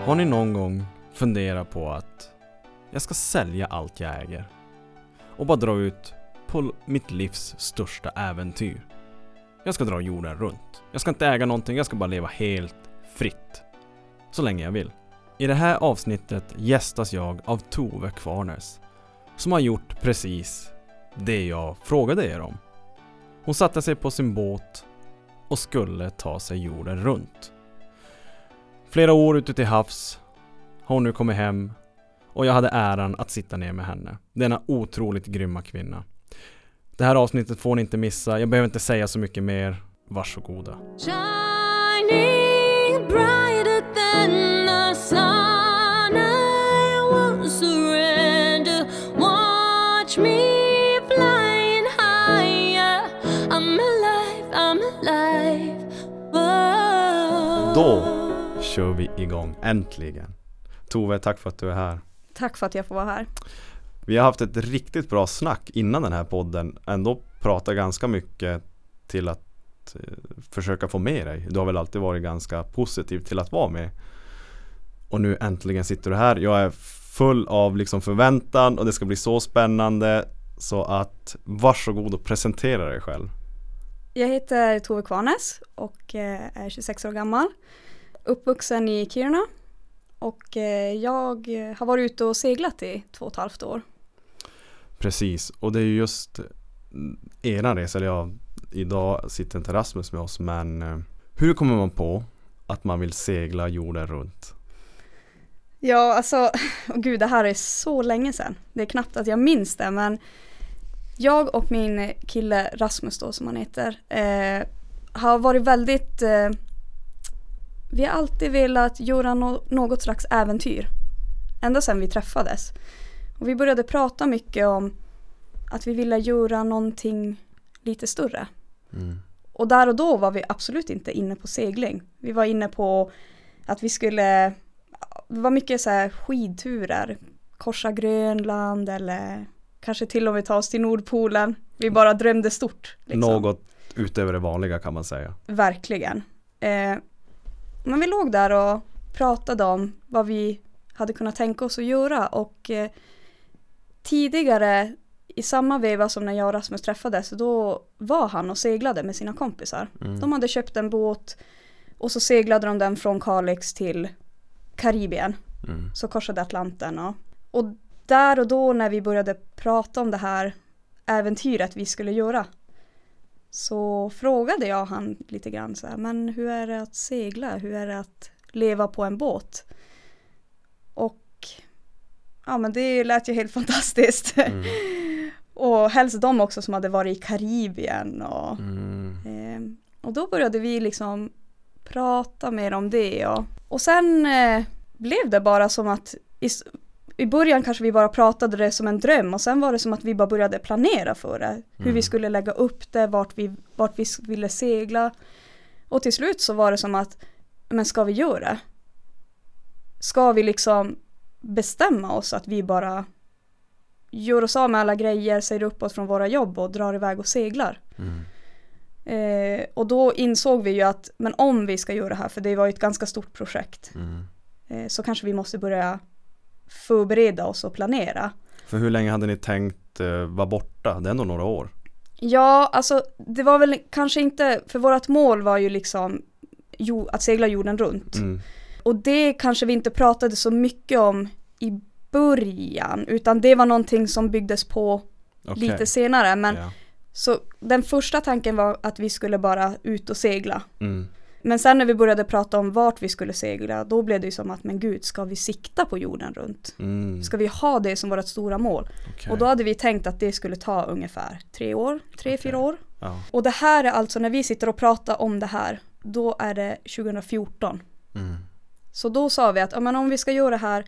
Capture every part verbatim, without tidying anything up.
Har ni någon gång funderat på att jag ska sälja allt jag äger och bara dra ut på mitt livs största äventyr? Jag ska dra jorden runt. Jag ska inte äga någonting, jag ska bara leva helt fritt. Så länge jag vill. I det här avsnittet gästas jag av Tove Kvarnes, som har gjort precis det jag frågade er om. Hon satte sig på sin båt och skulle ta sig jorden runt. Flera år ute till havs har hon nu kommit hem och jag hade äran att sitta ner med henne. Denna otroligt grymma kvinna. Det här avsnittet får ni inte missa. Jag behöver inte säga så mycket mer. Varsågoda. Shining brighter than the sun, I won't surrender. Watch me flying higher. I'm alive, I'm alive. Whoa. Då kör vi igång. Äntligen. Tove, tack för att du är här. Tack för att jag får vara här. Vi har haft ett riktigt bra snack innan den här podden. Ändå pratar ganska mycket till att eh, försöka få med dig. Du har väl alltid varit ganska positiv till att vara med. Och nu äntligen sitter du här. Jag är full av liksom förväntan och det ska bli så spännande. Så att varsågod och presentera dig själv. Jag heter Tove Kvarnes och eh, är tjugosex år gammal. Uppvuxen i Kiruna. Och eh, jag har varit ute och seglat i två och ett halvt år. Precis, och det är ju just eran resa, eller ja, idag sitter inte Rasmus med oss, men eh, hur kommer man på att man vill segla jorden runt? Ja, alltså, oh gud, det här är så länge sedan. Det är knappt att jag minns det, men jag och min kille Rasmus då, som han heter, eh, har varit väldigt... Eh, vi har alltid velat göra no- något slags äventyr. Ända sedan vi träffades. Och vi började prata mycket om att vi ville göra någonting lite större. Mm. Och där och då var vi absolut inte inne på segling. Vi var inne på att vi skulle... Det var mycket så här skidturer. Korsa Grönland eller kanske till och med ta oss till Nordpolen. Vi bara drömde stort. Liksom. Något utöver det vanliga kan man säga. Verkligen. Eh, men vi låg där och pratade om vad vi hade kunnat tänka oss att göra. Och eh, tidigare, i samma veva som när jag och Rasmus träffades, då var han och seglade med sina kompisar. Mm. De hade köpt en båt och så seglade de den från Kalix till Karibien. Mm. Så korsade Atlanten. Och, och där och då när vi började prata om det här äventyret vi skulle göra, så frågade jag han lite grann så här, men hur är det att segla? Hur är det att leva på en båt? Och ja, men det lät ju helt fantastiskt. Mm. Och helst de också som hade varit i Karibien. Och, mm. eh, och då började vi liksom prata mer om det. Och, och sen eh, blev det bara som att i, i början kanske vi bara pratade det som en dröm. Och sen var det som att vi bara började planera för det. Hur Mm. vi skulle lägga upp det, vart vi, vart vi ville segla. Och till slut så var det som att, men ska vi göra det? Ska vi liksom bestämma oss att vi bara gör oss av med alla grejer, säger upp oss från våra jobb och drar iväg och seglar. Mm. Eh, och då insåg vi ju att, men om vi ska göra det här, för det var ju ett ganska stort projekt, Mm. eh, så kanske vi måste börja förbereda oss och planera. För hur länge hade ni tänkt eh, vara borta? Det är ändå några år. Ja, alltså det var väl kanske inte, för vårt mål var ju liksom jo, att segla jorden runt. Mm. Och det kanske vi inte pratade så mycket om i början, utan det var någonting som byggdes på Okay. lite senare. Men Ja. så den första tanken var att vi skulle bara ut och segla. Mm. Men sen när vi började prata om vart vi skulle segla, då blev det ju som att, men gud, ska vi sikta på jorden runt? Mm. Ska vi ha det som vårt stora mål? Okay. Och då hade vi tänkt att det skulle ta ungefär tre år, tre, Okay. fyra år. Ja. Och det här är alltså, när vi sitter och pratar om det här, då är det tjugohundrafjorton. Mm. Så då sa vi att ja, men om vi ska göra det här,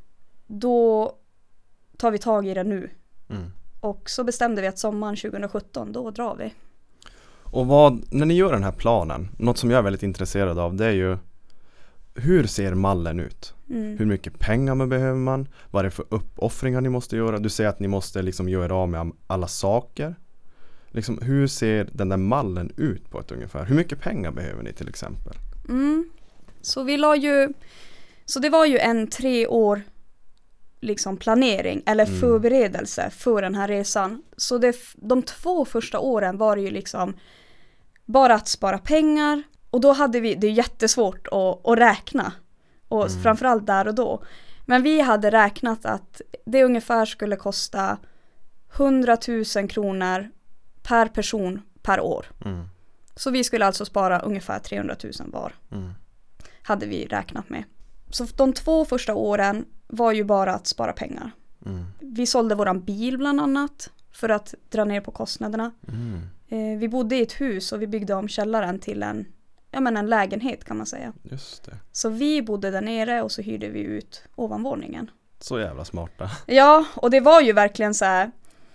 då tar vi tag i det nu. Mm. Och så bestämde vi att sommaren tjugosjutton, då drar vi. Och vad, när ni gör den här planen, något som jag är väldigt intresserad av, det är ju hur ser mallen ut? Mm. Hur mycket pengar behöver man? Vad är det för uppoffringar ni måste göra? Du säger att ni måste liksom göra av med alla saker. Liksom, hur ser den där mallen ut på ett ungefär? Hur mycket pengar behöver ni till exempel? Mm. Så vi la ju Så det var ju en tre år liksom planering eller Mm. förberedelse för den här resan. Så det, de två första åren var det ju liksom bara att spara pengar. Och då hade vi, det är jättesvårt att, att räkna. Och Mm. framförallt där och då. Men vi hade räknat att det ungefär skulle kosta hundratusen kronor per person per år. Mm. Så vi skulle alltså spara ungefär trehundratusen var. Mm. Hade vi räknat med. Så de två första åren var ju bara att spara pengar. Mm. Vi sålde våran bil bland annat för att dra ner på kostnaderna. Mm. Eh, vi bodde i ett hus och vi byggde om källaren till en, ja, men en lägenhet kan man säga. Just det. Så vi bodde där nere och så hyrde vi ut ovanvåningen. Så jävla smarta. Ja, och det var ju verkligen så här.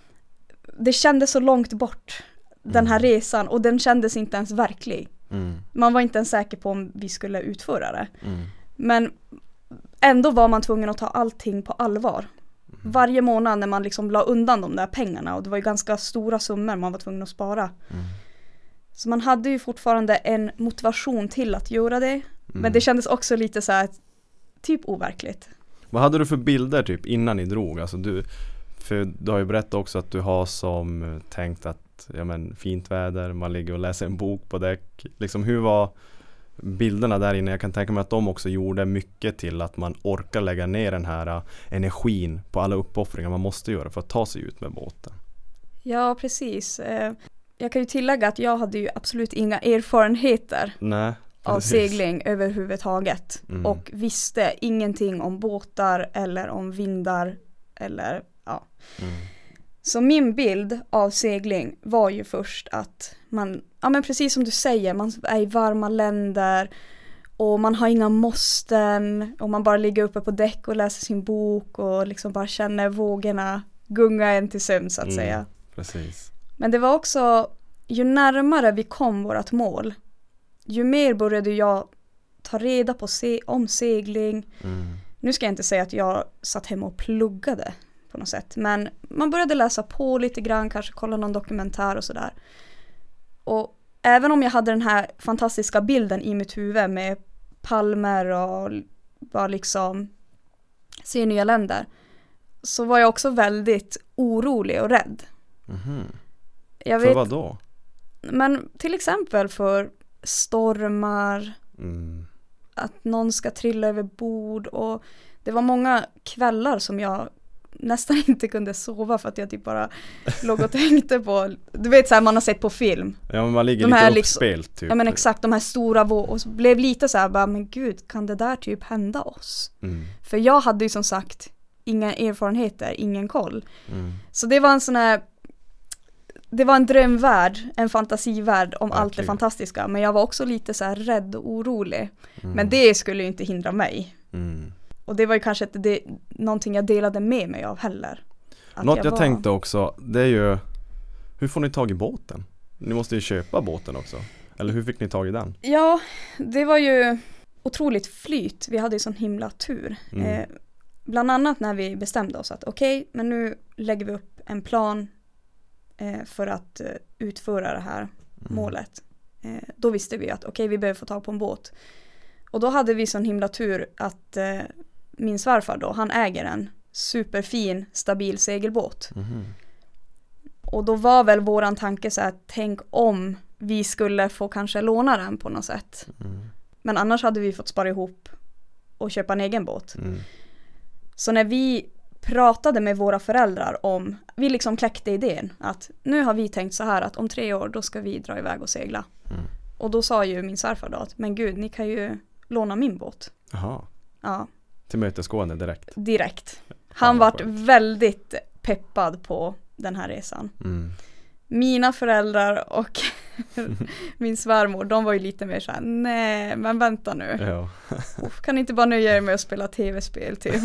Det kändes så långt bort, den här resan, och den kändes inte ens verklig. Mm. Man var inte ens säker på om vi skulle utföra det. Mm. Men ändå var man tvungen att ta allting på allvar. Mm. Varje månad när man liksom la undan de där pengarna, och det var ju ganska stora summor man var tvungen att spara. Mm. Så man hade ju fortfarande en motivation till att göra det. Mm. Men det kändes också lite så här typ overkligt. Vad hade du för bilder typ innan ni drog? Alltså du, för du har ju berättat också att du har som tänkt att ja men, fint väder, man ligger och läser en bok på däck. Liksom, hur var bilderna där inne? Jag kan tänka mig att de också gjorde mycket till att man orkar lägga ner den här uh, energin på alla uppoffringar man måste göra för att ta sig ut med båten. Ja, precis. Eh, Jag kan ju tillägga att jag hade ju absolut inga erfarenheter Nej, av precis. segling överhuvudtaget. Mm. Och visste ingenting om båtar eller om vindar eller ja. Mm. Så min bild av segling var ju först att man, ja men precis som du säger, man är i varma länder och man har inga måsten och man bara ligger uppe på däck och läser sin bok och liksom bara känner vågorna gunga en till sömns så att Mm. säga. Precis. Men det var också, ju närmare vi kom vårt mål, ju mer började jag ta reda på se- om segling. Mm. Nu ska jag inte säga att jag satt hemma och pluggade på något sätt. Men man började läsa på lite grann, kanske kolla någon dokumentär och sådär. Och även om jag hade den här fantastiska bilden i mitt huvud med palmer och bara liksom se nya länder, så var jag också väldigt orolig och rädd. Mhm. Jag För vet, vad då? men till exempel för stormar, Mm. att någon ska trilla över bord, och det var många kvällar som jag nästan inte kunde sova för att jag typ bara låg och tänkte på, du vet så här man har sett på film. Ja, men man ligger De här lite liksom- uppspelt typ. Ja men exakt, de här stora vå- och så blev lite så här bara, men gud, kan det där typ hända oss? Mm. För jag hade ju som sagt inga erfarenheter, ingen koll. Mm. Så det var en sån här, det var en drömvärld, en fantasivärld om allt det Verkligen. fantastiska, men jag var också lite så här rädd och orolig. Mm. Men det skulle ju inte hindra mig. Mm. Och det var ju kanske inte det, någonting jag delade med mig av heller. Att Något jag, var- tänkte också, det är ju, hur får ni tag i båten? Ni måste ju köpa båten också. Eller hur fick ni tag i den? Ja, det var ju otroligt flyt. Vi hade ju sån himla tur. Mm. Eh, bland annat när vi bestämde oss att okej, okay, men nu lägger vi upp en plan eh, för att eh, utföra det här Mm. målet. Eh, då visste vi att okej, okay, vi behöver få tag på en båt. Och då hade vi sån himla tur att eh, min svärfar då, han äger en superfin, stabil segelbåt. Mhm. Och då var väl våran tanke så här, tänk om vi skulle få kanske låna den på något sätt. Mm. Men annars hade vi fått spara ihop och köpa en egen båt. Mm. Så när vi pratade med våra föräldrar om, vi liksom kläckte idén att nu har vi tänkt så här att om tre år då ska vi dra iväg och segla. Mm. Och då sa ju min svärfar då att men gud, ni kan ju låna min båt. Jaha, Ja, tillmötesgående direkt. direkt. Fan, Han vad vart skönt. väldigt peppad på den här resan. Mm. Mina föräldrar och min svärmor, de var ju lite mer så här, nej men vänta nu. Ja. Uff, kan inte bara nöja er med att spela tv-spel typ.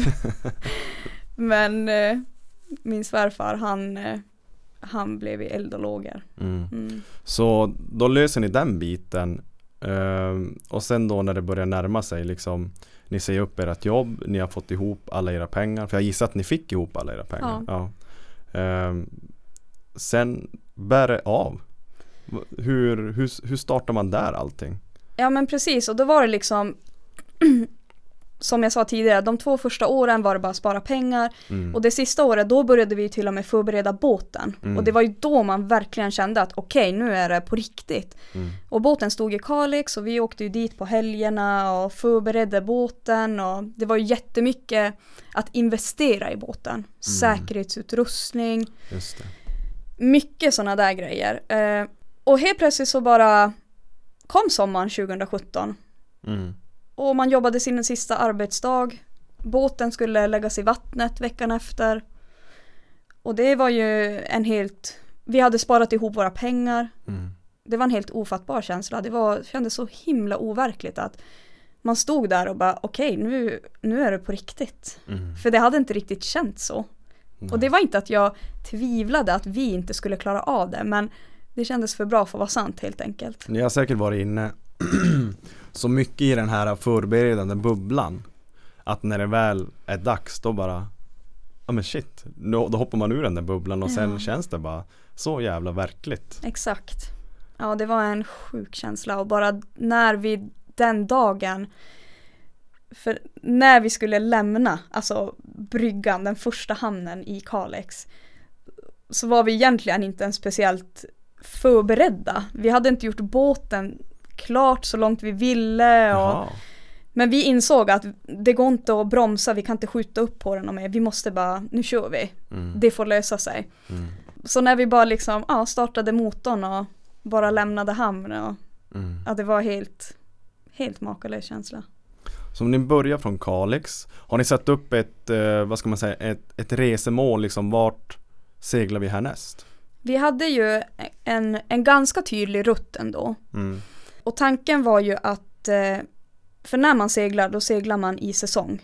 Men eh, min svärfar, han, eh, han blev i eld och lågor. Mm. Mm. Så då löser ni den biten. Ehm, och sen då när det börjar närma sig liksom, ni säger upp ert jobb, ni har fått ihop alla era pengar. För jag gissar att ni fick ihop alla era pengar. Ja. Ehm, sen bär det av. Hur, hur, hur startar man där allting? Ja men precis, och då var det liksom som jag sa tidigare, de två första åren var det bara att spara pengar. Mm. Och det sista året, då började vi till och med förbereda båten. Mm. Och det var ju då man verkligen kände att okej, okay, nu är det på riktigt. Mm. Och båten stod i Kalix och vi åkte ju dit på helgerna och förberedde båten. Och det var ju jättemycket att investera i båten. Mm. Säkerhetsutrustning. Just det. Mycket sådana där grejer. Eh, och helt plötsligt så bara kom sommaren tjugohundrasjutton. Mm. Och man jobbade sin sista arbetsdag. Båten skulle läggas i vattnet veckan efter. Och det var ju en helt... Vi hade sparat ihop våra pengar. Mm. Det var en helt ofattbar känsla. Det var, kändes så himla overkligt att man stod där och bara okej, okay, nu, nu är det på riktigt. Mm. För det hade inte riktigt känts så. Nej. Och det var inte att jag tvivlade att vi inte skulle klara av det. Men det kändes för bra för att vara sant helt enkelt. Ni har säkert varit inne så mycket i den här förberedande bubblan att när det väl är dags då bara ja men shit, då, då hoppar man ur den där bubblan och sen Ja. känns det bara så jävla verkligt. Exakt. Ja, det var en sjuk känsla och bara när vi den dagen, för när vi skulle lämna alltså bryggan, den första hamnen i Kalix, så var vi egentligen inte ens speciellt förberedda. Vi hade inte gjort båten klart så långt vi ville och, Jaha. men vi insåg att det går inte att bromsa, vi kan inte skjuta upp på den och mer. Vi måste bara, nu kör vi. Mm. Det får lösa sig. Mm. Så när vi bara liksom ja, startade motorn och bara lämnade hamn och Mm. ja, det var helt helt makalös känsla. Så om ni börjar från Kalix, har ni satt upp ett eh, vad ska man säga, ett, ett resemål liksom, vart seglar vi härnäst? Vi hade ju en, en ganska tydlig rutt ändå. Mm. Och tanken var ju att eh, för när man seglar, då seglar man i säsong.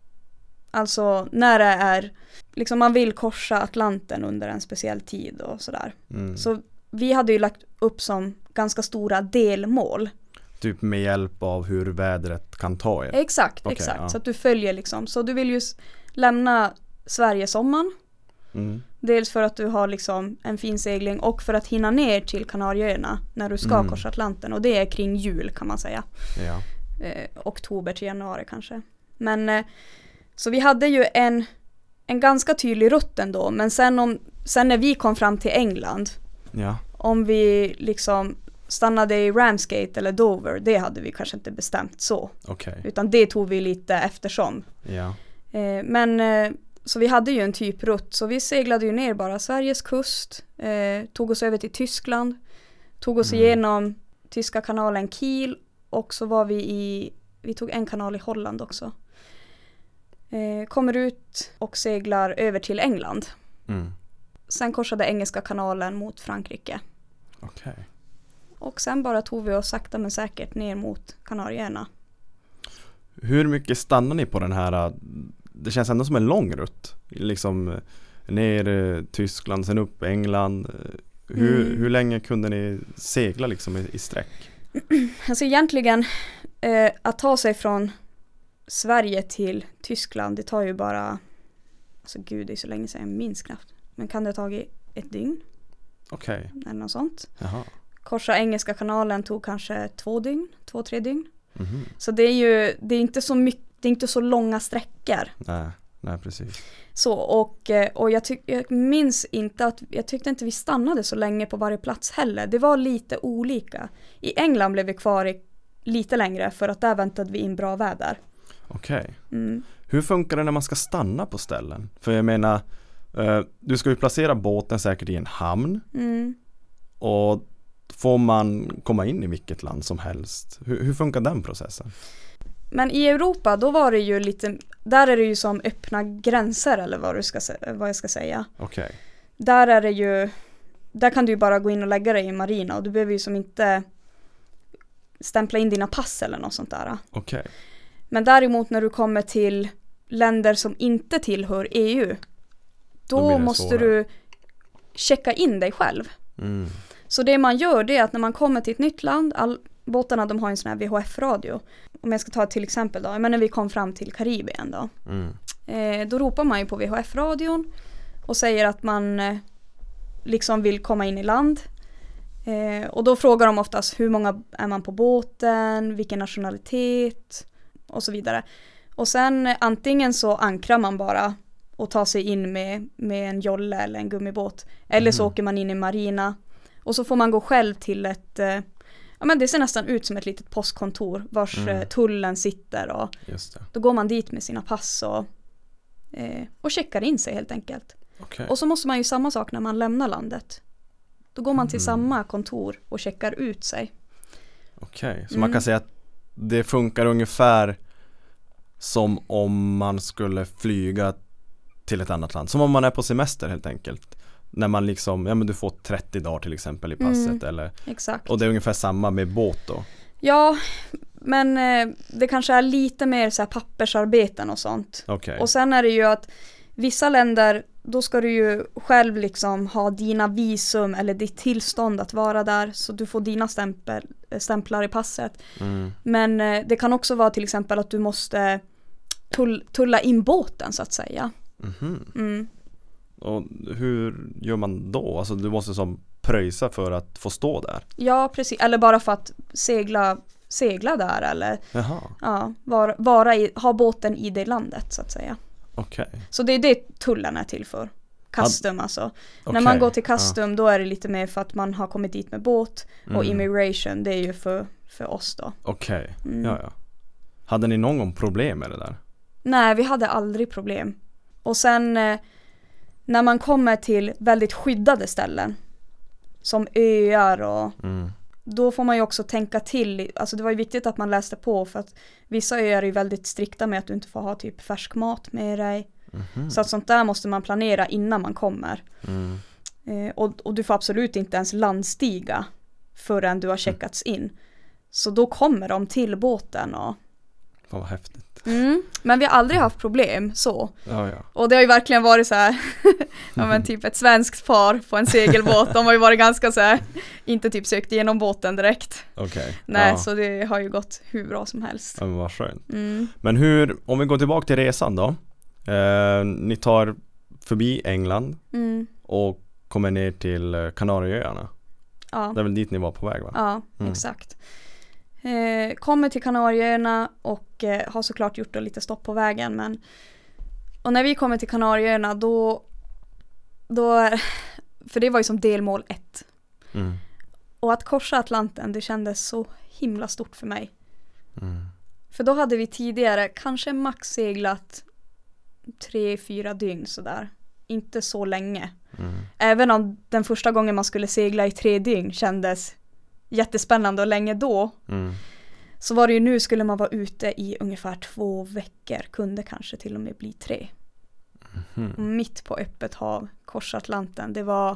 Alltså när det är liksom man vill korsa Atlanten under en speciell tid och sådär. Mm. Så vi hade ju lagt upp som ganska stora delmål. Typ med hjälp av hur vädret kan ta er. Exakt, Okej, exakt. ja. Så att du följer liksom. Så du vill ju s- lämna Sverige sommaren. Mm. Dels för att du har liksom en fin segling och för att hinna ner till Kanarieöarna när du ska Mm. korsa Atlanten. Och det är kring jul kan man säga. Ja. Eh, oktober till januari kanske. Men eh, så vi hade ju en, en ganska tydlig rutt ändå. Men sen, om, sen när vi kom fram till England, Ja. om vi liksom stannade i Ramsgate eller Dover, det hade vi kanske inte bestämt så. Okej. Utan det tog vi lite eftersom. Ja. Eh, men eh, så vi hade ju en typ rutt, så vi seglade ju ner bara Sveriges kust, eh, tog oss över till Tyskland, tog oss Mm. igenom tyska kanalen Kiel och så var vi i, vi tog en kanal i Holland också. Eh, kommer ut och seglar över till England. Mm. Sen korsade Engelska kanalen mot Frankrike. Okej. Och sen bara tog vi oss sakta men säkert ner mot Kanarieöarna. Hur mycket stannar ni på den här? Det känns ändå som en lång rutt. Liksom ner eh, Tyskland, sen upp England. Hur, Mm. hur länge kunde ni segla liksom i, i sträck? Alltså egentligen eh, att ta sig från Sverige till Tyskland, det tar ju bara, alltså gud det är så länge sedan, jag minns knappt. Men kan det ha tagit ett dygn Okej. eller något sånt. Jaha. Korsa Engelska kanalen tog kanske två dygn, två, tre dygn. Mhm. Så det är ju, det är inte så mycket, det är inte så långa sträckor. Nej, nej precis. Så, och, eh, och jag, tyck, jag minns inte att, jag tyckte inte vi stannade så länge på varje plats heller. Det var lite olika. I England blev vi kvar i, lite längre för att där väntade vi in bra väder. Okej. Mm. Hur funkar det när man ska stanna på ställen? För jag menar, eh, du ska ju placera båten säkert i en hamn. Mm. Och får man komma in i vilket land som helst? Hur, hur funkar den processen? Men i Europa då var det ju lite, där är det ju som öppna gränser eller vad, du ska, sä- vad jag ska säga. Okej. Där är det ju, där kan du ju bara gå in och lägga dig i marina och du behöver ju som inte stämpla in dina pass eller något sånt där. Okej. Men däremot när du kommer till länder som inte tillhör E U, Då då, blir det måste svårare. du checka in dig själv. Mm. Så det man gör det är att när man kommer till ett nytt land, all, båtarna de har en sån här V H F-radio. Om jag ska ta till exempel då, men när vi kom fram till Karibien då. Mm. Eh, då ropar man ju på V H F-radion och säger att man eh, liksom vill komma in i land. Eh, och då frågar de oftast hur många är man på båten, vilken nationalitet och så vidare. Och sen eh, antingen så ankrar man bara och tar sig in med, med en jolle eller en gummibåt. Eller så Mhm. åker man in i marina. Och så får man gå själv till ett, eh, ja men det ser nästan ut som ett litet postkontor vars Mm. eh, tullen sitter. Och Just det. då går man dit med sina pass och, eh, och checkar in sig helt enkelt. Okej. Och så måste man ju samma sak när man lämnar landet. Då går man till Mm. samma kontor och checkar ut sig. Okej, så Mm. man kan säga att det funkar ungefär som om man skulle flyga till ett annat land. Som om man är på semester helt enkelt. När man liksom, ja men du får trettio dagar till exempel i passet. Mm. Eller, Exakt. och det är ungefär samma med båt då. Ja, men eh, det kanske är lite mer så här pappersarbeten och sånt. Okej. Och sen är det ju att vissa länder, då ska du ju själv liksom ha dina visum eller ditt tillstånd att vara där. Så du får dina stämpel, stämplar i passet. Mm. Men eh, det kan också vara till exempel att du måste tull, tulla in båten så att säga. Mhm. Mm. Och hur gör man då? Alltså du måste som pröjsa för att få stå där. Ja, precis. Eller bara för att segla, segla där eller Jaha, ja, vara, vara i, ha båten i det landet så att säga. okej. Så det är det tullen är till för. Custom alltså. När Okej, man går till ja. custom då är det lite mer för att man har kommit dit med båt. Och Mm. immigration det är ju för, för oss då. Okej, Mm. ja ja. Hade ni någon gång problem med det där? Nej, vi hade aldrig problem. Och sen eh, när man kommer till väldigt skyddade ställen som öar och Mm. då får man ju också tänka till. Alltså det var ju viktigt att man läste på för att vissa öar är ju väldigt strikta med att du inte får ha typ färsk mat med dig. Mhm. Så att sånt där måste man planera innan man kommer. Mm. Eh, och, och du får absolut inte ens landstiga förrän du har checkats in. Så då kommer de till båten och Fan vad häftigt. mm, men vi har aldrig haft problem så. Ja ja. Och det har ju verkligen varit så här ja men typ ett svenskt par på en segelbåt. De har ju varit ganska så här inte typ sökt igenom båten direkt. Okej. Nej, ja. så det har ju gått hur bra som helst. Ja, men vad skönt. Mm. Men hur, om vi går tillbaka till resan då. Eh, ni tar förbi England Mm. och kommer ner till eh, Kanarieöarna. Ja. Det är väl dit ni var på väg va? Ja, Mm. exakt. Eh, kommer till Kanarieöarna och eh, har såklart gjort lite stopp på vägen. Men... Och när vi kommer till Kanarieöarna då, då... För det var ju som delmål ett. Mm. Och att korsa Atlanten, det kändes så himla stort för mig. Mm. För då hade vi tidigare kanske max seglat tre, fyra dygn sådär. Inte så länge. Mm. Även om den första gången man skulle segla i tre dygn kändes jättespännande och länge då. Mm. Så var det ju nu skulle man vara ute i ungefär två veckor. Kunde kanske till och med bli tre. Mhm. Och mitt på öppet hav, korsa Atlanten. Det var...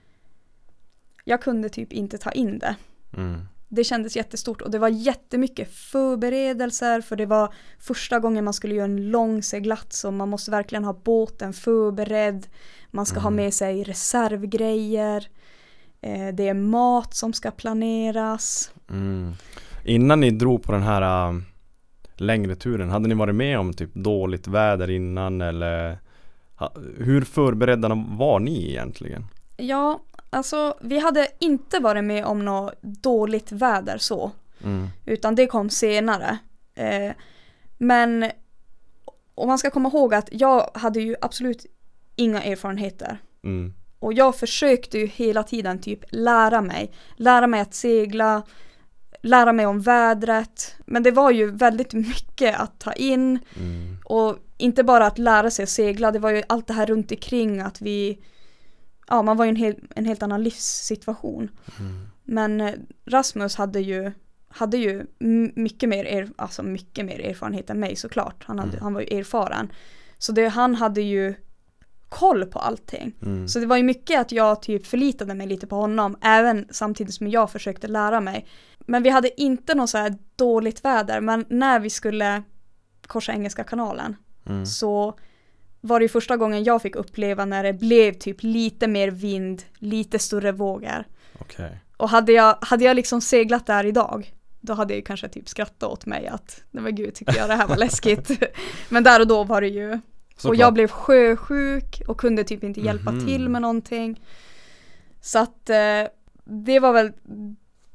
Jag kunde typ inte ta in det. Mm. Det kändes jättestort och det var jättemycket förberedelser för det var första gången man skulle göra en lång seglats och man måste verkligen ha båten förberedd. Man ska Mm. ha med sig reservgrejer. Eh, det är mat som ska planeras. Mm. Innan ni drog på den här äh, längre turen, hade ni varit med om typ dåligt väder innan eller ha, hur förberedda var ni egentligen? Ja, alltså vi hade inte varit med om något dåligt väder så. Mm. Utan det kom senare. Eh, men och man ska komma ihåg att jag hade ju absolut inga erfarenheter. Mm. Och jag försökte ju hela tiden typ lära mig. Lära mig att segla. Lära mig om vädret. Men det var ju väldigt mycket att ta in. Mm. Och inte bara att lära sig att segla. Det var ju allt det här runt omkring att vi... Ja, man var ju en, hel, en helt annan livssituation. Mm. Men eh, Rasmus hade ju, hade ju m- mycket, mer er, alltså mycket mer erfarenhet än mig såklart. Han, hade, Mm. han var ju erfaren. Så det, han hade ju koll på allting. Mm. Så det var ju mycket att jag typ förlitade mig lite på honom. Även samtidigt som jag försökte lära mig. Men vi hade inte något så här dåligt väder. Men när vi skulle korsa Engelska kanalen Mm. så var det ju första gången jag fick uppleva när det blev typ lite mer vind, lite större vågor. Okej. Och hade jag, hade jag liksom seglat där idag, då hade jag ju kanske typ skrattat åt mig att, nej men gud, tycker jag det här var läskigt. Men där och då var det ju, och Såklart. jag blev sjösjuk och kunde typ inte hjälpa Mhm. till med någonting. Så att eh, det var väl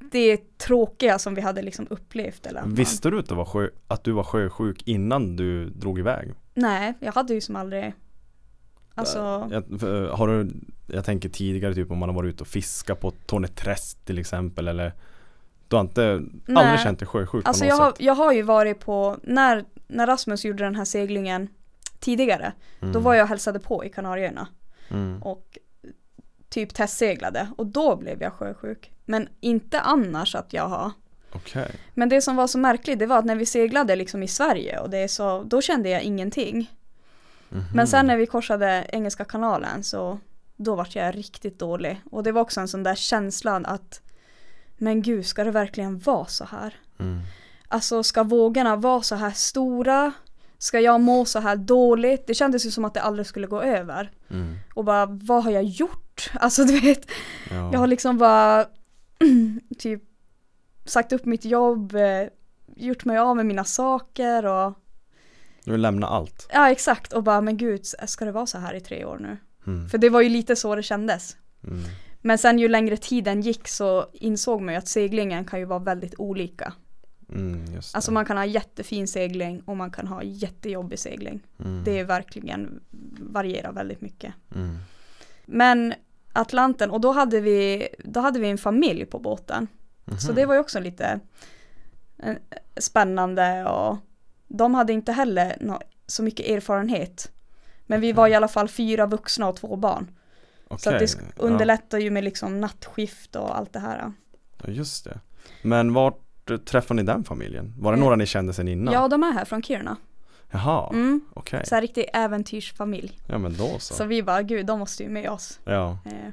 det tråkiga som vi hade liksom upplevt. Eller Visste du att du, var sjö, att du var sjösjuk innan du drog iväg? Nej, jag hade ju som aldrig... Alltså... Jag, har du, jag tänker tidigare typ om man har varit ute och fiskat på Torneträsk till exempel, eller du har inte Nej. aldrig känt dig sjösjuk alltså på något jag har, sätt? jag har ju varit på, när, när Rasmus gjorde den här seglingen tidigare, Mm. då var jag och hälsade på i Kanarieöarna Mm. och typ testseglade och då blev jag sjösjuk. Men inte annars att jag har. Okej. Men det som var så märkligt, det var att när vi seglade liksom i Sverige och det är så, då kände jag ingenting. Mhm. Men sen när vi korsade Engelska kanalen så då var jag riktigt dålig. Och det var också en sån där känslan att men gud, ska det verkligen vara så här? Mm. Alltså ska vågorna vara så här stora? Ska jag må så här dåligt? Det kändes ju som att det aldrig skulle gå över. Mm. Och bara, vad har jag gjort? Alltså du vet, Ja. jag har liksom bara typ sagt upp mitt jobb, eh, gjort mig av med mina saker och Du vill lämna allt. ja exakt och bara men gud, ska det vara så här i tre år nu? Mm. För det var ju lite så det kändes. Mm. Men sen ju längre tiden gick så insåg man ju att seglingen kan ju vara väldigt olika. Mm, just det. Alltså man kan ha jättefin segling och man kan ha jättejobbig segling. Mm. Det är verkligen varierar väldigt mycket. Mm. Men Atlanten, och då hade vi då hade vi en familj på båten. Mhm. Så det var ju också lite eh, spännande och de hade inte heller nå- så mycket erfarenhet. Men vi Okej. var i alla fall fyra vuxna och två barn. Så att det sk- Okej, underlättar ju med liksom nattskift och allt det här. Ja, just det. Men vart träffade ni den familjen? Var det Eh, några ni kände sen innan? Ja, de är här från Kiruna. Jaha, Mm. okej. Så här riktig äventyrsfamilj. Ja, men då så. Så vi bara, gud, de måste ju med oss. Ja. Eh,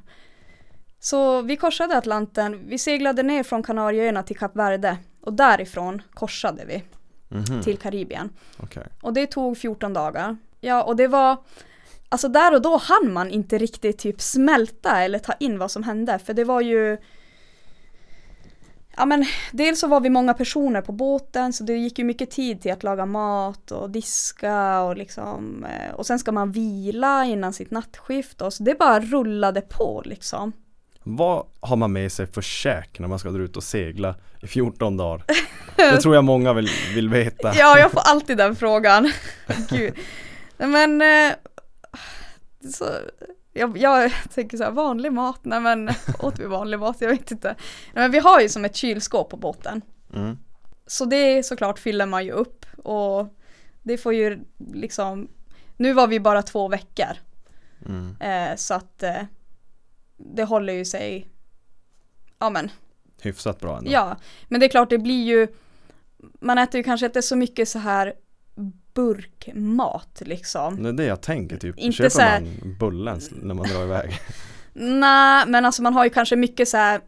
Så vi korsade Atlanten. Vi seglade ner från Kanarieöarna till Kap Verde. Och därifrån korsade vi Mhm. till Karibien. Okej. Och det tog fjorton dagar. Ja, och det var... Alltså där och då hann man inte riktigt typ smälta eller ta in vad som hände. För det var ju... Ja men dels så var vi många personer på båten så det gick ju mycket tid till att laga mat och diska och liksom... eh, Och sen ska man vila innan sitt nattskift och så det bara rullade på liksom. Vad har man med sig för käk när man ska dra ut och segla i fjorton dagar? Det tror jag många vill, vill veta. Ja, jag får alltid den frågan. Gud. Men eh, så, jag, jag tänker så här, vanlig mat, nej men åt vi vanlig mat, jag vet inte. Nej, men vi har ju som ett kylskåp på båten. Mm. Så det såklart fyller man ju upp och det får ju liksom, nu var vi bara två veckor. Mm. Eh, så att eh, det håller ju sig, ja men. Hyfsat bra ändå. Ja, men det är klart det blir ju, man äter ju kanske inte så mycket så här burkmat liksom. Det är det jag tänker typ. Inte Köper så här- man bullen när man drar iväg? Nej, men alltså man har ju kanske mycket så här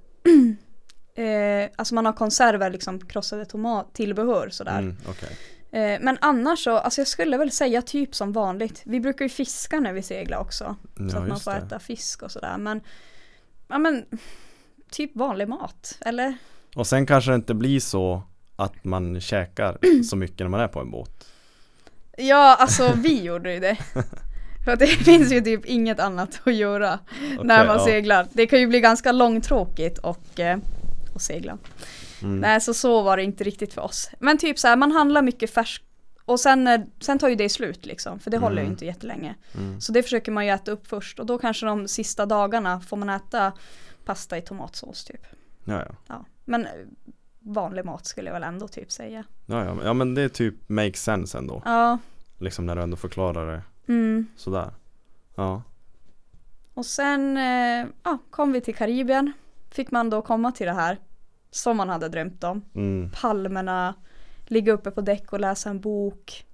eh, alltså man har konserver liksom, krossade tomat, tillbehör sådär. Mm, okej. Eh, men annars så, alltså jag skulle väl säga typ som vanligt. Vi brukar ju fiska när vi seglar också. Så Ja, att man just får det. äta fisk och sådär. Men, ja men, typ vanlig mat, eller? Och sen kanske det inte blir så att man käkar så mycket när man är på en båt. Ja, alltså vi gjorde ju det. För att det finns ju typ inget annat att göra när Okej, man ja. seglar. Det kan ju bli ganska långtråkigt och, eh, och segla. Mm. Nej, så så var det inte riktigt för oss. Men typ så här, man handlar mycket färsk och sen, eh, sen tar ju det slut liksom. För det håller ju Mm. inte jättelänge. Mm. Så det försöker man ju äta upp först. Och då kanske de sista dagarna får man äta pasta i tomatsås typ. Ja, ja. Ja. Men eh, vanlig mat skulle jag väl ändå typ säga. Ja, ja. Ja, men det är typ makes sense ändå. Ja. Liksom när du ändå förklarar det Mm. sådär. Ja. Och sen eh, ja, kom vi till Karibien. Fick man då komma till det här som man hade drömt om. Mm. Palmerna, ligga uppe på däck och läsa en bok.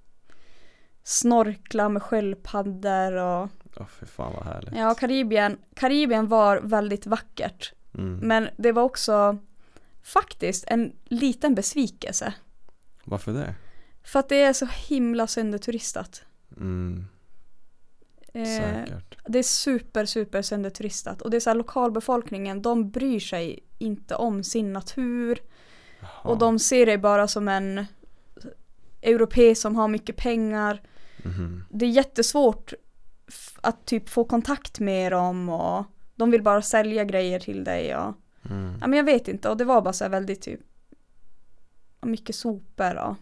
Snorkla med sköldpaddor och Åh, fy fan vad härligt. ja, Karibien, Karibien var väldigt vackert. Mm. Men det var också faktiskt en liten besvikelse. Varför det? För att det är så himla sönderturistat. Mm. Eh, Säkert. det är super, super sönderturistat. Och det är så här, lokalbefolkningen, de bryr sig inte om sin natur. Jaha. Och de ser det bara som en europé som har mycket pengar. Mhm. Det är jättesvårt f- att typ få kontakt med dem och de vill bara sälja grejer till dig. Och Mm. Ja, men jag vet inte, och det var bara så här väldigt typ mycket sopor och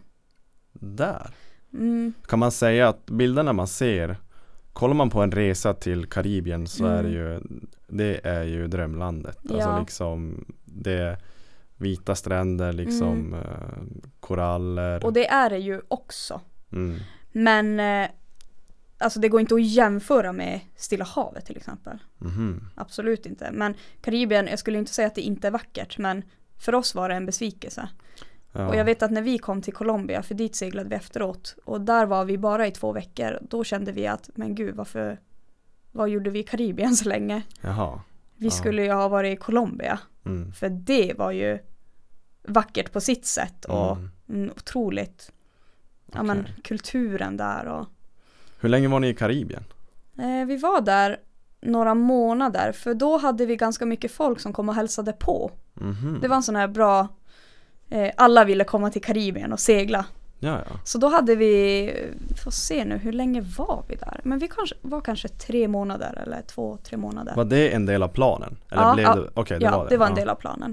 Där. mm. Kan man säga att bilderna man ser, kollar man på en resa till Karibien så Mm. är det ju, det är ju drömlandet. Ja. Alltså liksom det är vita stränder, liksom Mm. eh, koraller. Och det är det ju också. Mm. Men eh, alltså det går inte att jämföra med Stilla havet till exempel. Mhm. Absolut inte. Men Karibien, jag skulle inte säga att det inte är vackert, men för oss var det en besvikelse. Ja. Och jag vet att när vi kom till Colombia, för dit seglade vi efteråt, och där var vi bara i två veckor, då kände vi att, men gud, varför, vad gjorde vi i Karibien så länge? Jaha. Vi Ja. skulle ju ha varit i Colombia, Mm. för det var ju vackert på sitt sätt och Mm. mm, otroligt, ja Okej. men kulturen där och Hur länge var ni i Karibien? eh, vi var där några månader, för då hade vi ganska mycket folk som kom och hälsade på. Mhm. Det var en sån här bra, eh, alla ville komma till Karibien och segla. Ja, ja. Så då hade vi, vi får se nu, hur länge var vi där? Men vi kanske, var kanske tre månader eller två, tre månader. Var det en del av planen? Eller Ja, blev ja. det? Okej, det ja, var det. det var en Ja. del av planen.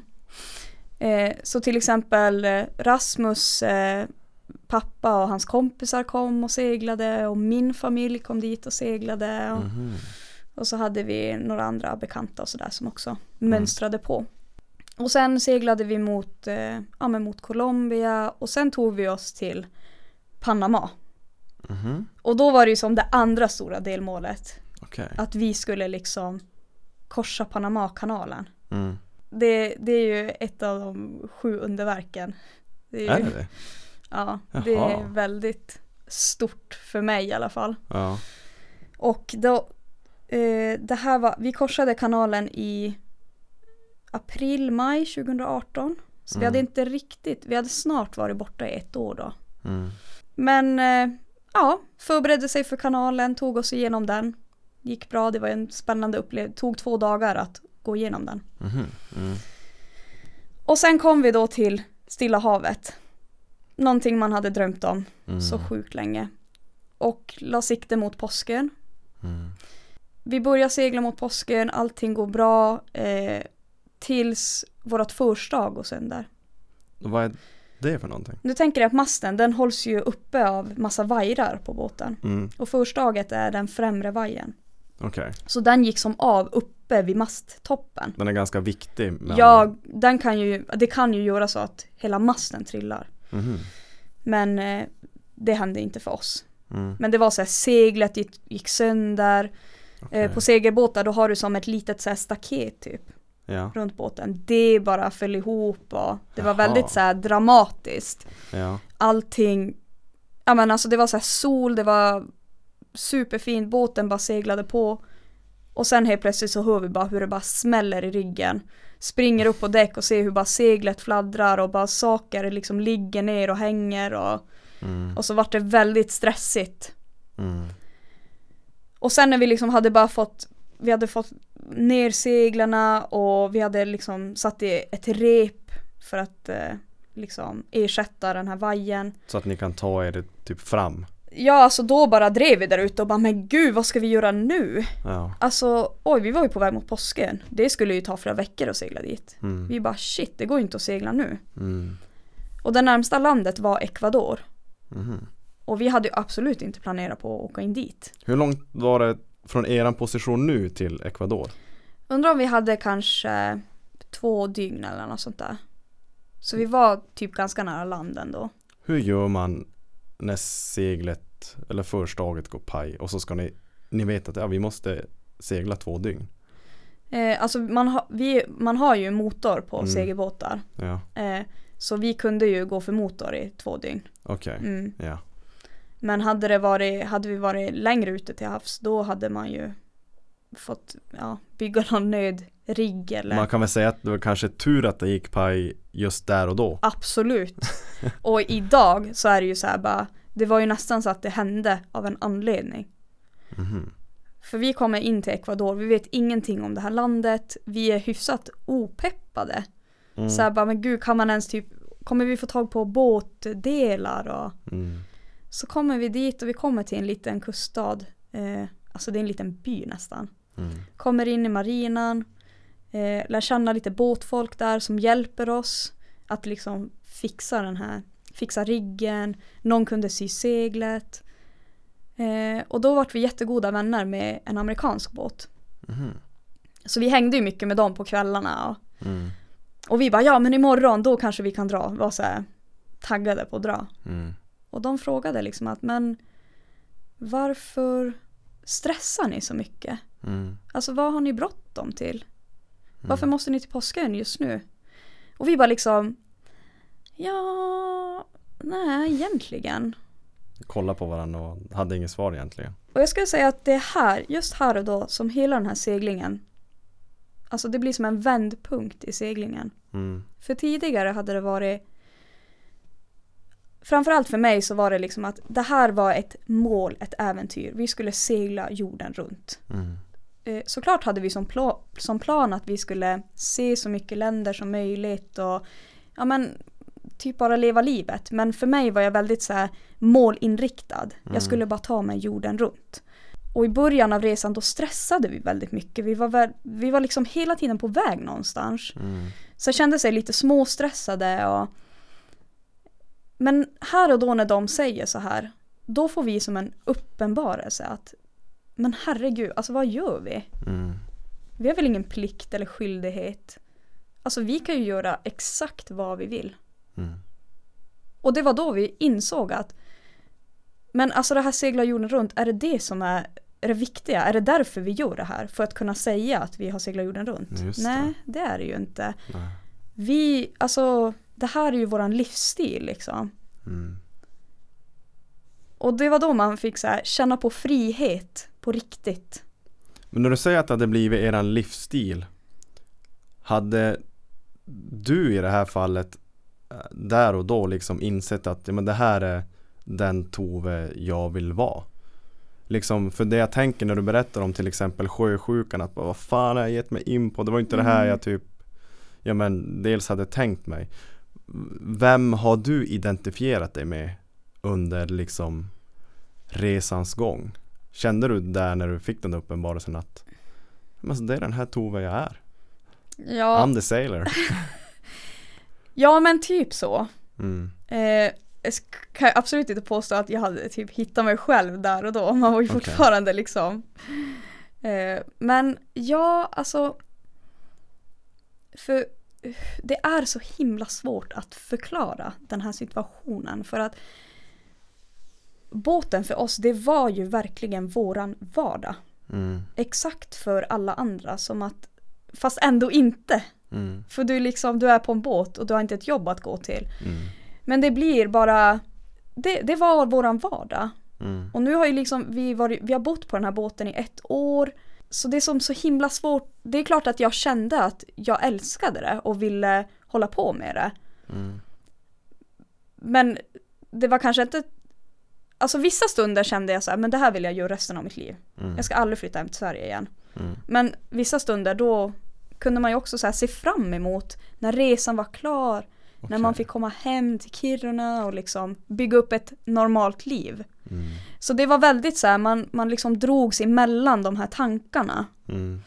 Eh, så till exempel eh, Rasmus eh, pappa och hans kompisar kom och seglade, och min familj kom dit och seglade. Och, Mhm. och så hade vi några andra bekanta och sådär som också Mm. mönstrade på. Och sen seglade vi mot, eh, ja, men mot Colombia, och sen tog vi oss till Panama. Mhm. Och då var det ju som det andra stora delmålet, Okej. att vi skulle liksom korsa Panamakanalen. Mm. Det, det är ju ett av de sju underverken. Det är, ju, Är det det? Ja, det Jaha. är väldigt stort för mig i alla fall. Ja. Och då, eh, det här var, vi korsade kanalen i april, maj tjugoarton. Så vi Mm. hade inte riktigt, vi hade snart varit borta i ett år då. Mm. Men eh, ja, förberedde sig för kanalen, tog oss igenom den. Gick bra, det var en spännande upplevelse. Tog två dagar att gå igenom den. Mhm. Mm. Och sen kom vi då till Stilla havet. Någonting man hade drömt om Mm. så sjukt länge. Och la sikte mot påsken. Mm. Vi börjar segla mot påsken, allting går bra. Eh, tills vårat förstag går sönder. Vad är det för någonting? Nu tänker jag att masten, den hålls ju uppe av massa vajrar på båten. Mm. Och förstaget är den främre vajern. Okej. Så den gick som av uppe vid masttoppen. Den är ganska viktig. Men... Ja, den kan ju, det kan ju göra så att hela masten trillar. Mhm. Men eh, det hände inte för oss. Mm. Men det var så här, seglet gick, gick sönder. Okej. Eh, på segelbåtar då har du som ett litet så här staket typ Ja. runt båten. Det bara föll ihop och det var Jaha. väldigt så här dramatiskt. Ja. Allting, ja men alltså det var så här sol, det var superfint, båten bara seglade på. Och sen helt plötsligt så hör vi bara hur det bara smäller i ryggen. Springer upp på däck och ser hur bara seglet fladdrar och bara saker liksom ligger ner och hänger och, Mm. och så var det väldigt stressigt. Mm. Och sen när vi liksom hade bara fått, vi hade fått ner seglarna och vi hade liksom satt i ett rep för att eh, liksom ersätta den här vajen. Så att ni kan ta er typ fram. Ja, alltså då bara drev vi där ute och bara, men gud, vad ska vi göra nu? Ja. Alltså, oj, vi var ju på väg mot påsken. Det skulle ju ta flera veckor att segla dit. Mm. Vi bara, shit, det går ju inte att segla nu. Mm. Och det närmsta landet var Ecuador. Mhm. Och vi hade ju absolut inte planerat på att åka in dit. Hur långt var det från er position nu till Ecuador? Undrar om vi hade kanske två dygn eller något sånt där. Så vi var typ ganska nära landen då. Hur gör man när seglet eller förstaget går paj och så ska ni, ni vet att ja, vi måste segla två dygn? Eh, alltså man, ha, vi, man har ju motor på Mm. segelbåtar. Ja, Eh, så vi kunde ju gå för motor i två dygn. okej. Mm. Ja. Men hade, det varit, hade vi varit längre ute till havs, då hade man ju fått ja, bygga någon nödrigg eller... Man kan väl säga att det var kanske tur att det gick paj just där och då. Absolut. Och idag så är det ju så här bara, det var ju nästan så att det hände av en anledning. Mhm. För vi kommer in till Ecuador, vi vet ingenting om det här landet, vi är hyfsat opeppade. Mm. Så här bara, men gud, kan man ens typ, kommer vi få tag på båtdelar och... Mm. Så kommer vi dit och vi kommer till en liten kuststad. Eh, alltså det är en liten by nästan. Mm. Kommer in i marinan. Eh, lär känna lite båtfolk där som hjälper oss att liksom fixa den här, fixa riggen. Någon kunde sy seglet. Eh, och då var vi jättegoda vänner med en amerikansk båt. Mm. Så vi hängde ju mycket med dem på kvällarna. Och, Mm. och vi bara, ja men imorgon då kanske vi kan dra. Var så här taggade på att dra. Mm. Och de frågade liksom att, men varför stressar ni så mycket? Mm. Alltså vad har ni bråttom till? Mm. Varför måste ni till Påskön just nu? Och vi bara liksom, ja, nej egentligen. Kolla på varandra och hade inget svar egentligen. Och jag skulle säga att det är här, just här och då, som hela den här seglingen, alltså det blir som en vändpunkt i seglingen. Mm. För tidigare hade det varit, framförallt för mig så var det liksom att det här var ett mål, ett äventyr. Vi skulle segla jorden runt. Mm. Eh, såklart hade vi som, pla- som plan att vi skulle se så mycket länder som möjligt och ja men typ bara leva livet. Men för mig var jag väldigt så här målinriktad. Mm. Jag skulle bara ta mig jorden runt. Och i början av resan då stressade vi väldigt mycket. Vi var, väl, vi var liksom hela tiden på väg någonstans. Mm. Så jag kände sig lite småstressade. Och... Men här och då när de säger så här, då får vi som en uppenbarelse att men herregud, alltså vad gör vi? Mm. Vi har väl ingen plikt eller skyldighet. Alltså vi kan ju göra exakt vad vi vill. Mm. Och det var då vi insåg att men alltså det här segla jorden runt, är det det som är, är det viktiga? Är det därför vi gör det här? För att kunna säga att vi har seglat jorden runt? Just det. Nej, det är det ju inte. Nej. Vi, alltså det här är ju våran livsstil liksom. Mm. Och det var då man fick så här, känna på frihet på riktigt. Men när du säger att det hade blivit eran livsstil, hade du i det här fallet eh, där och då liksom insett att ja, men det här är den Tove jag vill vara? Liksom, för det jag tänker när du berättar om till exempel sjösjukan, att bara, vad fan har jag gett mig in på? Det var inte mm. det här jag typ ja, men dels hade tänkt mig. Vem har du identifierat dig med under liksom resans gång? Kände du där när du fick den uppenbarelsen att men det är den här Tove jag är? Ja. I'm the sailor. Ja, men typ så. Mm. Eh, jag kan absolut inte påstå att jag hade typ hittat mig själv där och då. Man var ju Okay. fortfarande liksom. Eh, men ja, alltså. För det är så himla svårt att förklara den här situationen. För att båten för oss, det var ju verkligen våran vardag. Mm. Exakt för alla andra, som att, fast ändå inte. Mm. För du liksom, du är på en båt och du har inte ett jobb att gå till. Mm. Men det blir bara, det, det var våran vardag. Mm. Och nu har ju liksom, vi, varit, vi har bott på den här båten i ett år. Så det är som så himla svårt. Det är klart att jag kände att jag älskade det och ville hålla på med det. Mm. Men det var kanske inte, alltså vissa stunder kände jag så här, men det här vill jag göra resten av mitt liv. Mm. Jag ska aldrig flytta hem till Sverige igen. Mm. Men vissa stunder då kunde man ju också så här se fram emot när resan var klar. Okay. När man fick komma hem till Kiruna och liksom bygga upp ett normalt liv. Mm. Så det var väldigt så här, man, man liksom drogs emellan de här tankarna. Mm.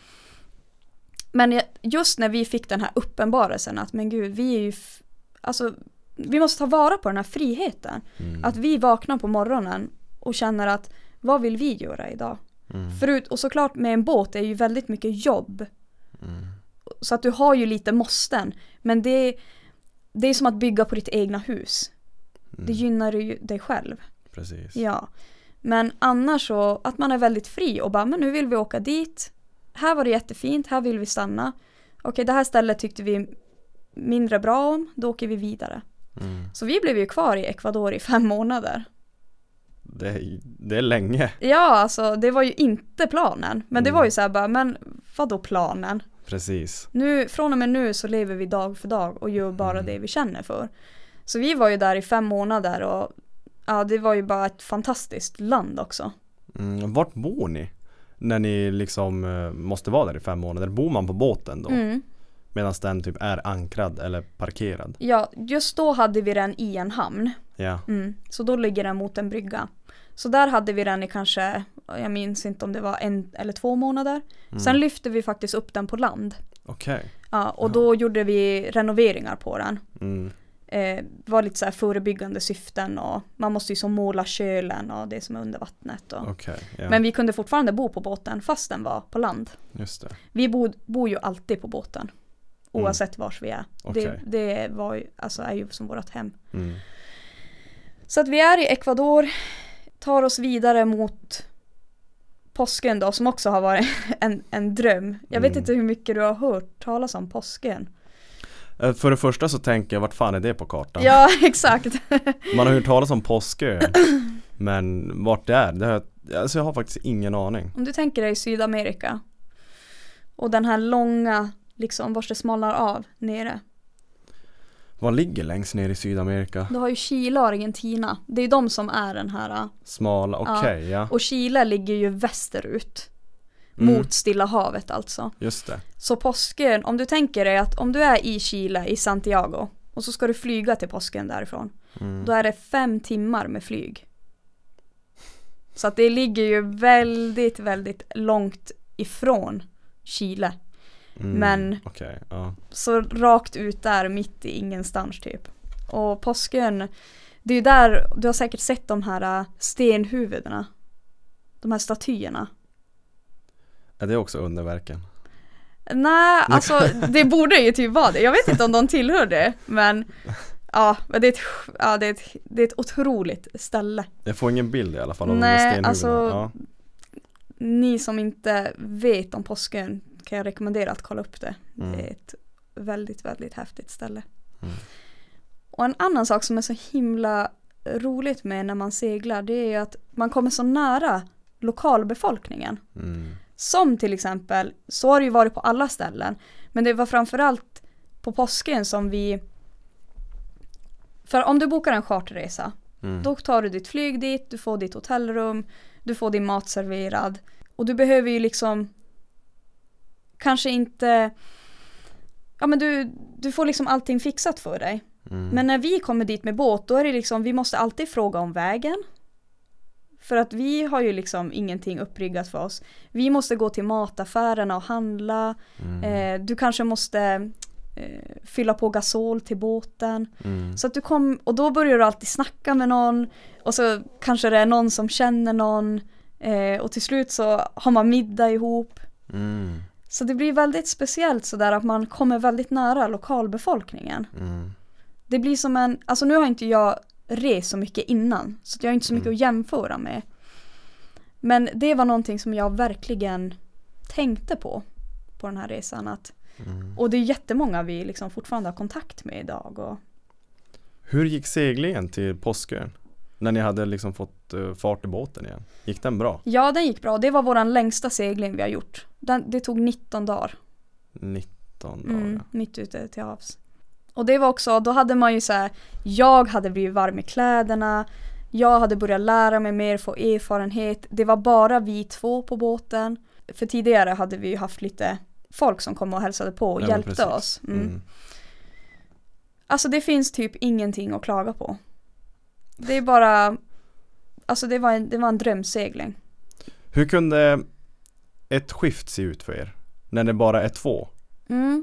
Men just när vi fick den här uppenbarelsen att men gud, vi är ju f- alltså vi måste ta vara på den här friheten. Mm. Att vi vaknar på morgonen och känner att vad vill vi göra idag? Mm. Förut, och såklart med en båt är ju väldigt mycket jobb. Mm. Så att du har ju lite måsten. Men det, det är som att bygga på ditt egna hus. Mm. Det gynnar ju dig själv. Precis. Ja. Men annars så att man är väldigt fri och bara, men nu vill vi åka dit. Här var det jättefint, här vill vi stanna. Okej, det här stället tyckte vi mindre bra om, då åker vi vidare. Mm. Så vi blev ju kvar i Ecuador i fem månader. Det, är, det är länge. Ja, alltså det var ju inte planen. Men det Mm. var ju så här bara, men vad då planen? Precis. Nu, från och med nu så lever vi dag för dag och gör bara Mm. det vi känner för. Så vi var ju där i fem månader och ja, det var ju bara ett fantastiskt land också. Mm. Vart bor ni? När ni liksom uh, måste vara där i fem månader. Bor man på båten då? Mm. Medan den typ är ankrad eller parkerad? Ja, just då hade vi den i en hamn. Ja. Mm. Så då ligger den mot en brygga. Så där hade vi den i kanske, jag minns inte om det var en eller två månader. Mm. Sen lyfte vi faktiskt upp den på land. Okej. Ja, och då gjorde vi renoveringar på den. Mm. Eh, det var lite så här förebyggande syften och man måste ju så måla kölen och det som är under vattnet. Och. Okej, ja. Men vi kunde fortfarande bo på båten fast den var på land. Just det. Vi bo, bor ju alltid på båten. Oavsett vars vi är. Okej. Det, det var ju, alltså, är ju som vårt hem. Mm. Så att vi är i Ecuador. Tar oss vidare mot påsken då. Som också har varit en, en dröm. Jag vet Mm. inte hur mycket du har hört talas om påsken. Eh, För det första så tänker jag, vart fan är det på kartan? Ja, exakt. Man har hört talas om Påskön. Men vart det är, det har jag, alltså jag har faktiskt ingen aning. Om du tänker dig Sydamerika. Och den här långa, liksom vars det smalnar av nere. Vad ligger längst ner i Sydamerika? Du har ju Chile och Argentina. Det är de som är den här. Smala, okej, ja. Och Chile ligger ju västerut. Mm. Mot Stilla havet alltså. Just det. Så påsken, om du tänker dig att om du är i Chile, i Santiago. Och så ska du flyga till påsken därifrån. Mm. Då är det fem timmar med flyg. Så att det ligger ju väldigt, väldigt långt ifrån Chile. Mm. Men Okej, ja. så rakt ut där mitt i ingenstans typ. Och påsken, det är ju där, du har säkert sett de här stenhuvudena. De här statyerna. Är det också underverken? Nej, alltså det borde ju typ vara det. Jag vet inte om de tillhör det, men ja, det är ett, ja, det är ett, det är ett otroligt ställe. Jag får ingen bild i alla fall av Nej, de där stenhuvudena. alltså, Ja. Ni som inte vet om påsken kan jag rekommendera att kolla upp det. Mm. Det är ett väldigt, väldigt häftigt ställe. Mm. Och en annan sak som är så himla roligt med när man seglar, det är ju att man kommer så nära lokalbefolkningen. Mm. Som till exempel, så har det ju varit på alla ställen, men det var framförallt på påsken som vi, för om du bokar en charterresa, Mm. då tar du ditt flyg dit, du får ditt hotellrum, du får din mat serverad och du behöver ju liksom kanske inte, ja men du, du får liksom allting fixat för dig. Mm. Men när vi kommer dit med båt, då är det liksom, vi måste alltid fråga om vägen. För att vi har ju liksom ingenting uppriggat för oss. Vi måste gå till mataffärerna och handla. Mm. Eh, du kanske måste eh, fylla på gasol till båten. Mm. Så att du kom, och då börjar du alltid snacka med någon. Och så kanske det är någon som känner någon. Eh, och till slut så har man middag ihop. Mm. Så det blir väldigt speciellt sådär att man kommer väldigt nära lokalbefolkningen. Mm. Det blir som en, alltså nu har inte jag rest så mycket innan. Så jag har inte så mycket Mm. att jämföra med. Men det var någonting som jag verkligen tänkte på. På den här resan. Att, Mm. och det är jättemånga vi liksom fortfarande har kontakt med idag. Och, Hur gick seglingen till Påskön? När ni hade liksom fått uh, fart i båten igen. Gick den bra? ja, den gick bra. Det var våran längsta segling vi har gjort. Den, det tog nitton dagar. nitton dagar. Mm, mitt ute till havs. Och det var också, då hade man ju så här, jag hade blivit varm i kläderna, jag hade börjat lära mig mer, få erfarenhet. Det var bara vi två på båten. För tidigare hade vi ju haft lite folk som kom och hälsade på och Ja, hjälpte precis. oss. Mm. Mm. Alltså det finns typ ingenting att klaga på. Det är bara, alltså det var en, det var en drömsegling. Hur kunde ett skift se ut för er? När det bara är två? Mm.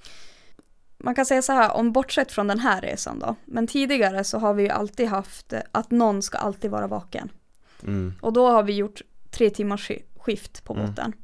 Man kan säga så här, om bortsett från den här resan då. Men tidigare så har vi ju alltid haft att någon ska alltid vara vaken. Mm. Och då har vi gjort tre timmars sk- skift på Mm. båten.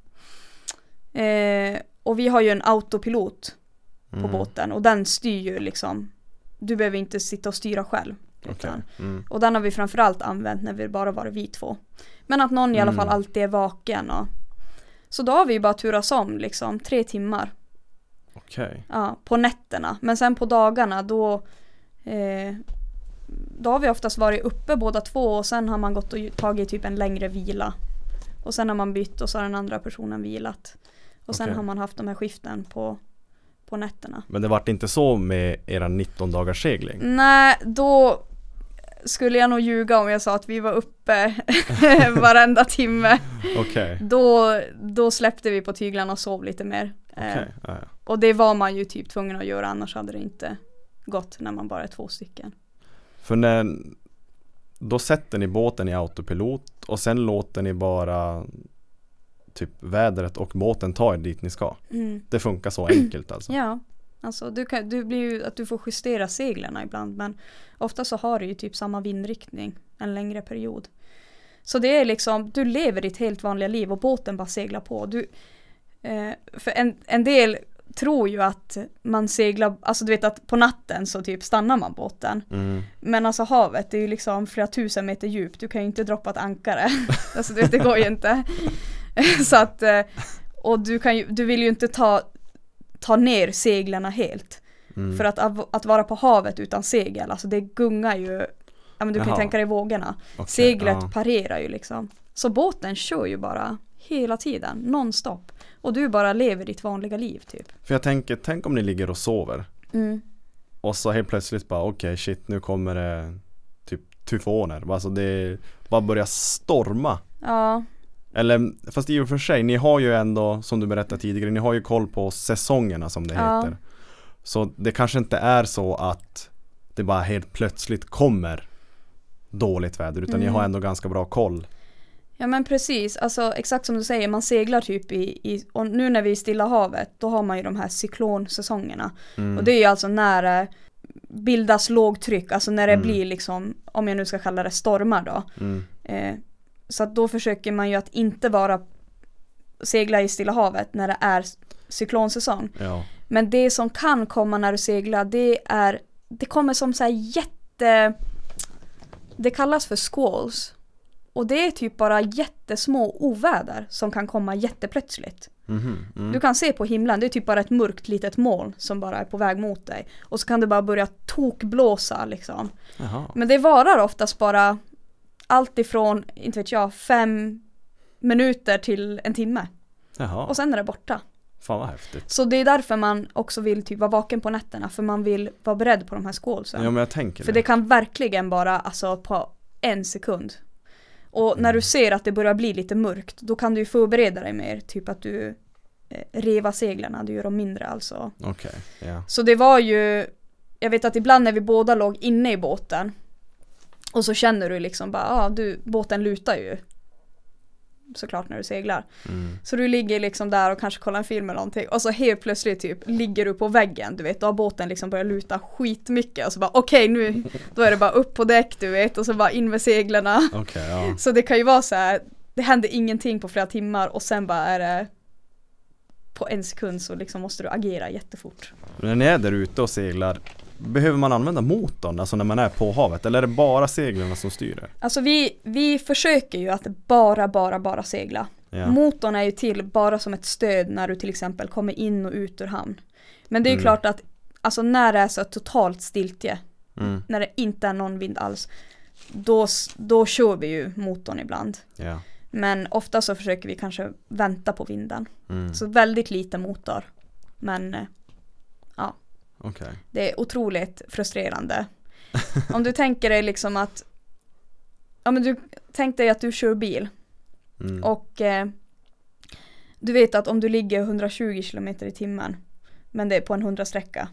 Eh, och vi har ju en autopilot på Mm. båten. Och den styr ju liksom, du behöver inte sitta och styra själv. Okej. Utan, Mm. och den har vi framförallt använt när vi bara varit vi två. Men att någon i alla Mm. fall alltid är vaken. Och, så då har vi ju bara turas om liksom, tre timmar. Okej. Ja, på nätterna. Men sen på dagarna då eh, då har vi oftast varit uppe båda två och sen har man gått och tagit typ en längre vila. Och sen har man bytt och så har den andra personen vilat. Och sen Okej. har man haft de här skiften på, på nätterna. Men det vart inte så med era nitton dagars segling? Nej, då skulle jag nog ljuga om jag sa att vi var uppe varenda timme. Okej. Då, då släppte vi på tyglarna och sov lite mer. Eh, Okej. Ja, ja. Och det var man ju typ tvungen att göra, annars hade det inte gått när man bara är två stycken. För när då sätter ni båten i autopilot och sen låter ni bara typ vädret och båten tar er dit ni ska. Mm. Det funkar så enkelt alltså. Ja, alltså du, kan, du blir ju att du får justera seglarna ibland, men ofta så har du ju typ samma vindriktning en längre period. Så det är liksom, du lever ditt helt vanliga liv och båten bara seglar på. Du, eh, för en, en del tror ju att man seglar, alltså du vet att på natten så typ stannar man båten. Mm. Men alltså havet är ju liksom flera tusen meter djupt, du kan ju inte droppa ett ankare. Alltså det, det går ju inte. Så att, och du, kan ju, du vill ju inte ta, ta ner seglarna helt. Mm. För att, att vara på havet utan segel, alltså det gungar ju, ja men du kan ju Jaha. tänka dig vågorna. Okej, Seglet ja. parerar ju liksom. Så båten kör ju bara hela tiden, nonstop. Och du bara lever ditt vanliga liv typ. För jag tänker, tänk om ni ligger och sover. Mm. Och så helt plötsligt bara, okej okay, shit, nu kommer det typ tyfoner. Alltså det bara börjar storma. Ja. Eller, fast i och för sig, ni har ju ändå, som du berättade tidigare, ni har ju koll på säsongerna som det Ja. heter. Så det kanske inte är så att det bara helt plötsligt kommer dåligt väder, utan Mm. ni har ändå ganska bra koll. Ja men precis, alltså exakt som du säger, man seglar typ i, i och nu när vi är i Stilla havet, då har man ju de här cyklonsäsongerna. Mm. Och det är ju alltså när det bildas lågtryck, alltså när det Mm. blir liksom, om jag nu ska kalla det stormar då. Mm. Eh, så att då försöker man ju att inte vara segla i Stilla havet när det är cyklonsäsong. Ja. Men det som kan komma när du seglar, det är, det kommer som så här jätte, det kallas för squalls. Och det är typ bara jättesmå oväder som kan komma jätteplötsligt. Mhm, mm. Du kan se på himlen, det är typ bara ett mörkt litet moln som bara är på väg mot dig. Och så kan det bara börja tokblåsa liksom. Jaha. Men det varar oftast bara allt ifrån, inte vet jag, fem minuter till en timme. Jaha. Och sen är det borta. Fan vad häftigt. Så det är därför man också vill typ vara vaken på nätterna. För man vill vara beredd på de här skålsen. Ja men jag tänker För det. det kan verkligen bara, alltså på en sekund. Och när du ser att det börjar bli lite mörkt, då kan du ju förbereda dig mer. Typ att du eh, revar seglarna, du gör dem mindre alltså. Okej, ja. Så det var ju, jag vet att ibland när vi båda låg inne i båten. Och så känner du liksom bara, ja ah, du, båten lutar ju. Såklart när du seglar. Mm. Så du ligger liksom där och kanske kollar en film eller någonting. Och så helt plötsligt typ ligger du på väggen, du vet. Då har båten liksom börjat luta skitmycket. Och så bara okej okay, nu, då är det bara upp på däck du vet. Och så bara in med seglarna. Okej, ja. Så det kan ju vara så här, det händer ingenting på flera timmar. Och sen bara är det på en sekund så liksom måste du agera jättefort. När ni är där ute och seglar, behöver man använda motorn, alltså när man är på havet? Eller är det bara seglarna som styr det? Alltså vi, vi försöker ju att bara, bara, bara segla. Ja. Motorn är ju till bara som ett stöd när du till exempel kommer in och ut ur hamn. Men det är ju Mm. klart att alltså när det är så totalt stiltje, Mm. när det inte är någon vind alls, då, då kör vi ju motorn ibland. Ja. Men ofta så försöker vi kanske vänta på vinden. Mm. Så väldigt lite motor. Men eh, ja, Okej. det är otroligt frustrerande. Om du tänker dig liksom att, ja men du tänk dig att du kör bil. Mm. Och eh, du vet att om du ligger hundratjugo kilometer i timmen, men det är på en hundra-sträcka,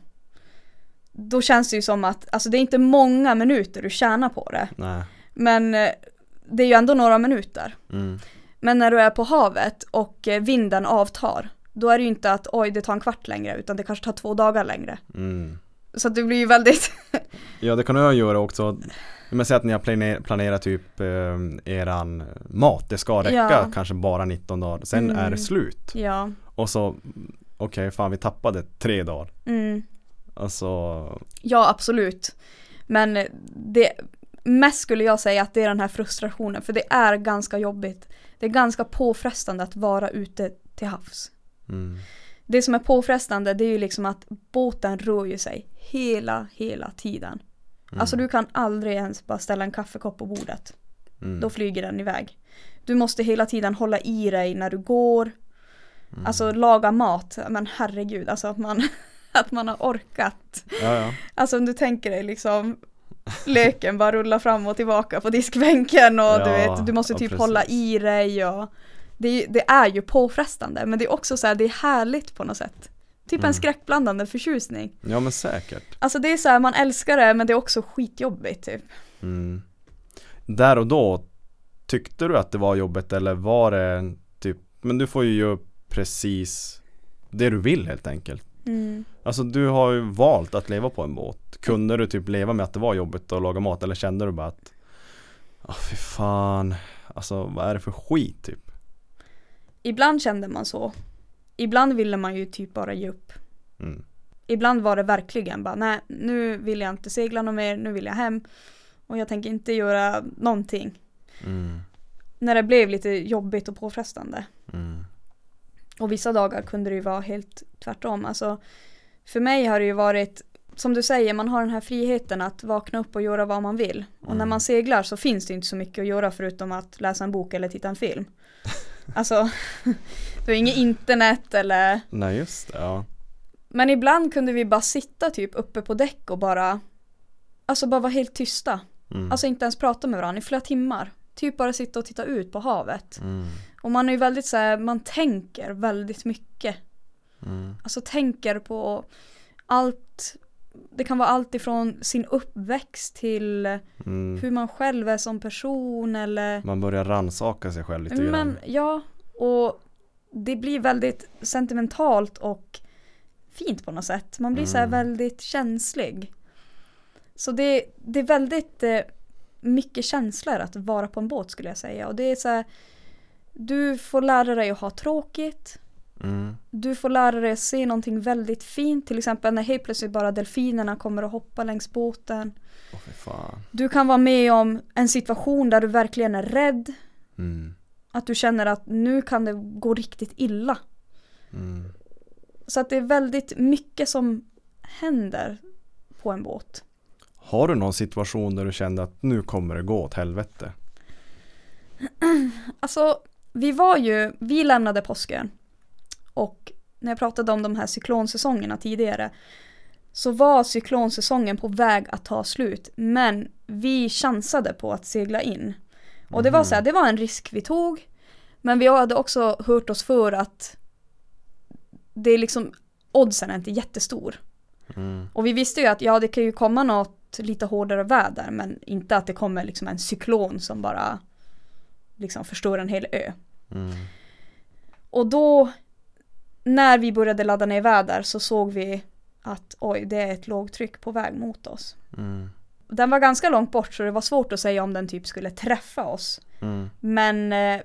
då känns det ju som att, alltså det är inte många minuter du tjänar på det. Nej. Men eh, det är ju ändå några minuter. Mm. Men när du är på havet och eh, vinden avtar, då är det ju inte att oj det tar en kvart längre, utan det kanske tar två dagar längre. Mm. Så det blir ju väldigt... Ja, det kan jag göra också. Men säg att ni har planer- planerat typ eh, eran mat. Det ska räcka Ja. kanske bara nitton dagar. Sen Mm. är det slut. ja. Och så, okej, okay, fan vi tappade tre dagar. Mm. Alltså, Ja, absolut. Men eh, det mest skulle jag säga att det är den här frustrationen, för det är ganska jobbigt. Det är ganska påfrestande att vara ute till havs. mm. Det som är påfrestande, det är ju liksom att båten rör ju sig hela, hela tiden. Mm. Alltså du kan aldrig ens bara ställa en kaffekopp på bordet. Mm. Då flyger den iväg. Du måste hela tiden hålla i dig när du går. Mm. Alltså laga mat. Men herregud, alltså att man, att man har orkat. Ja, ja. Alltså om du tänker dig liksom leken bara rulla fram och tillbaka på diskbänken och Ja, du vet, du måste ja, typ precis. hålla i dig och det, det är ju påfrestande, men det är också så här, det är härligt på något sätt. Typ Mm. en skräckblandande förtjusning. Ja, men säkert. Alltså det är så här, man älskar det, men det är också skitjobbigt typ. Mm. Där och då, tyckte du att det var jobbigt eller var det typ Men du får ju göra precis det du vill helt enkelt. Mm. Alltså du har ju valt att leva på en båt. Kunde du typ leva med att det var jobbigt att laga mat, eller kände du bara att åh fy fan, alltså vad är det för skit typ? Ibland kände man så. Ibland ville man ju typ bara ge upp. Mm. Ibland var det verkligen bara, nej, nu vill jag inte segla något mer, nu vill jag hem. Och jag tänker inte göra någonting. Mm. När det blev lite jobbigt och påfrestande. Mm. Och vissa dagar kunde det ju vara helt tvärtom. Alltså, för mig har det ju varit, som du säger, man har den här friheten att vakna upp och göra vad man vill. Och Mm. när man seglar så finns det inte så mycket att göra förutom att läsa en bok eller titta en film. Alltså, det är inget internet eller... Nej just det, ja. Men ibland kunde vi bara sitta typ uppe på däck och bara, alltså bara vara helt tysta. Mm. Alltså inte ens prata med varandra i flera timmar. Typ bara sitta och titta ut på havet. Mm. Och man är ju väldigt så här, man tänker väldigt mycket. Mm. Alltså tänker på allt, det kan vara allt ifrån sin uppväxt till Mm. hur man själv är som person eller... Man börjar rannsaka sig själv lite grann. Men ja, och det blir väldigt sentimentalt och fint på något sätt. Man blir Mm. så här väldigt känslig. Så det, det är väldigt eh, mycket känslor att vara på en båt skulle jag säga. Och det är så här, du får lära dig att ha tråkigt. Mm. Du får lära dig att se någonting väldigt fint. Till exempel när helt plötsligt bara delfinerna kommer att hoppa längs båten. Åh fy fan. Du kan vara med om en situation där du verkligen är rädd. Mm. Att du känner att nu kan det gå riktigt illa. Mm. Så att det är väldigt mycket som händer på en båt. Har du någon situation där du kände att nu kommer det gå åt helvete? Alltså, vi var ju, vi lämnade påsken. Och när jag pratade om de här cyklonsäsongerna tidigare så var cyklonsäsongen på väg att ta slut. Men vi chansade på att segla in. Och det var så här, det var en risk vi tog. Men vi hade också hört oss för att det är liksom, oddsen är inte jättestor. Mm. Och vi visste ju att ja, det kan ju komma något lite hårdare väder, men inte att det kommer liksom en cyklon som bara liksom förstör en hel ö. Mm. Och då när vi började ladda ner väder så såg vi att oj, det är ett lågtryck på väg mot oss. Mm. Den var ganska långt bort så det var svårt att säga om den typ skulle träffa oss. Mm. Men eh,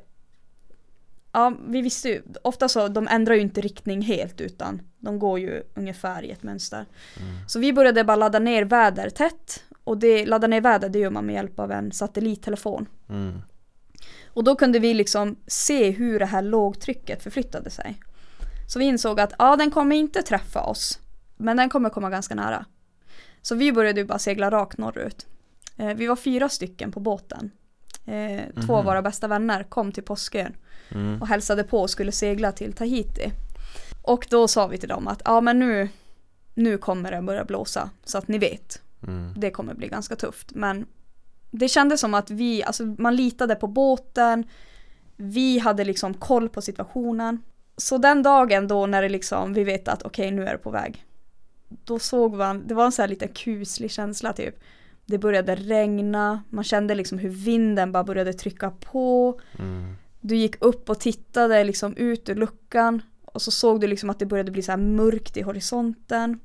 ja, vi visste ju, ofta så, de ändrar ju inte riktning helt utan de går ju ungefär i ett mönster. Mm. Så vi började bara ladda ner väder tätt och det, ladda ner väder det gör man med hjälp av en satellittelefon. Mm. Och då kunde vi liksom se hur det här lågtrycket förflyttade sig. Så vi insåg att ja, den kommer inte träffa oss, men den kommer komma ganska nära. Så vi började ju bara segla rakt norrut. Eh, vi var fyra stycken på båten. Eh, två av våra bästa vänner kom till Påskön Mm. och hälsade på och skulle segla till Tahiti. Och då sa vi till dem att ja, men nu, nu kommer det börja blåsa så att ni vet. Mm. Det kommer bli ganska tufft. Men det kändes som att vi, alltså man litade på båten. Vi hade liksom koll på situationen. Så den dagen då när det liksom, vi vet att okej, okay, nu är det på väg. Då såg man, det var en sån här lite kuslig känsla typ. Det började regna, man kände liksom hur vinden bara började trycka på. Mm. Du gick upp och tittade liksom ut ur luckan och så såg du liksom att det började bli så här mörkt i horisonten.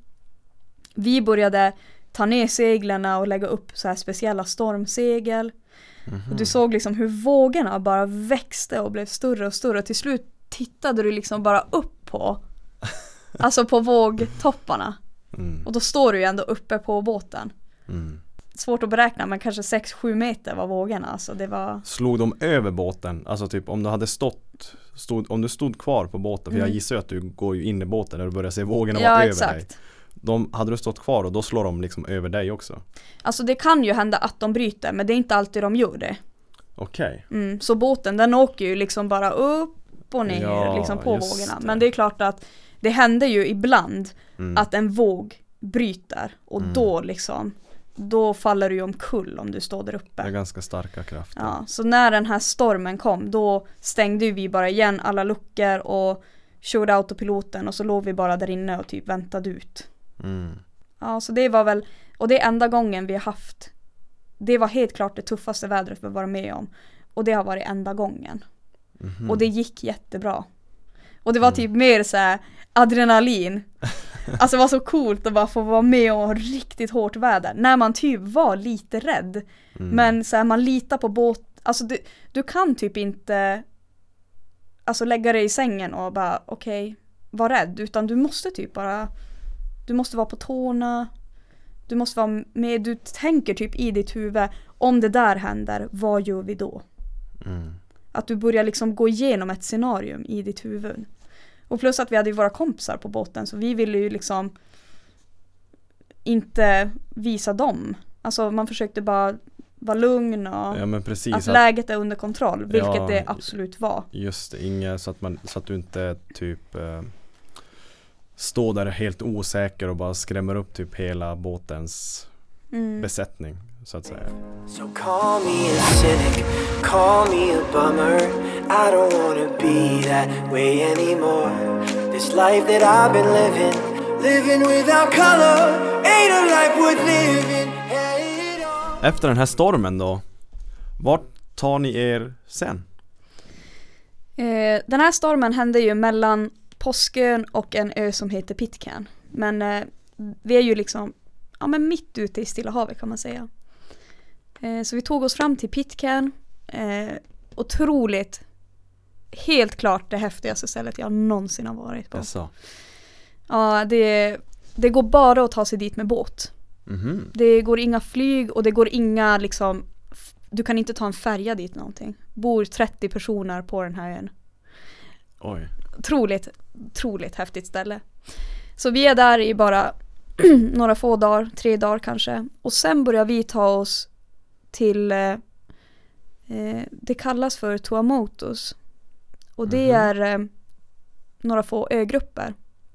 Vi började ta ner seglarna och lägga upp så här speciella stormsegel. Mm-hmm. Och du såg liksom hur vågorna bara växte och blev större och större. Till slut tittade du liksom bara upp på, alltså på vågtopparna. Mm. Och då står du ju ändå uppe på båten. Mm. Svårt att beräkna, men kanske sex sju meter var vågorna. Alltså det var... Slog de över båten? Alltså typ om du hade stått, stod, om du stod kvar på båten, för Mm. jag gissar ju att du går ju in i båten när du börjar se vågorna Ja, vara över exakt. dig. De, hade du stått kvar och då slår de liksom över dig också? Alltså det kan ju hända att de bryter, men det är inte alltid de gör det. Okej. Mm, så båten den åker ju liksom bara upp och ner Ja, liksom på just vågorna. det. Men det är klart att det händer ju ibland Mm. att en våg bryter och Mm. då liksom då faller du ju omkull om du står där Det är uppe. ganska starka krafter. Ja, så när den här stormen kom då stängde vi bara igen alla luckor och körde autopiloten och så låg vi bara där inne och typ väntade ut. Mm. Ja, så det var väl, och det är enda gången vi har haft, det var helt klart det tuffaste vädret vi varit med om. Och det har varit enda gången. Mhm. Och det gick jättebra. Och det var typ mer så här adrenalin. Alltså det var så coolt att bara få vara med och ha riktigt hårt väder. När man typ var lite rädd. Mm. Men så här, man litar på båt. Alltså du, du kan typ inte alltså lägga dig i sängen och bara okej, okay, var rädd. Utan du måste typ bara, du måste vara på tårna. Du måste vara med, du tänker typ i ditt huvud, om det där händer, vad gör vi då? Mm. Att du börjar liksom gå igenom ett scenarium i ditt huvud. Och plus att vi hade ju våra kompisar på båten, så vi ville ju liksom inte visa dem. Alltså man försökte bara vara lugn och Ja, men precis, att att, läget är under kontroll, vilket Ja, det absolut var. just det, inga, så att, man, så att du inte typ eh, står där helt osäker och bara skrämmer upp typ hela båtens Mm. besättning, så att säga. So call me a cynic, call me a bummer. I don't wanna be that way anymore. This life that I've been living, living without color, ain't a life worth living. Hey, it all. Efter den här stormen då, vart tar ni er sen? Eh, den här stormen hände ju mellan Påskön och en ö som heter Pitcairn. Men eh, vi är ju liksom ja, men mitt ute i Stilla havet kan man säga. Eh, så vi tog oss fram till Pitcairn. Eh, otroligt, helt klart det häftigaste stället jag någonsin har varit på. Alltså. Ja, det, det går bara att ta sig dit med båt. Mhm. Det går inga flyg och det går inga liksom, f- du kan inte ta en färja dit någonting. Bor trettio personer på den här ön. Oj. Otroligt, otroligt häftigt ställe. Så vi är där i bara några få dagar, tre dagar kanske. Och sen börjar vi ta oss till, eh, eh, det kallas för Tuamotus. Och det Mhm. är eh, några få ögrupper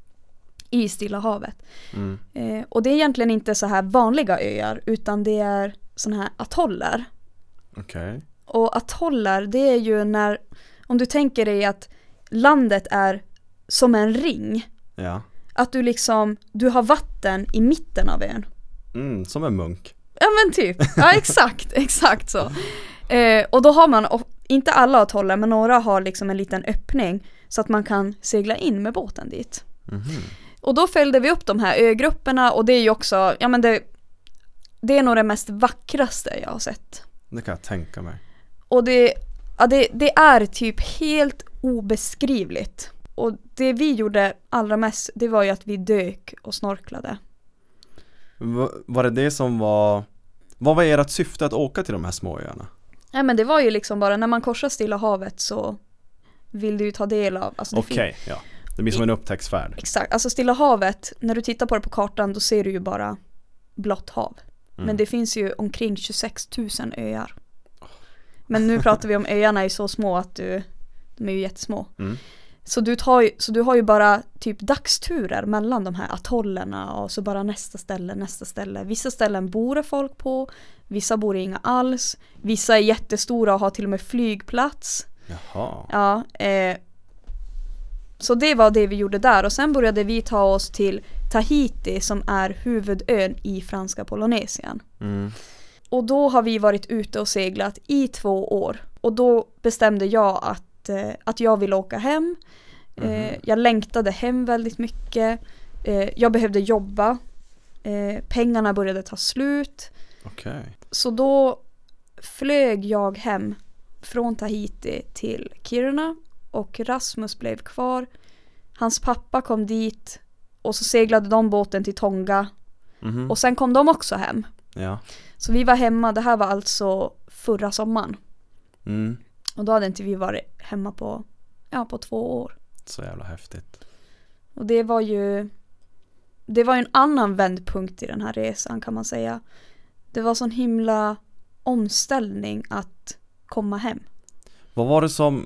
i Stilla havet. Mm. Eh, och det är egentligen inte så här vanliga öar, utan det är såna här atoller. Okej. Och atoller, det är ju när, om du tänker dig att landet är som en ring. Ja. Att du liksom, du har vatten i mitten av ön. Mm, som en munk. Ja men typ, ja exakt, exakt så. Eh, och då har man, och inte alla atoller, men några har liksom en liten öppning så att man kan segla in med båten dit. Mhm. Och då följde vi upp de här ögrupperna och det är ju också, ja men det, det är nog det mest vackraste jag har sett. Det kan jag tänka mig. Och det, ja, det, det är typ helt obeskrivligt. Och det vi gjorde allra mest, det var ju att vi dök och snorklade. Va, var det det som var... Vad var ert syfte att åka till de här små öarna? Nej men det var ju liksom bara, när man korsar Stilla havet så vill du ju ta del av... Alltså det Okej, ja. Det blir som en upptäcktsfärd. Exakt, alltså Stilla havet, när du tittar på det på kartan då ser du ju bara blått hav. Mm. Men det finns ju omkring tjugosex tusen öar. Men nu pratar vi om öarna är så små att du, de är ju jättesmå. Mm. Så du, tar ju, så du har ju bara typ dagsturer mellan de här atollerna och så bara nästa ställe, nästa ställe. Vissa ställen bor det folk på, vissa bor det inga alls. Vissa är jättestora och har till och med flygplats. Jaha. Ja, eh, så det var det vi gjorde där. Och sen började vi ta oss till Tahiti som är huvudön i franska Polynesien. Mm. Och då har vi varit ute och seglat i två år. Och då bestämde jag att, eh, att jag ville åka hem. Eh, Mhm. jag längtade hem väldigt mycket. Eh, jag behövde jobba. Eh, pengarna började ta slut. Okej. Så då flög jag hem från Tahiti till Kiruna. Och Rasmus blev kvar. Hans pappa kom dit. Och så seglade de båten till Tonga. Mhm. Och sen kom de också hem. Ja. Så vi var hemma, det här var alltså förra sommaren. Mm. Och då hade inte vi varit hemma på, ja, på två år. Så jävla häftigt. Och det var ju, det var ju en annan vändpunkt i den här resan kan man säga. Det var sån himla omställning att komma hem. Vad var det som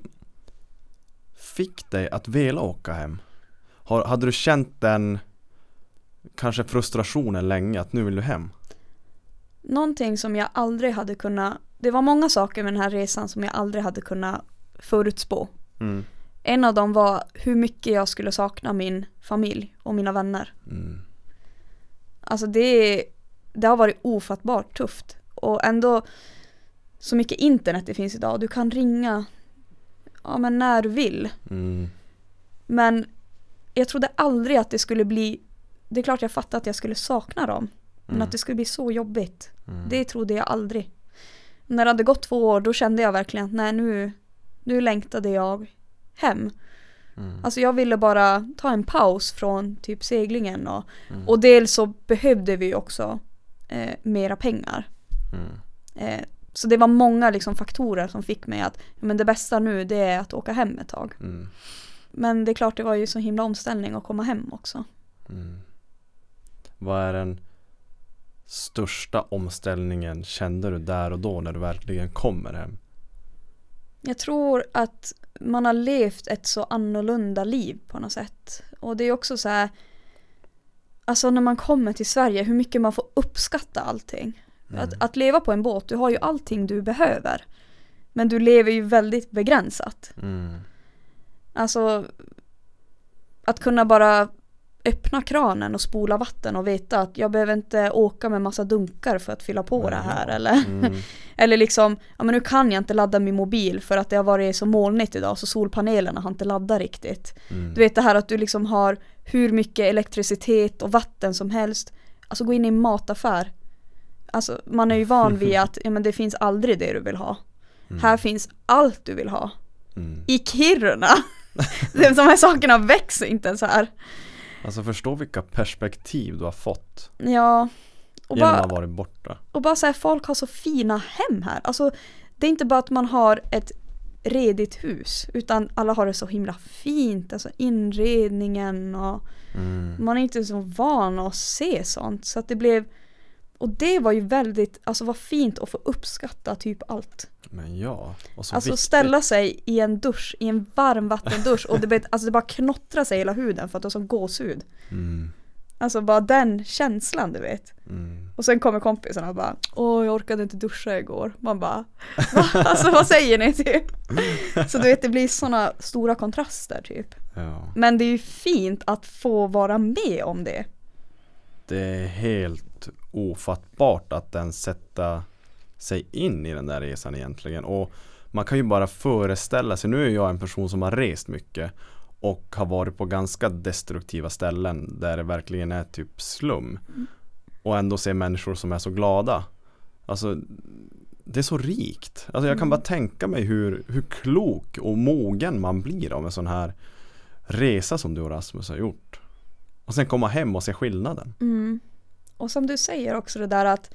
fick dig att vilja åka hem? Har, hade du känt den kanske frustrationen länge att nu vill du hem? Någonting som jag aldrig hade kunnat, det var många saker med den här resan som jag aldrig hade kunnat förutspå. Mm. En av dem var hur mycket jag skulle sakna min familj och mina vänner. Mm. Alltså det, det har varit ofattbart tufft. Och ändå så mycket internet det finns idag. Du kan ringa ja men när du vill. Mm. Men jag trodde aldrig att det skulle bli, det är klart jag fattade att jag skulle sakna dem. Men Mm. att det skulle bli så jobbigt, Mm. det trodde jag aldrig. När det hade gått två år, då kände jag verkligen att nej, nu, nu längtade jag hem. Mm. Alltså jag ville bara ta en paus från typ seglingen. Och, Mm. och dels så behövde vi också eh, mera pengar. Mm. Eh, så det var många liksom faktorer som fick mig att ja, men det bästa nu det är att åka hem ett tag. Mm. Men det är klart det var ju så himla omställning att komma hem också. Mm. Vad är den största omställningen kände du där och då när du verkligen kommer hem? Jag tror att man har levt ett så annorlunda liv på något sätt. Och det är också så här, alltså när man kommer till Sverige, hur mycket man får uppskatta allting. Mm. Att, att leva på en båt, du har ju allting du behöver. Men du lever ju väldigt begränsat. Mm. Alltså att kunna bara öppna kranen och spola vatten och veta att jag behöver inte åka med massa dunkar för att fylla på Nej, det här. ja. Eller, Mm. eller liksom, ja men nu kan jag inte ladda min mobil för att det har varit så molnigt idag så solpanelerna har inte laddat riktigt. Mm. Du vet det här att du liksom har hur mycket elektricitet och vatten som helst. Alltså gå in i en mataffär. Alltså man är ju van vid att ja, men det finns aldrig det du vill ha. Mm. Här finns allt du vill ha. Mm. I Kiruna. De här sakerna växer inte ens här. Alltså förstå vilka perspektiv du har fått Ja. Och genom bara, att ha varit borta. och bara så här, folk har så fina hem här. Alltså det är inte bara att man har ett redigt hus. Utan alla har det så himla fint. Alltså inredningen och Mm. man är inte så van att se sånt. Så att det blev, och det var ju väldigt, alltså vad fint att få uppskatta typ allt. Men ja, och så Alltså viktigt. ställa sig i en dusch, i en varm vattendusch och det, alltså det bara knottrar sig hela huden för att det är som gåshud. Mm. Alltså bara den känslan du vet. Mm. Och sen kommer kompisarna och bara, åh jag orkade inte duscha igår. Man bara, va? Alltså vad säger ni typ? Så du vet det blir såna stora kontraster typ. Ja. Men det är ju fint att få vara med om det. Det är helt ofattbart att den sätta sig in i den där resan egentligen. Och man kan ju bara föreställa sig, nu är jag en person som har rest mycket och har varit på ganska destruktiva ställen där det verkligen är typ slum. Och ändå se människor som är så glada. Alltså det är så rikt. Alltså jag kan bara tänka mig hur, hur klok och mogen man blir av en sån här resa som du och Rasmus har gjort. Och sen komma hem och se skillnaden. Mm. Och som du säger också det där att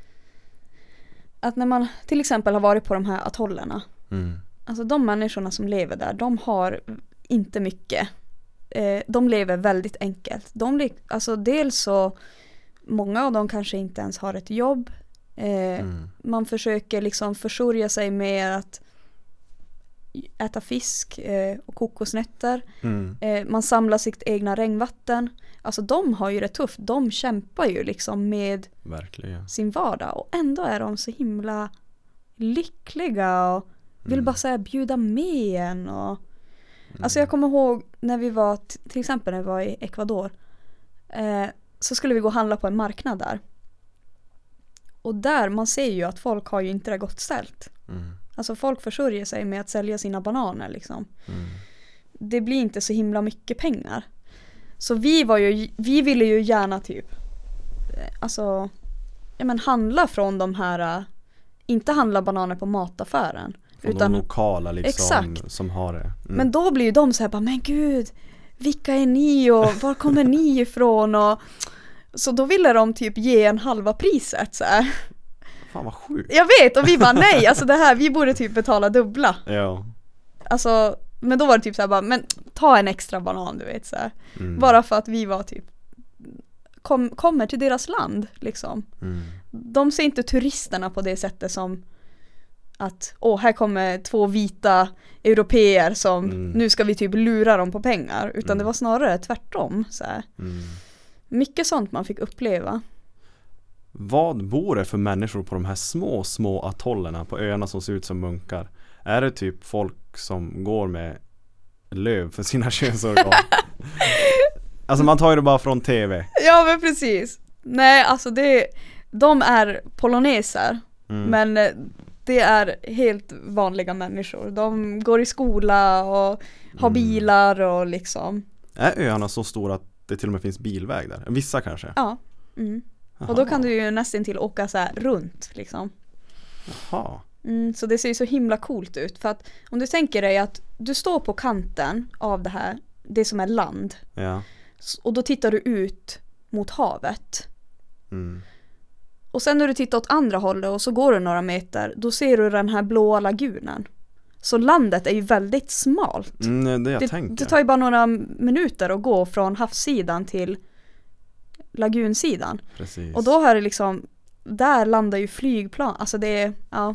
att när man till exempel har varit på de här atollerna, Mm. alltså de människorna som lever där, de har inte mycket. Eh, de lever väldigt enkelt. De le- alltså dels så många av dem kanske inte ens har ett jobb. Eh, Mm. Man försöker liksom försörja sig med att äta fisk eh, och kokosnötter. Mm. Eh, man samlar sitt egna regnvatten. Alltså de har ju det tufft. De kämpar ju liksom med Verkligen. sin vardag. Och ändå är de så himla lyckliga och vill Mm. bara säga bjuda med en. Och... Mm. Alltså jag kommer ihåg när vi var, t- till exempel när vi var i Ecuador. Eh, så skulle vi gå och handla på en marknad där. Och där, man ser ju att folk har ju inte det gott ställt. Mm. Alltså folk försörjer sig med att sälja sina bananer liksom. Mm. Det blir inte så himla mycket pengar. Så vi var ju, vi ville ju gärna typ eh, alltså ja men handla från de här uh, inte handla bananer på mataffären Från utan de lokala liksom Exakt. som har det. Mm. men då blir ju de så här bara men gud vilka är ni och var kommer ni ifrån och så då ville de typ ge en halva priset så här. Fan vad sjukt. Jag vet och vi bara nej alltså det här vi borde typ betala dubbla. Ja. Alltså men då var det typ så här bara men ta en extra banan du vet så här. Mm. Bara för att vi var typ kom, kommer till deras land liksom. Mm. De ser inte turisterna på det sättet som att åh här kommer två vita europeer som Mm. nu ska vi typ lura dem på pengar utan Mm. det var snarare tvärtom så här. Mm. Mycket sånt man fick uppleva. Vad bor det för människor på de här små, små atollerna på öarna som ser ut som munkar? Är det typ folk som går med löv för sina könsorgan? Alltså man tar ju det bara från tv. Ja men precis. Nej alltså det de är poloneser Mm. men eh, det är helt vanliga människor. De går i skola och har Mm. bilar och liksom. Är öarna så stora att det till och med finns bilväg där? Vissa kanske? Ja. Mm. Och då kan du ju nästan till åka så här runt liksom. Jaha. Mm, så det ser ju så himla coolt ut. För att om du tänker dig att du står på kanten av det här, det som är land. Ja. S- Och då tittar du ut mot havet. Mm. Och sen när du tittar åt andra hållet och så går du några meter, då ser du den här blåa lagunen. Så landet är ju väldigt smalt. Mm, det är det jag det, tänker. det tar ju bara några minuter att gå från havssidan till lagunsidan. Precis. Och då har det liksom, där landar ju flygplan. Alltså det är, ja,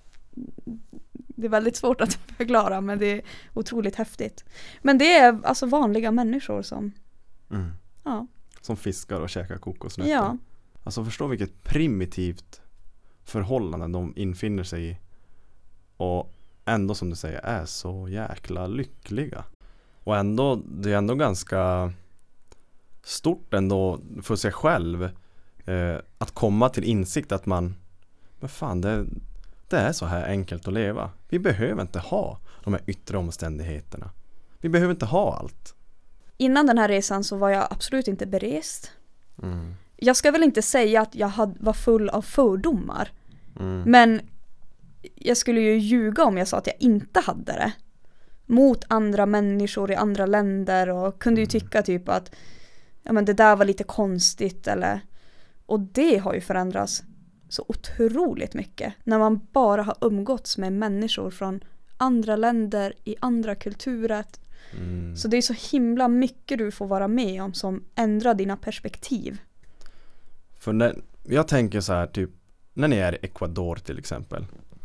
det är väldigt svårt att förklara, men det är otroligt häftigt. Men det är alltså vanliga människor som, Mm. ja, Som fiskar och käkar kokosnötter. ja, Alltså förstå vilket primitivt förhållande de infinner sig i. Och ändå som du säger är så jäkla lyckliga. Och ändå, det är ändå ganska stort ändå för sig själv eh, att komma till insikt att man, men fan det, det är så här enkelt att leva. Vi behöver inte ha de här yttre omständigheterna. Vi behöver inte ha allt. innan den här resan så var jag absolut inte berest. Mm. Jag ska väl inte säga att jag hade, var full av fördomar. Mm. Men jag skulle ju ljuga om jag sa att jag inte hade det. Mot andra människor i andra länder och kunde ju tycka typ att ja, men det där var lite konstigt eller, och det har ju förändrats så otroligt mycket när man bara har umgåtts med människor från andra länder i andra kulturer. Mm. Så det är så himla mycket du får vara med om som ändrar dina perspektiv. För när, jag tänker så här typ när ni är i Ecuador till exempel.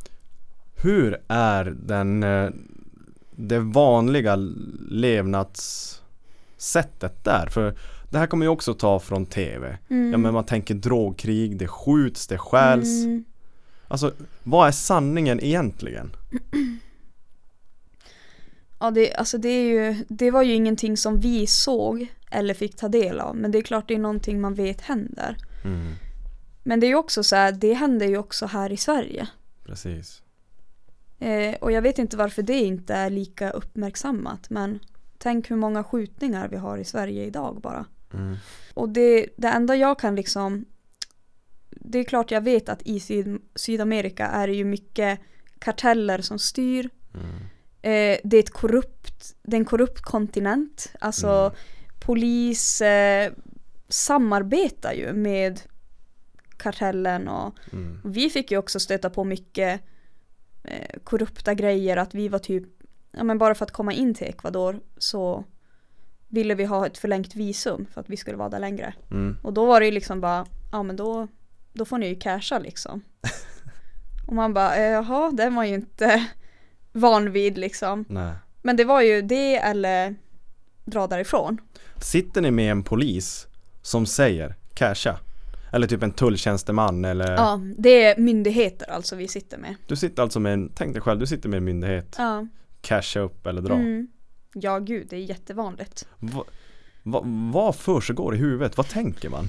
Hur är den eh, det vanliga levnadssättet där? För det här kommer ju också ta från tv. Mm. Ja, men man tänker drogkrig, det skjuts, det stjäls. Mm. Alltså, vad är sanningen egentligen? Ja, det, alltså det, är ju, det var ju ingenting som vi såg eller fick ta del av. Men det är klart det är någonting man vet händer. Mm, Men det är ju också så här, det händer ju också här i Sverige. precis. Eh, och jag vet inte varför det inte är lika uppmärksammat. Men tänk hur många skjutningar vi har i Sverige idag bara. Mm, Och det, det enda jag kan liksom... Det är klart jag vet att i Syd, Sydamerika är det ju mycket karteller som styr. mm, Eh, det är ett korrupt, det är en korrupt kontinent. Alltså Mm. polis eh, samarbetar ju med kartellen och mm, vi fick ju också stöta på mycket eh, korrupta grejer, att vi var typ, ja men bara för att komma in till Ecuador så ville vi ha ett förlängt visum för att vi skulle vara där längre. mm. Och då var det ju liksom bara, ja men då, då får ni ju casha liksom. Och man bara, eh, jaha, den var ju inte van vid liksom. Nej. Men det var ju det eller dra därifrån. Sitter ni med en polis som säger casha? Eller typ en tulltjänsteman eller... Ja, det är myndigheter alltså vi sitter med. Du sitter alltså med en, tänk dig själv, du sitter med en myndighet. Ja. Casha upp eller dra. Mm. Ja, gud, det är jättevanligt. Va, va, vad försiggår i huvudet? Vad tänker man?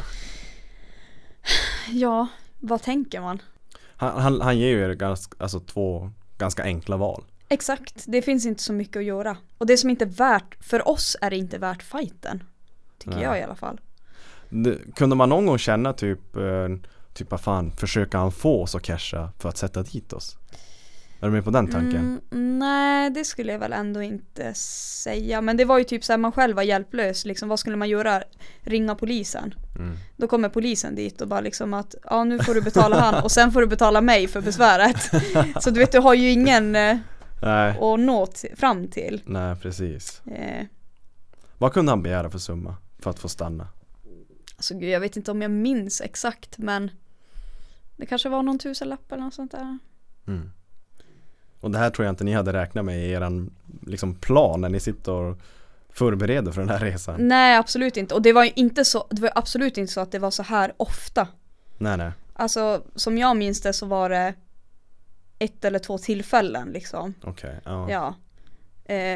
Ja, vad tänker man? Han, han, han ger ju er ganska, alltså två ganska enkla val. Exakt, det finns inte så mycket att göra. Och det som inte är värt, för oss är det inte värt fighten. Tycker Nej. jag i alla fall. Det, kunde man någon gång känna typ, eh, typ vad fan, försöka han få oss att casha för att sätta dit oss? Är du med på den tanken? Mm, nej, det skulle jag väl ändå inte säga. Men det var ju typ så här, man själv var hjälplös. Liksom, vad skulle man göra? Ringa polisen. Mm. Då kommer polisen dit och bara liksom att ja, nu får du betala han och sen får du betala mig för besväret. Så du vet, du har ju ingen eh, Nej, att nå t- fram till. nej precis. Eh, Vad kunde han begära för summa för att få stanna? alltså gud, jag vet inte om jag minns exakt, men det kanske var någon tusenlapp eller något sånt där. Mm. Och det här tror jag inte ni hade räknat med i eran liksom plan när ni sitter och förbereder för den här resan. Nej, absolut inte. Och det var ju inte så, det var absolut inte så att det var så här ofta. Nej, nej. Alltså, som jag minns det så var det ett eller två tillfällen liksom. Okej, ja. Ja. Eh.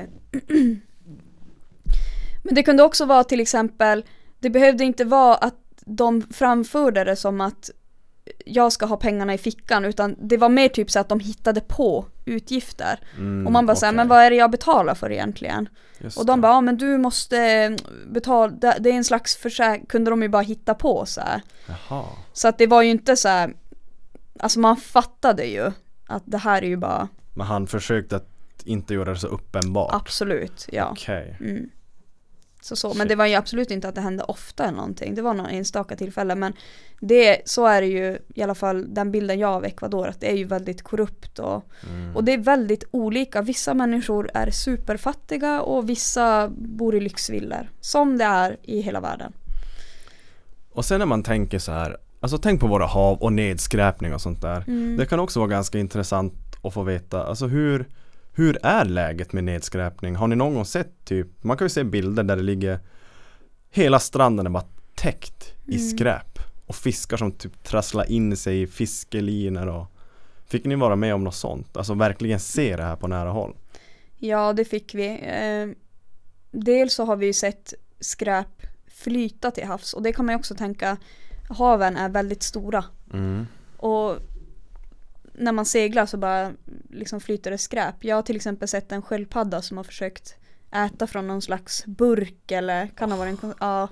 Men det kunde också vara till exempel, det behövde inte vara att de framförde det som att jag ska ha pengarna i fickan, utan det var mer typ så att de hittade på utgifter. Mm, och man bara okej. såhär, men vad är det jag betalar för egentligen? Just Och de det. bara, ja men du måste betala, det det är en slags försäkring, kunde de ju bara hitta på så här. Jaha. Så att det var ju inte så här, alltså man fattade ju att det här är ju bara, Men han försökte att inte göra det så uppenbart. absolut, ja. Okej. Mm. Så så, men Shit. det var ju absolut inte att det hände ofta eller någonting. Det var någon enstaka tillfälle, men det, så är det ju i alla fall den bilden jag har av Ecuador, att det är ju väldigt korrupt och, Mm. och det är väldigt olika. Vissa människor är superfattiga och vissa bor i lyxvillor, som det är i hela världen. Och sen när man tänker så här, alltså tänk på våra hav och nedskräpning och sånt där. Mm. Det kan också vara ganska intressant att få veta, alltså hur, hur är läget med nedskräpning? Har ni någon gång sett typ, man kan ju se bilder där det ligger, hela stranden är bara täckt i Mm. skräp. Och fiskar som typ trasslar in sig i fiskelinor och... Fick ni vara med om något sånt? Alltså verkligen se det här på nära håll? Ja, det fick vi. Eh, dels så har vi ju sett skräp flyta till havs, och det kan man ju också tänka, haven är väldigt stora. Mm. Och när man seglar så bara liksom flyter det skräp. Jag har till exempel sett en sköldpadda som har försökt äta från någon slags burk, eller kan ha varit en... Ja.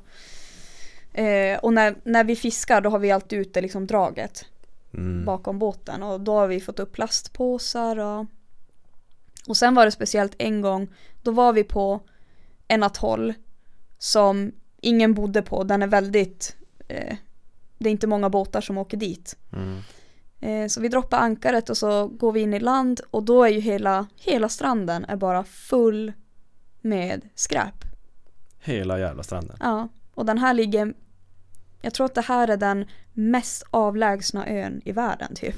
Eh, och när, när vi fiskar då har vi alltid ute liksom draget Mm. bakom båten, och då har vi fått upp plastpåsar och, och sen var det speciellt en gång, då var vi på en atoll som ingen bodde på. Den är väldigt eh, det är inte många båtar som åker dit. Mm. Eh, så vi droppar ankaret och så går vi in i land, och då är ju hela, hela stranden är bara full med skräp. Hela jävla stranden. Ja, och den här ligger, jag tror att det här är den mest avlägsna ön i världen typ.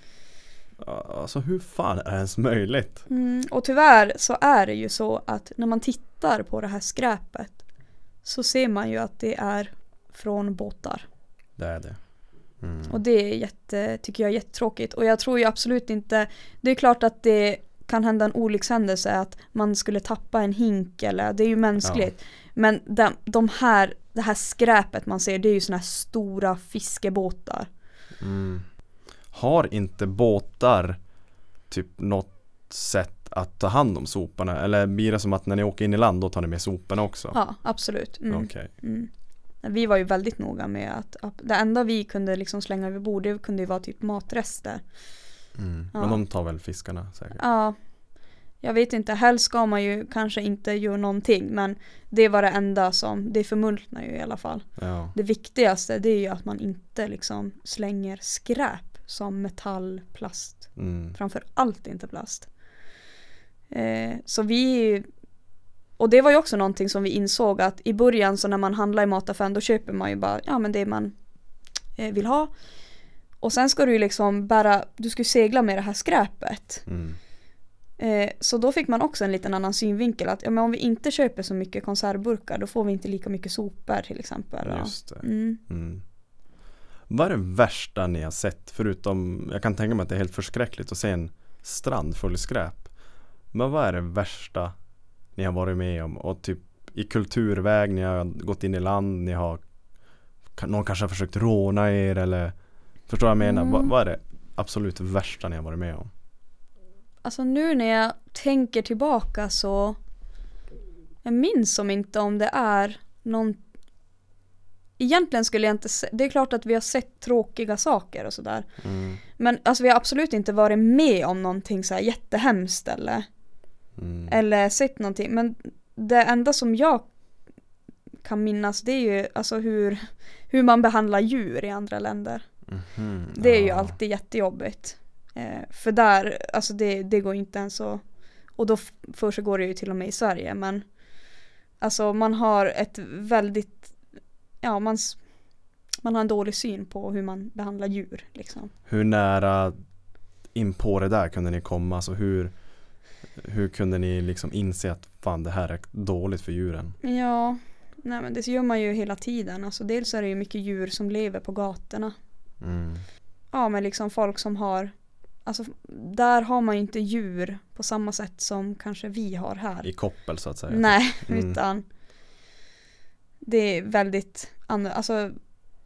Alltså hur fan är det ens möjligt? Mm, och tyvärr så är det ju så att när man tittar på det här skräpet så ser man ju att det är från båtar. Det är det. Mm. Och det är jätte, tycker jag är jättetråkigt. Och jag tror ju absolut inte, det är klart att det kan hända en olyckshändelse att man skulle tappa en hink, eller det är ju mänskligt. Ja. Men de, de här, det här skräpet man ser, det är ju såna här stora fiskebåtar. Mm. Har inte båtar typ något sätt att ta hand om soporna? Eller blir det som att när ni åker in i land då tar ni med soporna också? Ja, absolut. Mm. Okej. Mm. Vi var ju väldigt noga med att, att det enda vi kunde liksom slänga över bord, det kunde ju vara typ matrester. Mm. Ja. Men de tar väl fiskarna säkert? Ja, jag vet inte. Helst ska man ju kanske inte göra någonting, men det var det enda som, det förmultnar ju i alla fall. Ja. Det viktigaste, det är ju att man inte liksom slänger skräp som metall, plast. Mm. Framför allt inte plast. Eh, så vi, och det var ju också någonting som vi insåg, att i början så när man handlar i mataffären, då köper man ju bara, ja men det man eh, vill ha. Och sen ska du ju liksom bära, du ska ju segla med det här skräpet. Mm. Eh, så då fick man också en liten annan synvinkel, att ja, men om vi inte köper så mycket konservburkar, då får vi inte lika mycket sopor till exempel. Ja. Just det. Mm. Mm. Vad är det värsta ni har sett? Förutom, jag kan tänka mig att det är helt förskräckligt att se en strand full skräp. Men vad är det värsta ni har varit med om? Och typ i kulturväg, ni har gått in i land, ni har, någon kanske har försökt råna er, eller förstår jag menar? Mm. Vad, vad är det absolut värsta ni har varit med om? Alltså nu när jag tänker tillbaka så jag minns som inte om det är någon, egentligen skulle jag inte se... Det är klart att vi har sett tråkiga saker och sådär. Mm. Men alltså vi har absolut inte varit med om någonting så här jättehemskt eller, Mm. eller sett någonting. Men det enda som jag kan minnas, det är ju alltså hur, hur man behandlar djur i andra länder. Mhm. Det är ju Ja. alltid jättejobbigt. Eh, för där, alltså det, det går inte ens så. Och då f- för så går det ju till och med i Sverige. Men alltså man har ett väldigt, ja man, s- man har en dålig syn på hur man behandlar djur liksom. Hur nära in på det där kunde ni komma? Alltså hur, hur kunde ni liksom inse att fan det här är dåligt för djuren? Ja, nej men det gör man ju hela tiden. Alltså dels är det ju mycket djur som lever på gatorna. Mm. Ja, men liksom folk som har, alltså där har man ju inte djur på samma sätt som kanske vi har här. I koppel så att säga. Nej, Mm. utan det är väldigt annorlunda. Alltså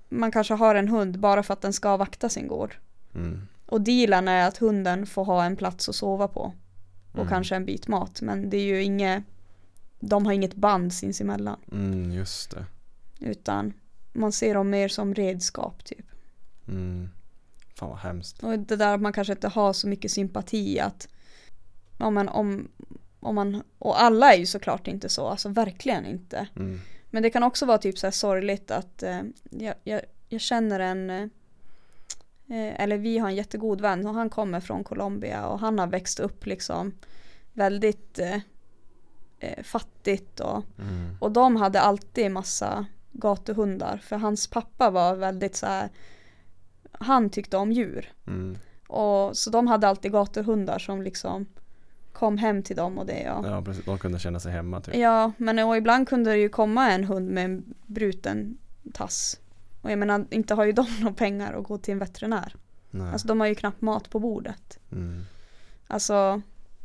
man kanske har en hund bara för att den ska vakta sin gård. Mm. Och dealen är att hunden får ha en plats att sova på. Och Mm. kanske en bit mat. Men det är ju inget, de har inget band sinsemellan. Mm, just det. Utan man ser dem mer som redskap typ. Mm. Fan vad hemskt. Och det där att man kanske inte har så mycket sympati att ja, men om, om man, och alla är ju såklart inte så, alltså verkligen inte. Mm. Men det kan också vara typ så här sorgligt att eh, jag, jag, jag känner en eh, eller vi har en jättegod vän och han kommer från Colombia och han har växt upp liksom väldigt eh, eh, fattigt och, Mm. och de hade alltid massa gatuhundar för hans pappa var väldigt så här, han tyckte om djur. Mm. Och så de hade alltid gatuhundar som liksom kom hem till dem och det ja. Ja, precis. De kunde känna sig hemma typ. Ja, men och ibland kunde det ju komma en hund med en bruten tass. Och jag menar, inte har ju de några pengar att gå till en veterinär. Nej. Alltså de har ju knappt mat på bordet. Mm. Alltså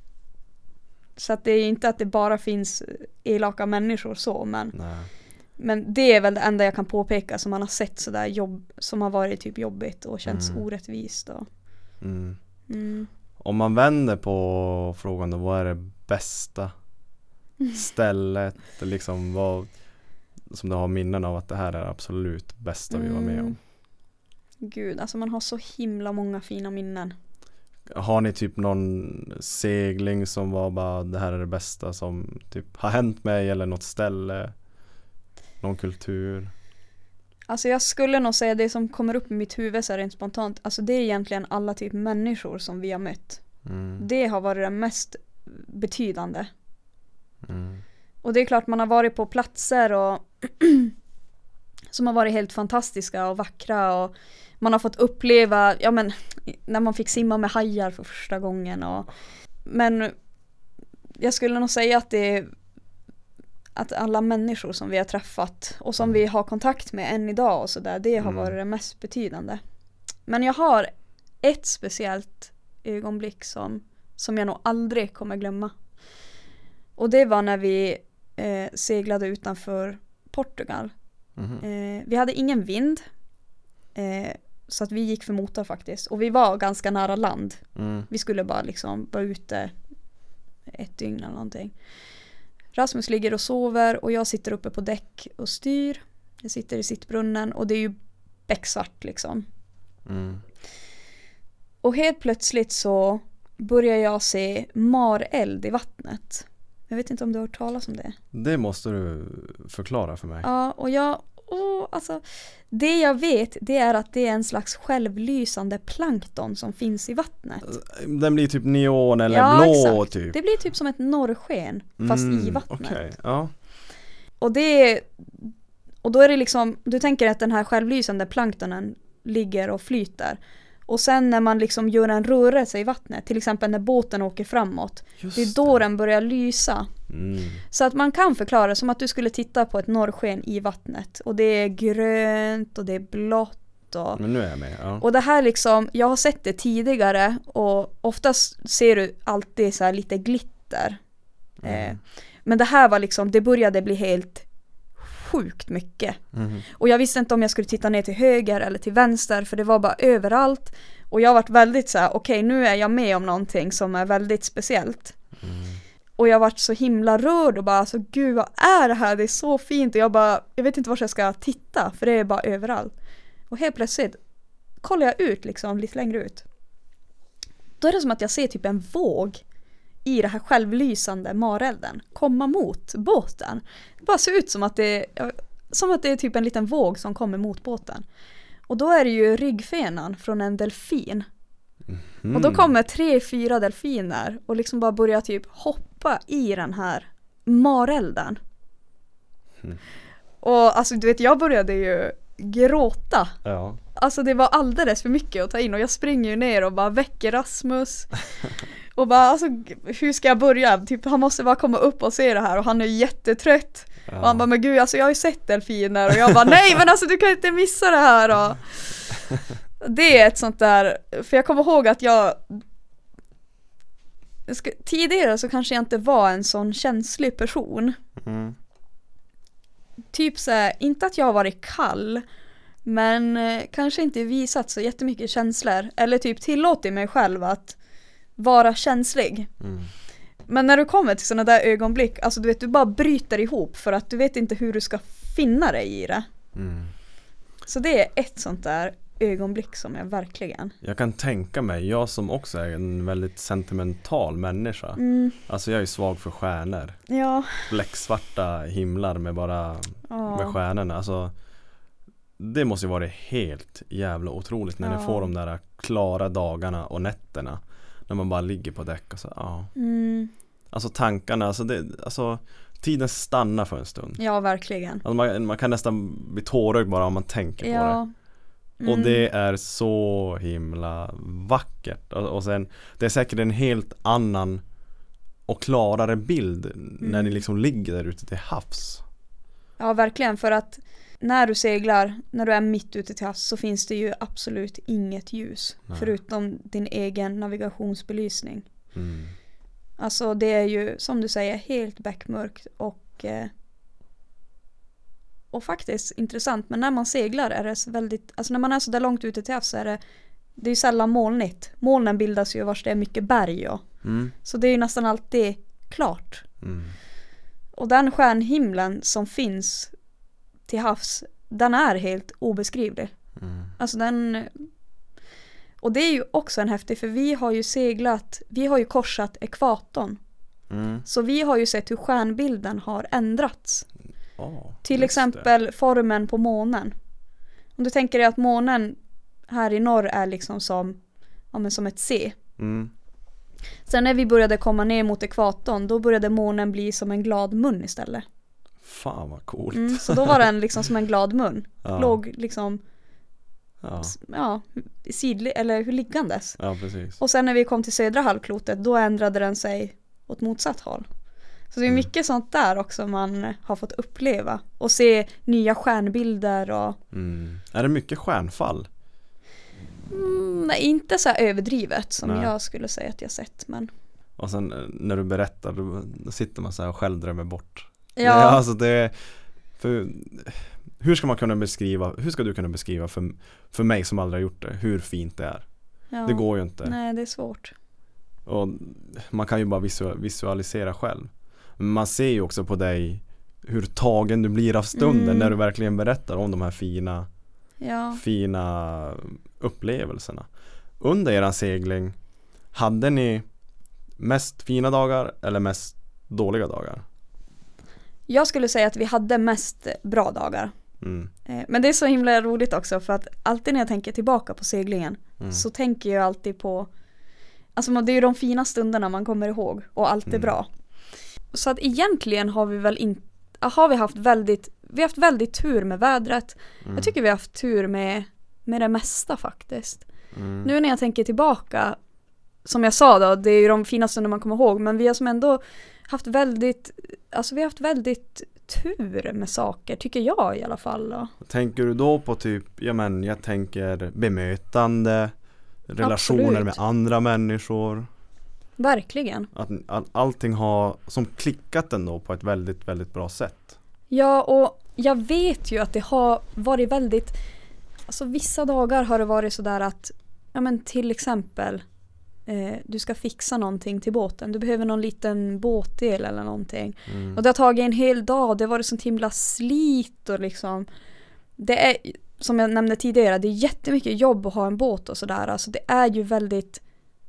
så att det är inte att det bara finns elaka människor så, men Nej. men det är väl det enda jag kan påpeka som man har sett sådär jobb som har varit typ jobbigt och känns Mm. orättvist och Mm. mm. Om man vänder på frågan då, vad är det bästa stället liksom vad som du har minnen av att det här är absolut bästa vi var med om? Mm. Gud, alltså man har så himla många fina minnen. Har ni typ någon segling som var bara det här är det bästa som typ har hänt mig eller något ställe, någon kultur? Alltså jag skulle nog säga det som kommer upp i mitt huvud så här rent spontant, alltså det är egentligen alla typ människor som vi har mött. Mm. Det har varit det mest betydande. Mm. Och det är klart man har varit på platser och som har varit helt fantastiska och vackra och man har fått uppleva, ja men när man fick simma med hajar för första gången och men jag skulle nog säga att det är att alla människor som vi har träffat och som vi har kontakt med än idag och sådär, det har Mm. varit det mest betydande. Men jag har ett speciellt ögonblick som, som jag nog aldrig kommer glömma. Och det var när vi eh, seglade utanför Portugal. Mhm. Eh, vi hade ingen vind. Eh, så att vi gick för motor faktiskt. Och vi var ganska nära land. Mm. Vi skulle bara liksom vara ute ett dygn eller någonting. Rasmus ligger och sover och jag sitter uppe på däck och styr. Jag sitter i sittbrunnen och det är ju becksvart liksom. Mm. Och helt plötsligt så börjar jag se mareld i vattnet. Jag vet inte om du har hört talas om det. Det måste du förklara för mig. Ja, och jag, åh, alltså, det jag vet det är att det är en slags självlysande plankton som finns i vattnet. Den blir typ neon eller Ja, blå exakt. typ. Det blir typ som ett norrsken fast i Mm, vattnet. okej, ja. Och det och då är det liksom, du tänker att den här självlysande planktonen ligger och flyter. Och sen när man liksom gör en rörelse i vattnet, till exempel när båten åker framåt, Just det är då den börjar lysa. Mm. Så att man kan förklara som att du skulle titta på ett norrsken i vattnet. Och det är grönt och det är blått. Och, Men nu är jag med, ja. och det här liksom, jag har sett det tidigare och oftast ser du alltid så här lite glitter. Mm. Eh, men det här var liksom, det började bli helt sjukt mycket. Mm. Och jag visste inte om jag skulle titta ner till höger eller till vänster för det var bara överallt. Och jag har varit väldigt så här: okej okay, nu är jag med om någonting som är väldigt speciellt. Mm. Och jag har varit så himla rörd och bara alltså gud vad är det här? Det är så fint och jag bara, jag vet inte var jag ska titta för det är bara överallt. Och helt plötsligt kollar jag ut liksom lite längre ut. Då är det som att jag ser typ en våg i det här självlysande marelden komma mot båten. Det bara ser ut som att det som att det är typ en liten våg som kommer mot båten. Och då är det ju ryggfenan från en delfin. Mm. Och då kommer tre, fyra delfiner och liksom bara börjar typ hoppa i den här marelden. Mm. Och alltså du vet, jag började ju gråta. Ja. Alltså det var alldeles för mycket att ta in och jag springer ju ner och bara väcker Rasmus. Och bara alltså hur ska jag börja? Typ han måste bara komma upp och se det här och han är jättetrött. Ja. Och han bara men gud alltså jag har ju sett delfiner och jag bara nej men alltså du kan inte missa det här och det är ett sånt där, för jag kommer ihåg att jag, jag ska, tidigare så kanske jag inte var en sån känslig person. Mm. Typ så här, inte att jag har varit kall, Men eh, kanske inte visat så jättemycket känslor. Eller typ tillåtit mig själv att vara känslig. Mm. Men när du kommer till sådana där ögonblick, alltså du vet, du bara bryter ihop för att du vet inte hur du ska finna dig i det. Mm. Så det är ett sånt där ögonblick som jag verkligen... Jag kan tänka mig, jag som också är en väldigt sentimental människa. Mm. Alltså jag är svag för stjärnor. Ja. Bläcksvarta himlar med bara Ja. med stjärnorna. Alltså, det måste ju vara helt jävla otroligt när Ja. ni får de där klara dagarna och nätterna. När man bara ligger på däck och så, ja. Mm. Alltså tankarna, alltså, det, alltså tiden stannar för en stund. Ja, verkligen. Alltså man, man kan nästan bli tårögd bara om man tänker på Ja. det. Mm. Och det är så himla vackert. Och, och sen, det är säkert en helt annan och klarare bild Mm. när ni liksom ligger där ute till havs. Ja, verkligen, för att när du seglar, när du är mitt ute till havs så finns det ju absolut inget ljus. Nej. Förutom din egen navigationsbelysning. Mm. Alltså det är ju, som du säger, helt beckmörkt och eh, och faktiskt intressant, men när man seglar är det så väldigt, alltså när man är så där långt ute till havs så är det det är ju sällan molnigt. Molnen bildas ju vars det är mycket berg och, Mm. så det är ju nästan alltid klart. Mm. Och den stjärnhimlen som finns till havs, den är helt obeskrivlig. Mm. Alltså den... Och det är ju också en häftig, för vi har ju seglat, vi har ju korsat ekvatorn. Mm. Så vi har ju sett hur stjärnbilden har ändrats. Oh, Till just exempel formen på månen. Om du tänker dig att månen här i norr är liksom som, ja, men som ett C. det. Mm. Sen när vi började komma ner mot ekvatorn, då började månen bli som en glad mun istället. Fan vad coolt. Mm, så då var den liksom som en glad mun. Ja. Låg liksom, Ja. ja, sidlig, eller hur liggandes. Ja, precis. Och sen när vi kom till södra halvklotet, då ändrade den sig åt motsatt håll. Så det är Mm. mycket sånt där också man har fått uppleva. Och se nya stjärnbilder och... Mm. Är det mycket stjärnfall? Mm, nej, inte så här överdrivet som Nej. jag skulle säga att jag sett, men... Och sen eh, när du berättar, då, då sitter man så här och själv drömmer bort. Ja, Det, alltså det, för, hur ska man kunna beskriva, hur ska du kunna beskriva för, för mig som aldrig har gjort det, hur fint det är? ja. Det går ju inte. Nej, det är svårt. Och man kan ju bara visu- visualisera själv. Men man ser ju också på dig hur tagen du blir av stunden Mm. när du verkligen berättar om de här fina, Ja. fina upplevelserna. Under eran segling, hade ni mest fina dagar eller mest dåliga dagar? Jag skulle säga att vi hade mest bra dagar. Mm. Eh, Men det är så himla roligt också, för att alltid när jag tänker tillbaka på seglingen Mm. så tänker jag alltid på, alltså det är ju de fina stunderna man kommer ihåg och allt är Mm. bra. Så att egentligen har vi väl inte, har vi haft väldigt, vi har haft väldigt tur med vädret. Mm. Jag tycker vi har haft tur med, med det mesta faktiskt. Mm. Nu när jag tänker tillbaka, som jag sa då, det är ju de fina stunder man kommer ihåg, men vi har som ändå haft väldigt, alltså vi har haft väldigt tur med saker, tycker jag i alla fall då. Tänker du då på typ, ja men jag tänker bemötande, relationer Absolut. med andra människor, Verkligen. att all, allting har som klickat ändå på ett väldigt, väldigt bra sätt. Ja, och jag vet ju att det har varit väldigt, alltså vissa dagar har det varit sådär att, ja men till exempel eh, du ska fixa någonting till båten, du behöver någon liten båtdel eller någonting. Mm. Och det har tagit en hel dag, det har varit sånt himla slit och liksom, det är, som jag nämnde tidigare, det är jättemycket jobb att ha en båt och sådär, alltså det är ju väldigt,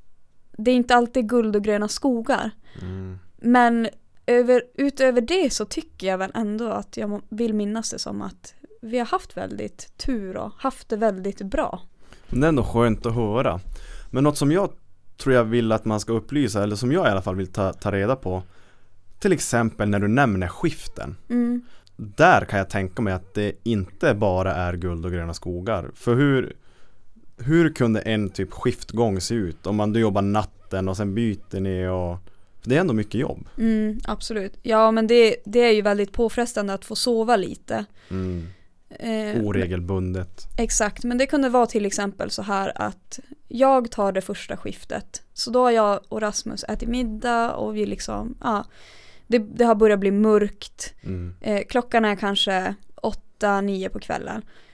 det är inte alltid guld och gröna skogar. Mm. Men över, utöver det så tycker jag väl ändå att jag må- vill minnas det som att vi har haft väldigt tur och haft det väldigt bra. Det är ändå skönt att höra. Men något som jag tror jag vill att man ska upplysa, eller som jag i alla fall vill ta, ta reda på, till exempel när du nämner skiften. Mm. Där kan jag tänka mig att det inte bara är guld och gröna skogar. För hur, hur kunde en typ skiftgång se ut? Om man du jobbar natten och sen byter ni och... För det är ändå mycket jobb. Mm, absolut. Ja, men det, det är ju väldigt påfrestande att få sova lite. Mm. Eh, Oregelbundet. Exakt, men det kunde vara till exempel så här att jag tar det första skiftet. Så då har jag och Rasmus ätit middag och vi liksom, ja, det, det har börjat bli mörkt. Mm. Eh, klockan är kanske åtta, nio på kvällen.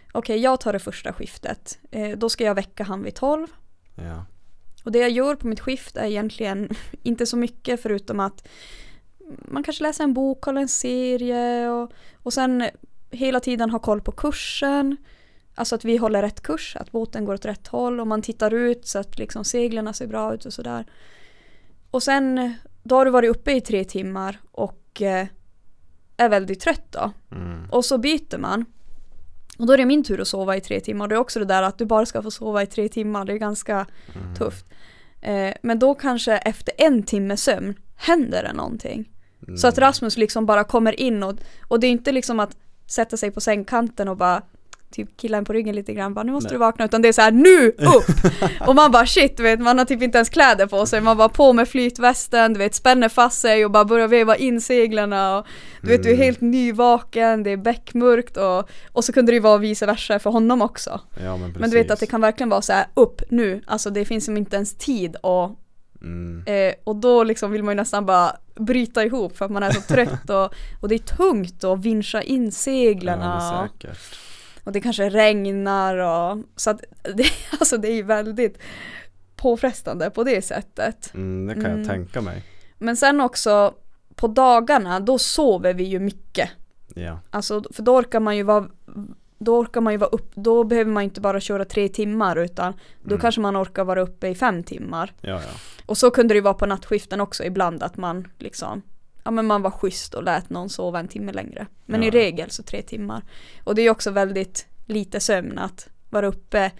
okej, jag tar det första skiftet. Eh, då ska jag väcka han vid tolv. Ja. Och det jag gör på mitt skift är egentligen inte så mycket förutom att man kanske läser en bok eller en serie och, och sen hela tiden ha koll på kursen. Alltså att vi håller rätt kurs, att båten går åt rätt håll och man tittar ut så att liksom seglarna ser bra ut och sådär. Och sen, då har du varit uppe i tre timmar och eh, är väldigt trött då. Mm. Och så byter man. Och då är det min tur att sova i tre timmar. Det är också det där att du bara ska få sova i tre timmar. Det är ganska Mm. tufft. Eh, men då kanske efter en timme sömn händer det någonting. Mm. Så att Rasmus liksom bara kommer in och, och det är inte liksom att sätta sig på sängkanten och bara typ killen på ryggen lite grann, bara nu måste Nej. du vakna, utan det är så här, nu upp! Och man bara shit, vet, man har typ inte ens kläder på sig, man bara på med flytvästen, du vet, spänner fast sig och bara börjar veva in seglarna och du vet, du är Mm. helt nyvaken, det är bäckmörkt och, och så kunde det ju vara vice versa för honom också. Ja, men, Men du vet att det kan verkligen vara så här, upp nu, alltså det finns som inte ens tid och Mm. Eh, och då liksom vill man ju nästan bara bryta ihop för att man är så trött och, och det är tungt att vincha in seglarna Ja, det är och, säkert. och det kanske regnar och så att det, alltså det är ju väldigt påfrestande på det sättet. Mm, det kan Mm. jag tänka mig. Men sen också på dagarna, då sover vi ju mycket. Ja. Alltså för då orkar man ju vara då orkar man ju vara upp, då behöver man inte bara köra tre timmar utan då Mm. kanske man orkar vara uppe i fem timmar. Ja, ja. Och så kunde det ju vara på nattskiften också ibland att man liksom, ja men man var schysst och lät någon sova en timme längre. Men Ja. i regel så tre timmar. Och det är ju också väldigt lite sömn att vara uppe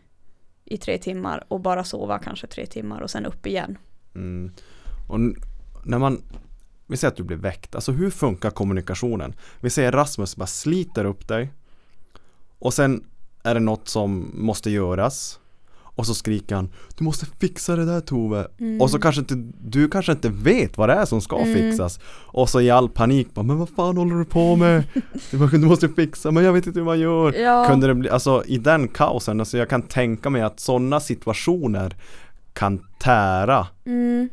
i tre timmar och bara sova kanske tre timmar och sen upp igen. Mm. Och n- när man, vi säger att du blir väckt, alltså hur funkar kommunikationen? Vi säger Rasmus bara sliter upp dig och sen är det något som måste göras och så skriker han, du måste fixa det där Tove. Mm. Och så kanske inte, du kanske inte vet vad det är som ska Mm. fixas. Och så i all panik bara, men vad fan håller du på med? Du, bara, du måste fixa, men jag vet inte hur man gör. Ja. Kunde det bli, alltså i den kaosen, alltså jag kan tänka mig att sådana situationer kan tära Mm.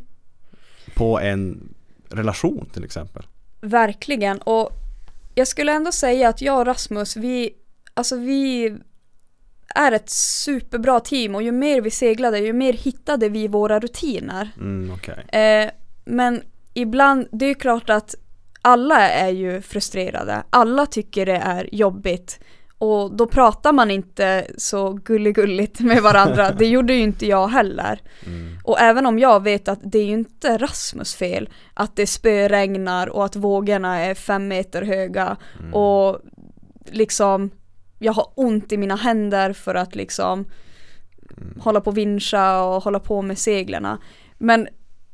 på en relation till exempel. Verkligen, och jag skulle ändå säga att jag och Rasmus, vi, alltså vi är ett superbra team och ju mer vi seglade, ju mer hittade vi våra rutiner. Mm, okej. Eh, men ibland, det är ju klart att alla är ju frustrerade, alla tycker det är jobbigt och då pratar man inte så gulligulligt med varandra. Det gjorde ju inte jag heller. Mm. Och även om jag vet att det är ju inte Rasmus fel att det spöregnar och att vågorna är fem meter höga Mm. och liksom jag har ont i mina händer för att liksom Mm. hålla på vincha och hålla på med seglarna. Men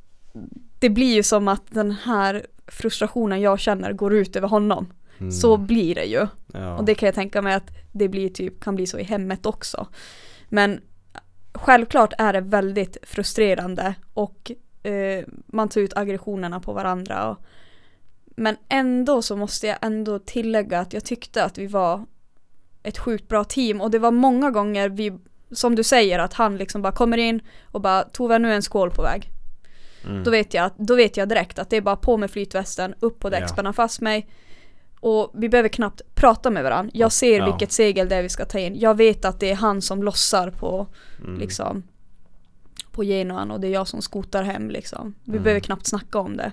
det blir ju som att den här frustrationen jag känner går ut över honom. Mm. Så blir det ju. Ja. Och det kan jag tänka mig att det blir typ, kan bli så i hemmet också. Men självklart är det väldigt frustrerande och eh, man tar ut aggressionerna på varandra. Och, men ändå så måste jag ändå tillägga att jag tyckte att vi var ett sjukt bra team. Och det var många gånger vi, som du säger, att han liksom bara kommer in och bara, Tove, nu är en skål på väg. Mm. Då vet jag, då vet jag direkt att det är bara på med flytvästen, upp på däck, Ja. spänna fast mig. Och vi behöver knappt prata med varandra. Jag ser Ja. vilket segel det är vi ska ta in. Jag vet att det är han som lossar på Mm. liksom på Genoan och det är jag som skotar hem liksom. Vi Mm. behöver knappt snacka om det.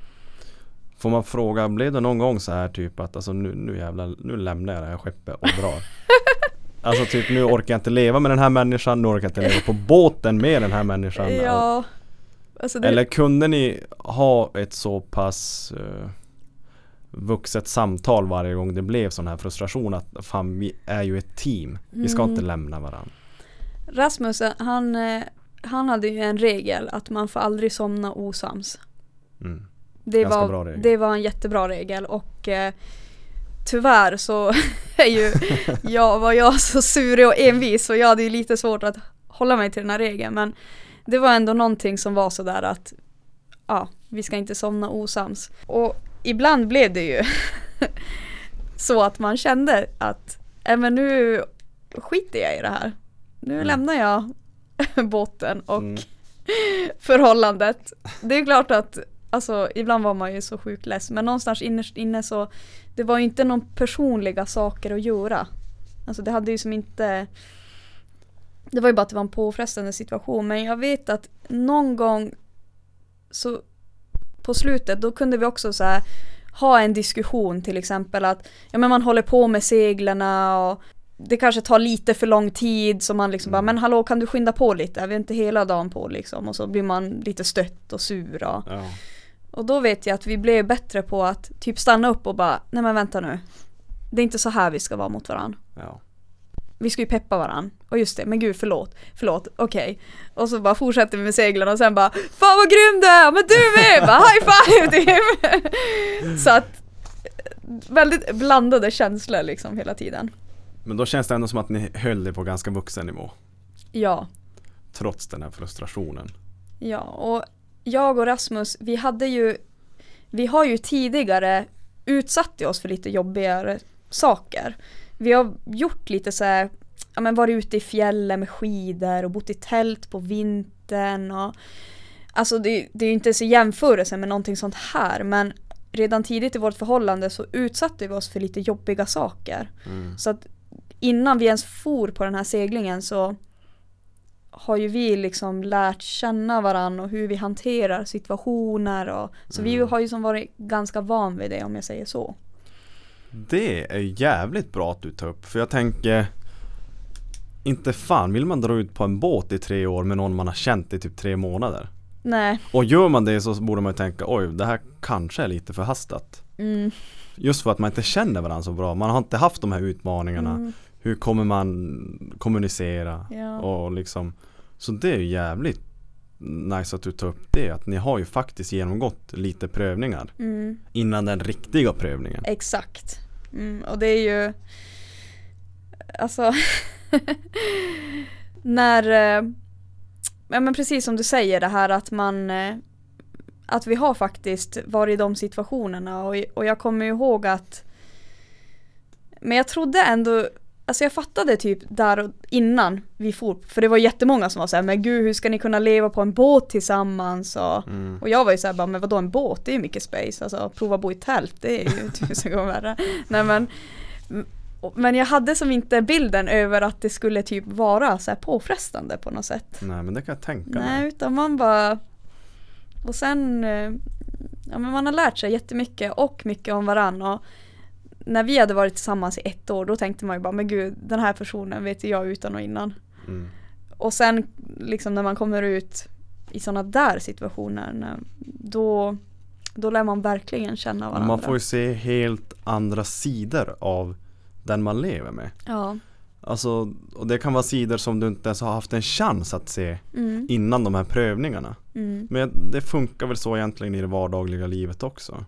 Får man fråga, blev det någon gång så här typ att alltså nu, nu jävlar, nu lämnar jag det här skeppet och drar? Alltså typ nu orkar jag inte leva med den här människan, nu orkar jag inte leva på båten med den här människan. Ja. Alltså det, Eller kunde ni ha ett så pass uh, vuxet samtal varje gång det blev sån här frustration att fan, vi är ju ett team, vi ska Mm. inte lämna varandra. Rasmus, han, eh, han hade ju en regel att man får aldrig somna osams. Mm. Det Ganska var, bra regel. det var en jättebra regel och eh, tyvärr så är ju jag, var jag så sur och envis och jag hade ju lite svårt att hålla mig till den här regeln, men det var ändå någonting som var så där att ja, vi ska inte somna osams. Och ibland blev det ju så att man kände att äh, men nu skiter jag i det här. Nu Mm. lämnar jag båten och Mm. förhållandet. Det är klart att alltså, ibland var man ju så sjukt less, men någonstans innerst inne så det var ju inte någon personliga saker att göra. Alltså det hade ju som inte... Det var ju bara att det var en påfrestande situation. Men jag vet att någon gång så på slutet då kunde vi också så här ha en diskussion till exempel att ja, men man håller på med seglarna och det kanske tar lite för lång tid så man liksom mm. bara, men hallå kan du skynda på lite? Vi är inte hela dagen på liksom och så blir man lite stött och sur. Och, Ja. och då vet jag att vi blev bättre på att typ stanna upp och bara, nej men vänta nu. Det är inte så här vi ska vara mot varandra. Ja. Vi ska ju peppa varann. Och just det, men gud förlåt. Förlåt, okej. Okay. Och så bara fortsätter vi med seglarna och sen bara, fan vad grym du är, men du med! Bara, high five till! Så att väldigt blandade känslor liksom hela tiden. Men då känns det ändå som att ni höll det på ganska vuxen nivå. Ja. Trots den här frustrationen. Ja, och jag och Rasmus, vi hade ju vi har ju tidigare utsatt oss för lite jobbigare saker. Vi har gjort lite så här, ja men varit ute i fjällen med skidor och bott i tält på vintern och alltså det, det är ju inte så jämförelse med någonting sånt här, men redan tidigt i vårt förhållande så utsatte vi oss för lite jobbiga saker. Mm. Så att innan vi ens for på den här seglingen så har ju vi liksom lärt känna varann och hur vi hanterar situationer och så mm. vi har ju som varit ganska van vid det, om jag säger så. Det är jävligt bra att du tar upp, för jag tänker inte fan vill man dra ut på en båt i tre år med någon man har känt i typ tre månader. Nej. Och gör man det så borde man ju tänka, oj, det här kanske är lite förhastat. Mm. Just för att man inte känner varandra så bra. Man har inte haft de här utmaningarna. Mm. Hur kommer man kommunicera? Ja. Och liksom, så det är ju jävligt nice att du tar upp det. Att ni har ju faktiskt genomgått lite prövningar. Mm. Innan den riktiga prövningen. Exakt. Mm, och det är ju alltså när ja, men precis som du säger det här att man att vi har faktiskt varit i de situationerna och, och jag kommer ihåg att men jag trodde ändå alltså jag fattade typ där och innan vi for, för det var jättemånga som var så här, men gud hur ska ni kunna leva på en båt tillsammans och, mm. och jag var ju så här bara, men vadå en båt, det är ju mycket space, alltså prova bo i tält, det är ju tusen gånger värre. Nej men men jag hade som inte bilden över att det skulle typ vara så här påfrestande på något sätt. Nej men det kan jag tänka mig. Nej utan man bara och sen ja men man har lärt sig jättemycket och mycket om varann och när vi hade varit tillsammans i ett år då tänkte man ju bara, men gud den här personen vet jag utan och innan. Mm. Och sen liksom när man kommer ut i sådana där situationer då, då lär man verkligen känna varandra. Man får ju se helt andra sidor av den man lever med. Ja. Alltså, och det kan vara sidor som du inte ens har haft en chans att se mm. innan de här prövningarna. Mm. Men det funkar väl så egentligen i det vardagliga livet också.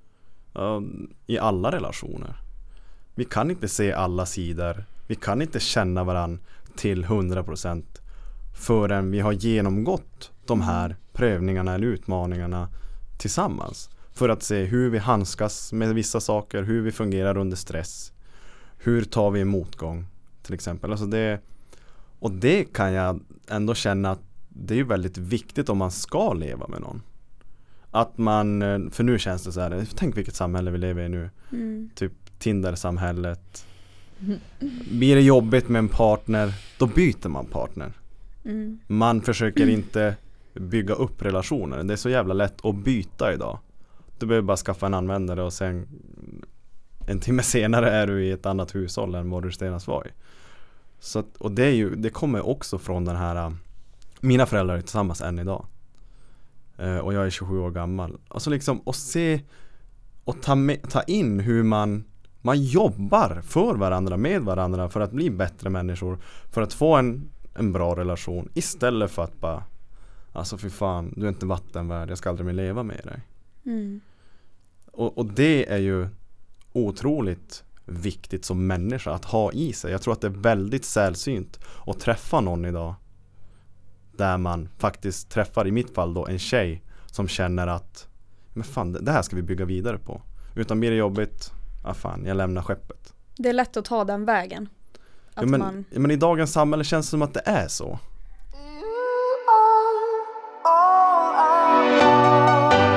I alla relationer. Vi kan inte se alla sidor. Vi kan inte känna varann till hundra procent förrän vi har genomgått de här prövningarna eller utmaningarna tillsammans. För att se hur vi handskas med vissa saker, hur vi fungerar under stress. Hur tar vi en motgång till exempel. Alltså det, och det kan jag ändå känna att det är väldigt viktigt om man ska leva med någon. Att man, för nu känns det så här, tänk vilket samhälle vi lever i nu. Mm. Typ Tinder-samhället. Mm. Blir det jobbigt med en partner, då byter man partner. Mm. Man försöker mm. inte bygga upp relationer. Det är så jävla lätt att byta idag. Du behöver bara skaffa en användare och sen en timme senare är du i ett annat hushåll än vad du senast var i. Så att, och det, är ju, det kommer också från den här, mina föräldrar är tillsammans än idag. Uh, och jag är tjugosju år gammal. Alltså liksom att se och ta, med, ta in hur man man jobbar för varandra, med varandra för att bli bättre människor, för att få en, en bra relation istället för att bara alltså för fan, du är inte vattenvärd, jag ska aldrig mer leva med dig. Mm. Och, och det är ju otroligt viktigt som människa att ha i sig. Jag tror att det är väldigt sällsynt att träffa någon idag där man faktiskt träffar, i mitt fall då, en tjej som känner att men fan, det här ska vi bygga vidare på. Utan blir det jobbigt, ah fan, jag lämnar skeppet. Det är lätt att ta den vägen. Att ja, men, man... ja, men i dagens samhälle känns det som att det är så.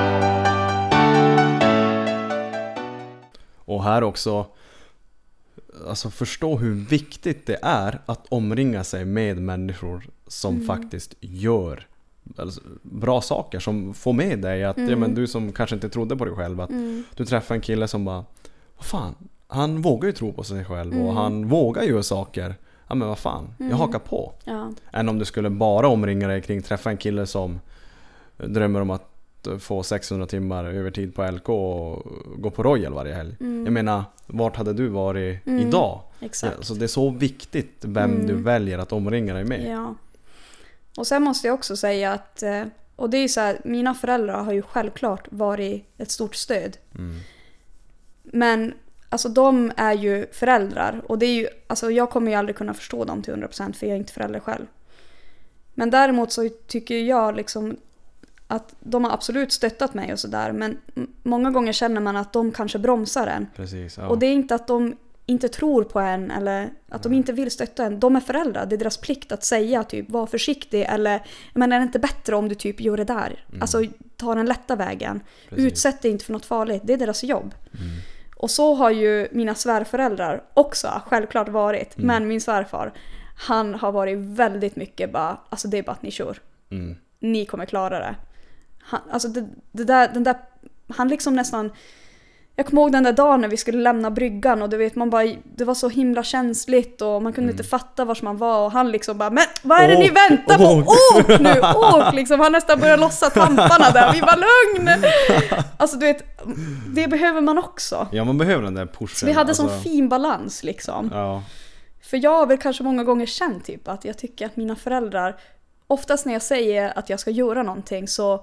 Och här också, alltså förstå hur viktigt det är att omringa sig med människor som Mm. faktiskt gör alltså, bra saker, som får med dig att Mm. ja, men du som kanske inte trodde på dig själv, att Mm. du träffar en kille som bara, vad fan, han vågar ju tro på sig själv och Mm. han vågar göra saker. Ja men vad fan, jag Mm. hakar på. Ja. Än om du skulle bara omringa dig kring träffa en kille som drömmer om att få sexhundra timmar övertid på L K och gå på Royal varje helg. Mm. Jag menar, vart hade du varit Mm. idag? Exakt. Ja, så det är så viktigt vem Mm. du väljer att omringa dig med. Ja. Och sen måste jag också säga att, eh, och det är ju så här, mina föräldrar har ju självklart varit ett stort stöd. Mm. Men alltså de är ju föräldrar och det är ju, alltså jag kommer ju aldrig kunna förstå dem till hundra procent för jag är inte förälder själv. Men däremot så tycker jag liksom att de har absolut stöttat mig och sådär, men m- många gånger känner man att de kanske bromsar en. Precis, ja. Och det är inte att de inte tror på en eller att de inte vill stötta en. De är föräldrar, det är deras plikt att säga typ var försiktig eller men är det inte bättre om du typ gör det där? Mm. Alltså ta den lätta vägen. Precis. Utsätt dig inte för något farligt, det är deras jobb. Mm. Och så har ju mina svärföräldrar också självklart varit. Mm. Men min svärfar, han har varit väldigt mycket bara, alltså det är bara att ni kör. Mm. Ni kommer klara det. Han, alltså det, det där, den där, han liksom nästan, jag kommer ihåg den där dagen när vi skulle lämna bryggan och du vet man bara, det var så himla känsligt och man kunde Mm. inte fatta var man var och han liksom bara, men vad är det Åk, ni väntar på? åk." Åk nu, åk liksom. Han nästan började lossa tamparna där, vi var lugn. Alltså du vet, det behöver man också. Ja, man behöver den där pushen. Så vi hade alltså, sån fin balans liksom. Ja, För jag har väl kanske många gånger känt typ att jag tycker att mina föräldrar, oftast när jag säger att jag ska göra någonting så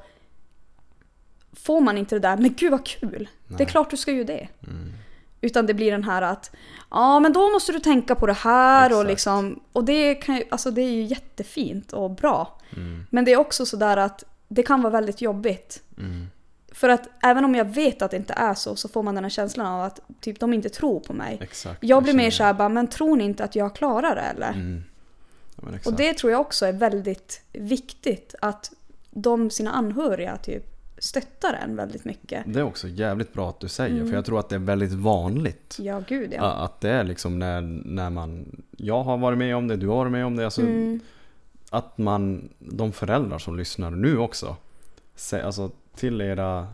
får man inte det där, men gud vad kul. Det är klart du ska ju det. mm. Utan det blir den här att ja men då måste du tänka på det här och Exakt. liksom, och det, kan ju, alltså det är ju jättefint och bra. Mm. Men det är också sådär att det kan vara väldigt jobbigt. Mm. För att även om jag vet att det inte är så så får man den här känslan av att typ de inte tror på mig. Exakt. Jag blir mer känner såhär bara, men tror ni inte att jag klarar det eller? Mm. Ja, men exakt. Och det tror jag också är väldigt viktigt att de sina anhöriga typ stöttar en väldigt mycket. Det är också jävligt bra att du säger, Mm. för jag tror att det är väldigt vanligt. Ja, gud ja. Ja, att det är liksom när, när man, jag har varit med om det, du har varit med om det, alltså, Mm. att man, de föräldrar som lyssnar nu också, sä- alltså till era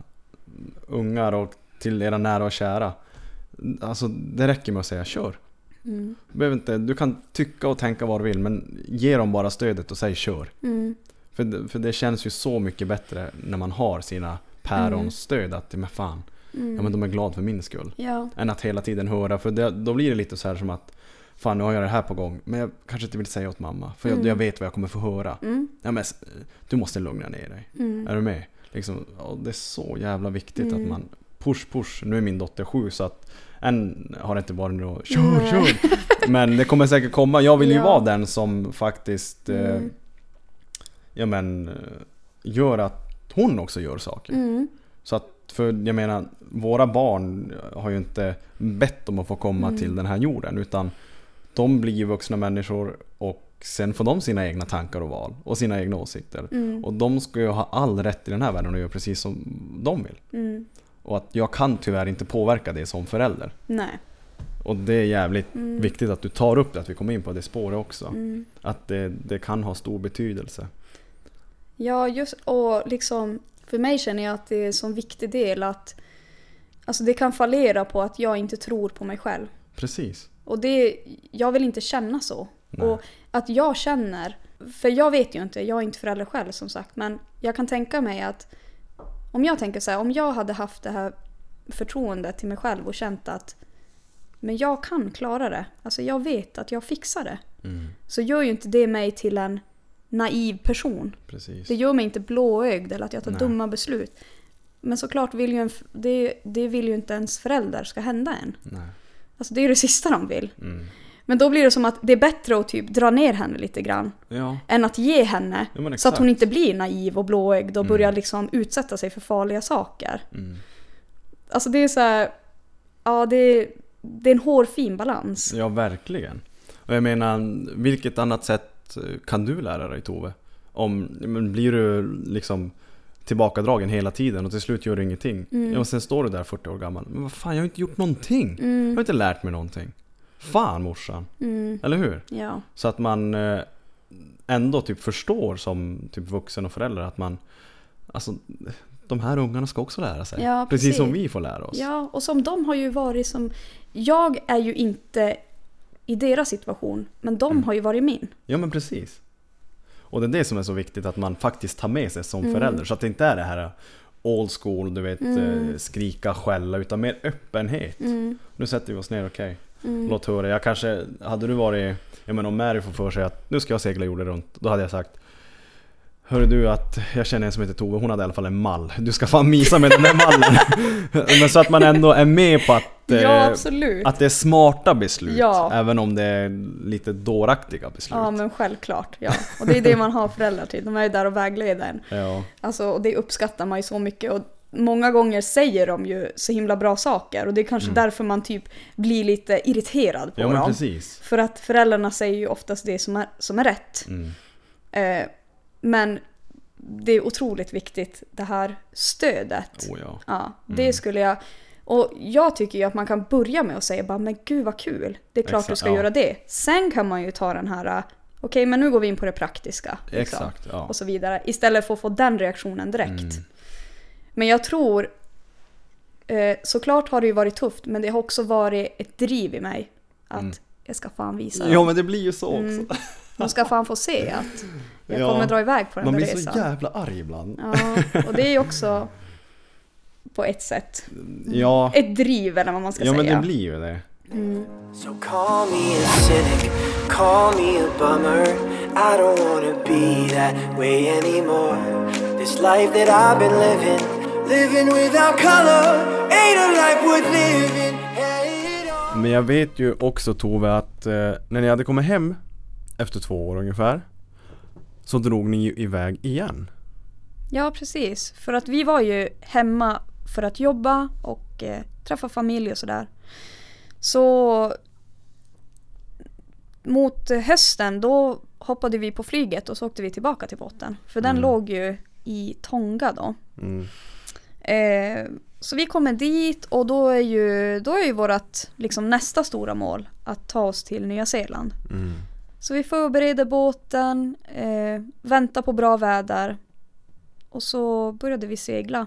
ungar och till era nära och kära, alltså det räcker med att säga kör. Mm. Du behöver inte, du kan tycka och tänka vad du vill, men ge dem bara stödet och säg kör. Mm. För, det- för det känns ju så mycket bättre när man har sina pärons stöd, att men fan, Mm. ja men de är glada för min skull. Ja. Än att hela tiden höra, för det, då blir det lite så här som att fan, nu har jag det här på gång, men jag kanske inte vill säga åt mamma, för jag, Mm. jag vet vad jag kommer få höra. Mm. Ja, men s- du måste lugna ner dig. Mm. Är du med? Liksom, och det är så jävla viktigt Mm. att man push, push. Nu är min dotter sju, så att än har det inte varit något kör, Nej. kör. Men det kommer säkert komma. Jag vill ju Ja. vara den som faktiskt eh, Mm. ja, men, eh, gör att hon också gör saker. Mm. Så att, för jag menar, våra barn har ju inte bett om att få komma Mm. till den här jorden, utan de blir ju vuxna människor och sen får de sina egna tankar och val och sina egna åsikter. Mm. Och de ska ju ha all rätt i den här världen och göra precis som de vill. Mm. Och att jag kan tyvärr inte påverka det som förälder. Nej. Och det är jävligt Mm. viktigt att du tar upp det, att vi kommer in på det spåret också. Mm. Att det, det kan ha stor betydelse. Ja, just och liksom för mig känner jag att det är en sån viktig del att alltså det kan fallera på att jag inte tror på mig själv. Precis. Och det, jag vill inte känna så. Nej. Och att jag känner, för jag vet ju inte, jag är inte förälder själv som sagt, men jag kan tänka mig att om jag tänker så här, om jag hade haft det här förtroendet till mig själv och känt att men jag kan klara det, alltså jag vet att jag fixar det, Mm. så gör ju inte det mig till en naiv person. Precis. Det gör mig inte blåögd eller att jag tar Nej. dumma beslut. Men såklart vill ju en, det, det vill ju inte ens föräldrar ska hända än. Nej. Alltså det är det sista de vill. Mm. Men då blir det som att det är bättre att typ dra ner henne lite grann Ja. än att ge henne Ja, men så att hon exakt. inte blir naiv och blåögd och Mm. börjar liksom utsätta sig för farliga saker. Mm. Alltså det är så här, ja det är, det är en hårfin balans. Ja, verkligen. Och jag menar, vilket annat sätt kan du lära dig, Tove? Om, men blir du liksom tillbakadragen hela tiden och till slut gör du ingenting. Mm. Ja, och sen står du där fyrtio år gammal. Men vad fan, jag har inte gjort någonting. Jag Mm. har inte lärt mig någonting. fan morsan. Mm. Eller hur? Ja. Så att man eh, ändå typ förstår som typ vuxen och förälder att man, alltså de här ungarna ska också lära sig. Ja, precis. precis som vi får lära oss. Ja, och som de har ju varit som, jag är ju inte i deras situation, men de Mm. har ju varit min. Ja men precis. Och det är det som är så viktigt, att man faktiskt tar med sig som Mm. förälder. Så att det inte är det här old school, du vet, Mm. eh, skrika, skälla, utan mer öppenhet. Mm. Nu sätter vi oss ner, okej. Mm. Låt höra. Jag kanske, hade du varit, jag menar om Mary får för sig att nu ska jag segla jorden runt, då hade jag sagt: hörru du, att jag känner en som heter Tove, hon hade i alla fall en mall. Du ska fan misa med den där mallen. Men så att man ändå är med på att, Ja, eh, absolut. att det är smarta beslut. Ja. Även om det är lite dåraktiga beslut. Ja, men självklart. Ja. Och det är det man har föräldrar till. De är ju där och vägleder en. Ja. Alltså, och det uppskattar man ju så mycket. Och många gånger säger de ju så himla bra saker. Och det är kanske Mm. därför man typ blir lite irriterad på Ja men dem. precis. För att föräldrarna säger ju oftast det som är, som är rätt. Mm. Eh, men det är otroligt viktigt, det här stödet. Oh, ja. Ja, det Mm. skulle jag... Och jag tycker ju att man kan börja med att säga bara, men gud vad kul. Det är klart Exakt, du ska ja. göra det. Sen kan man ju ta den här, okej okay, men nu går vi in på det praktiska. Liksom, Exakt, ja. och så vidare. Istället för att få den reaktionen direkt. Mm. Men jag tror, eh, såklart har det ju varit tufft, men det har också varit ett driv i mig. Att Mm. jag ska fan visa dem. Ja men det blir ju så också. Mm. De ska fan få se att jag Ja. kommer dra iväg på den Man där blir resan. så jävla arg ibland. Ja, och det är ju också på ett sätt Ja, ett driv eller vad man ska ja men säga. det blir ju det. Mm. So call me a cynic, call me a bummer. I don't wanna be that way anymore. This life that I've been living, living without color, ain't a life worth living. Hey, it all. Men jag vet ju också Tove att eh, när ni hade kommit hem efter två år ungefär, så drog ni ju iväg igen. Ja, precis. För att vi var ju hemma för att jobba och eh, träffa familj och sådär. Så mot hösten då hoppade vi på flyget och så åkte vi tillbaka till båten. För den Mm. låg ju i Tonga då. Mm. Eh, så vi kommer dit och då är ju, då är ju vårat liksom nästa stora mål att ta oss till Nya Zeeland. Mm. Så vi förbereder båten, eh, väntar på bra väder och så började vi segla.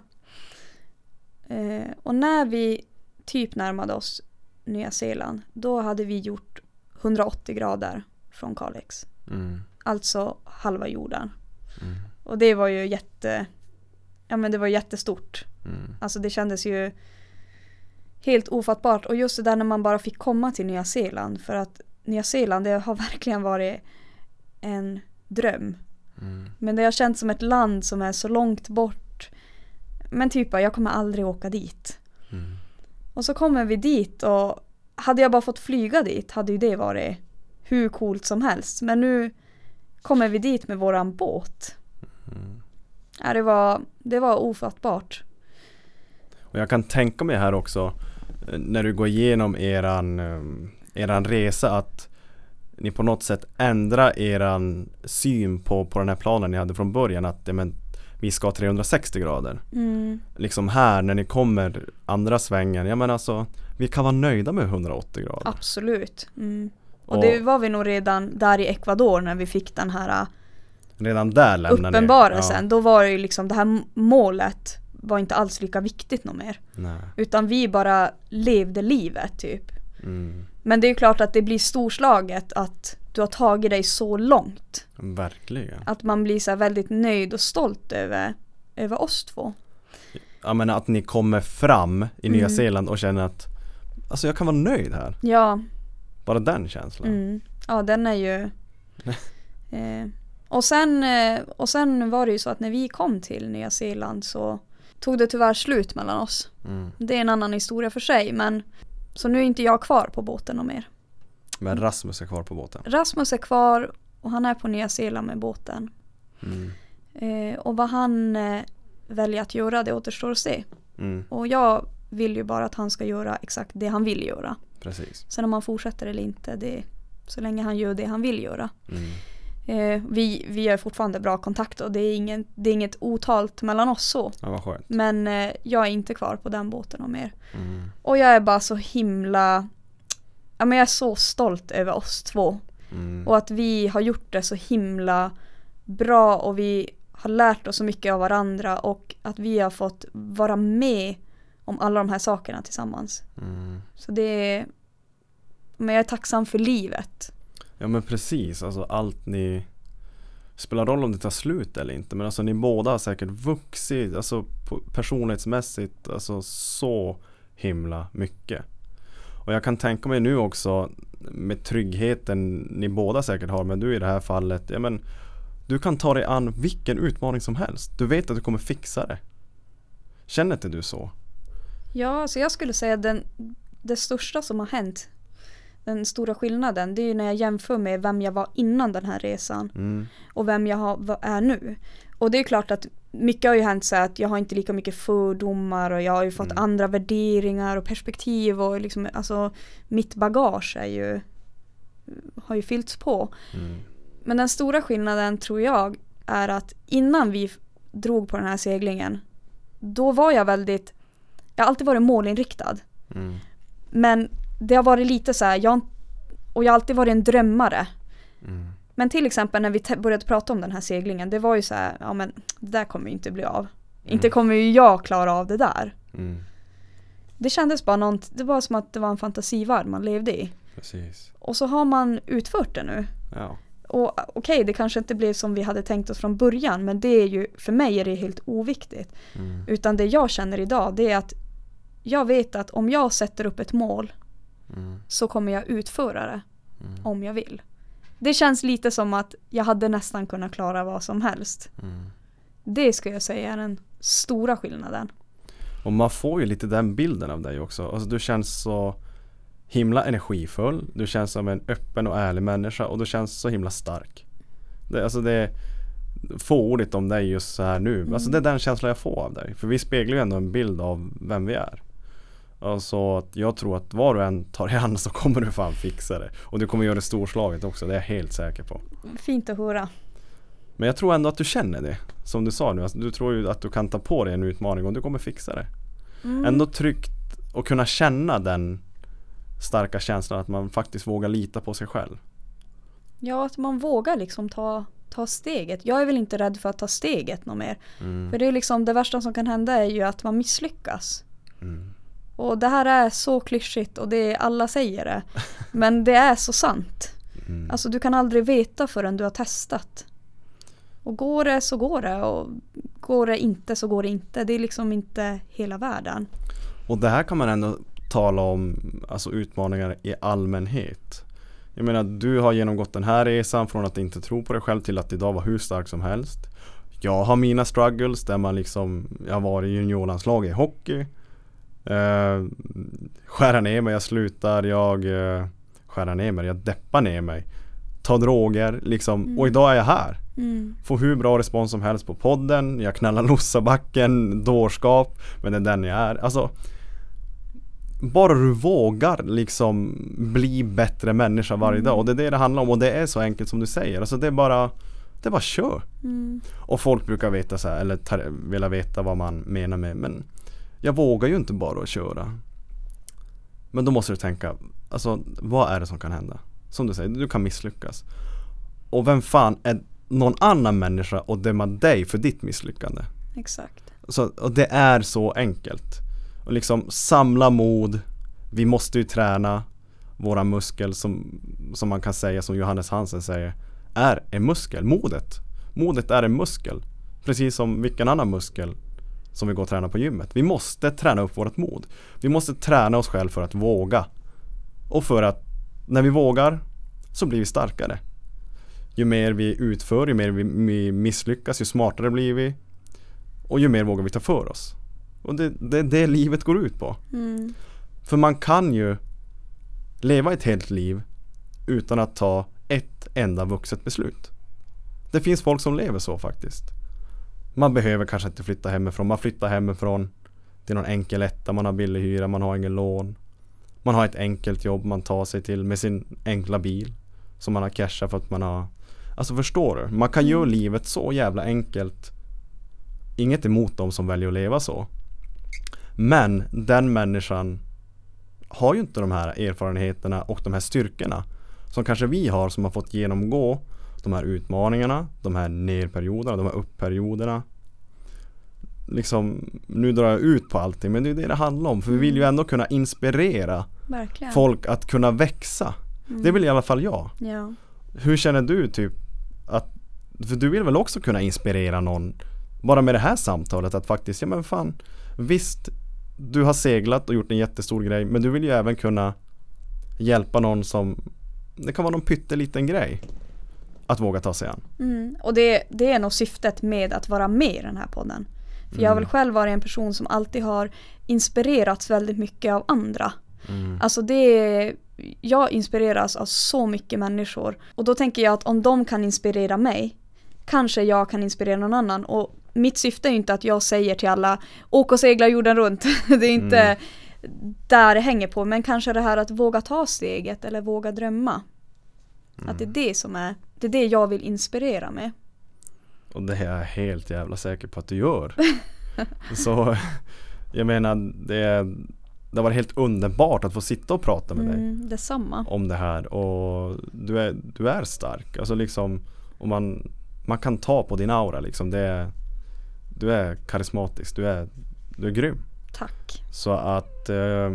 Eh, och när vi typ närmade oss Nya Zeeland, då hade vi gjort hundraåttio grader från Kalix. Mm. Alltså halva jorden. Mm. Och det var ju jätte, ja men det var jättestort. Mm. Alltså det kändes ju helt ofattbart. Och just det där när man bara fick komma till Nya Zeeland. För att Nya Zeeland, det har verkligen varit en dröm. Mm. Men det har känts som ett land som är så långt bort. Men typ, jag kommer aldrig åka dit. Mm. Och så kommer vi dit och hade jag bara fått flyga dit hade ju det varit hur coolt som helst. Men nu kommer vi dit med våran båt. Mm. Ja, det var, det var ofattbart. Och jag kan tänka mig här också, eh, när du går igenom eran, eh, eran resa, att ni på något sätt ändrar eran syn på, på den här planen ni hade från början, att ja, men, vi ska trehundrasextio grader. Mm. Liksom här när ni kommer andra svängen, ja men alltså vi kan vara nöjda med hundraåttio grader. Absolut. Mm. Och Och det var vi nog redan där i Ecuador när vi fick den här redan där lämnar ni. uppenbarelsen. Ja. Då var det ju liksom det här målet var inte alls lika viktigt något mer. Nej. Utan vi bara levde livet typ. Mm. Men det är ju klart att det blir storslaget att du har tagit dig så långt. Verkligen. Att man blir så här väldigt nöjd och stolt över, över oss två. Ja men att ni kommer fram i Nya Mm. Zeeland och känner att alltså jag kan vara nöjd här. Ja, Bara den känslan. mm. Ja den är ju... eh, och, sen, eh, och sen var det ju så att när vi kom till Nya Zeeland så tog det tyvärr slut mellan oss. Mm. Det är en annan historia för sig, men så nu är inte jag kvar på båten och mer. Men Rasmus är kvar på båten. Rasmus är kvar och han är på Nya Zeeland med båten. Mm. Eh, och vad han eh, väljer att göra, det återstår att se. Mm. Och jag vill ju bara att han ska göra exakt det han vill göra. Precis. Sen om han fortsätter eller inte, det så länge han gör det han vill göra. Mm. Eh, vi, vi har fortfarande bra kontakt och det är, ingen, det är inget otalt mellan oss så. Ja, vad skönt. Men eh, jag är inte kvar på den båten och mer. Mm. Och jag är bara så himla ja, men jag är så stolt över oss två. Mm. Och att vi har gjort det så himla bra och vi har lärt oss så mycket av varandra och att vi har fått vara med om alla de här sakerna tillsammans. Mm. Så det är, men jag är tacksam för livet. Ja men precis, alltså allt ni spelar roll om det tar slut eller inte, men alltså ni båda har säkert vuxit alltså personlighetsmässigt alltså så himla mycket. Och jag kan tänka mig nu också med tryggheten ni båda säkert har, men du i det här fallet, ja men du kan ta dig an vilken utmaning som helst. Du vet att du kommer fixa det. Känner inte du så? Ja, så jag skulle säga den, det största som har hänt, den stora skillnaden, det är ju när jag jämför med vem jag var innan den här resan Mm. och vem jag har, är nu. Och det är klart att mycket har ju hänt så att jag har inte lika mycket fördomar och jag har ju fått Mm. andra värderingar och perspektiv och liksom, alltså mitt bagage är ju, har ju fyllts på. Mm. Men den stora skillnaden tror jag är att innan vi drog på den här seglingen, då var jag väldigt, jag har alltid varit målinriktad. Mm. Men det har varit lite så här, jag, och jag har alltid varit en drömmare. Mm. Men till exempel när vi te- började prata om den här seglingen, det var ju så här, ja men det där kommer ju inte bli av. Mm. Inte kommer ju jag klara av det där. Mm. Det kändes bara något, det var som att det var en fantasivärld man levde i. Precis. Och så har man utfört det nu. Ja. Och okej, okay, det kanske inte blev som vi hade tänkt oss från början, men det är ju, för mig är det helt oviktigt. Mm. Utan det jag känner idag, det är att jag vet att om jag sätter upp ett mål Mm. så kommer jag utföra det Mm. om jag vill. Det känns lite som att jag hade nästan kunnat klara vad som helst. Mm. Det ska jag säga är den stora skillnaden. Och man får ju lite den bilden av dig också. Alltså du känns så himla energifull. Du känns som en öppen och ärlig människa. Och du känns så himla stark. Det, alltså det är fåordigt om dig just så här nu. Mm. Alltså det är den känslan jag får av dig. För vi speglar ju ändå en bild av vem vi är. Alltså att jag tror att var du än tar i hand så kommer du fan fixa det. Och du kommer göra det storslaget också. Det är jag helt säker på. Fint att höra. Men jag tror ändå att du känner det. Som du sa nu. Alltså, du tror ju att du kan ta på dig en utmaning och du kommer fixa det. Mm. Ändå tryggt och kunna känna den starka känslan att man faktiskt vågar lita på sig själv. Ja, att man vågar liksom ta, ta steget. Jag är väl inte rädd för att ta steget något mer. Mm. För det är liksom det värsta som kan hända är ju att man misslyckas. Mm. Och det här är så klyschigt och det är, alla säger det. Men det är så sant. Mm. Alltså du kan aldrig veta förrän du har testat. Och går det så går det och går det inte så går det inte. Det är liksom inte hela världen. Och det här kan man ändå tala om, alltså utmaningar i allmänhet. Jag menar, du har genomgått den här resan från att inte tro på dig själv till att idag vara hur stark som helst. Jag har mina struggles där man liksom, jag har varit i juniorlandslag i hockey. Uh, skära ner mig, jag slutar, jag uh, skära ner mig, jag deppar ner mig. Ta droger, liksom. Mm. Och idag är jag här. Mm. Får hur bra respons som helst på podden. Jag knallar Lossabacken, dårskap. Men det är den jag är. Alltså, bara du vågar liksom bli bättre människa varje Mm. dag. Och det är det det handlar om. Och det är så enkelt som du säger. Alltså det är bara, det är bara kör. Mm. Och folk brukar veta så här, eller ta, vilja veta vad man menar med. Men jag vågar ju inte bara att köra. Men då måste du tänka, alltså vad är det som kan hända? Som du säger, du kan misslyckas. Och vem fan är någon annan människa och döma dig för ditt misslyckande? Exakt. Så, och det är så enkelt. Och liksom samla mod. Vi måste ju träna våra muskel som, som man kan säga, som Johannes Hansen säger, är en muskel. Modet. Modet är en muskel. Precis som vilken annan muskel som vi går och tränar på gymmet. Vi måste träna upp vårt mod. Vi måste träna oss själv för att våga. Och för att när vi vågar så blir vi starkare. Ju mer vi utför, ju mer vi, vi misslyckas, ju smartare blir vi. Och ju mer vågar vi ta för oss. Och det är det, det livet går ut på. Mm. För man kan ju leva ett helt liv utan att ta ett enda vuxet beslut. Det finns folk som lever så faktiskt. Man behöver kanske inte flytta hemifrån. Man flyttar hemifrån till någon enkel etta. Man har billig hyra, man har ingen lån. Man har ett enkelt jobb man tar sig till med sin enkla bil. Som man har cashat för att man har... Alltså förstår du? Man kan göra livet så jävla enkelt. Inget emot dem som väljer att leva så. Men den människan har ju inte de här erfarenheterna och de här styrkorna som kanske vi har, som har fått genomgå de här utmaningarna, de här nerperioderna, de här uppperioderna. Liksom, nu drar jag ut på allting, men det är det det handlar om. För vi vill ju ändå kunna inspirera Verkligen. folk att kunna växa. Mm. Det vill i alla fall jag. Ja. Hur känner du typ att, för du vill väl också kunna inspirera någon bara med det här samtalet, att faktiskt, ja men fan, visst, du har seglat och gjort en jättestor grej, men du vill ju även kunna hjälpa någon som, det kan vara någon pytteliten grej att våga ta sig an. Mm. Och det, det är nog syftet med att vara med i den här podden. För jag har väl själv varit en person som alltid har inspirerats väldigt mycket av andra. Mm. Alltså det, jag inspireras av så mycket människor. Och då tänker jag att om de kan inspirera mig, kanske jag kan inspirera någon annan. Och mitt syfte är inte att jag säger till alla, åk och segla jorden runt. Det är inte mm. där det hänger på. Men kanske det här att våga ta steget eller våga drömma. Mm. Att det är det som är, det är det jag vill inspirera med. Och det är jag helt jävla säker på att du gör. Så jag menar, det, det var helt underbart att få sitta och prata med dig. Mm, detsamma. Om det här. Och du är, du är stark. Alltså liksom, och man, man kan ta på din aura liksom. Det är, du är karismatisk. Du är, du är grym. Tack. Så att eh,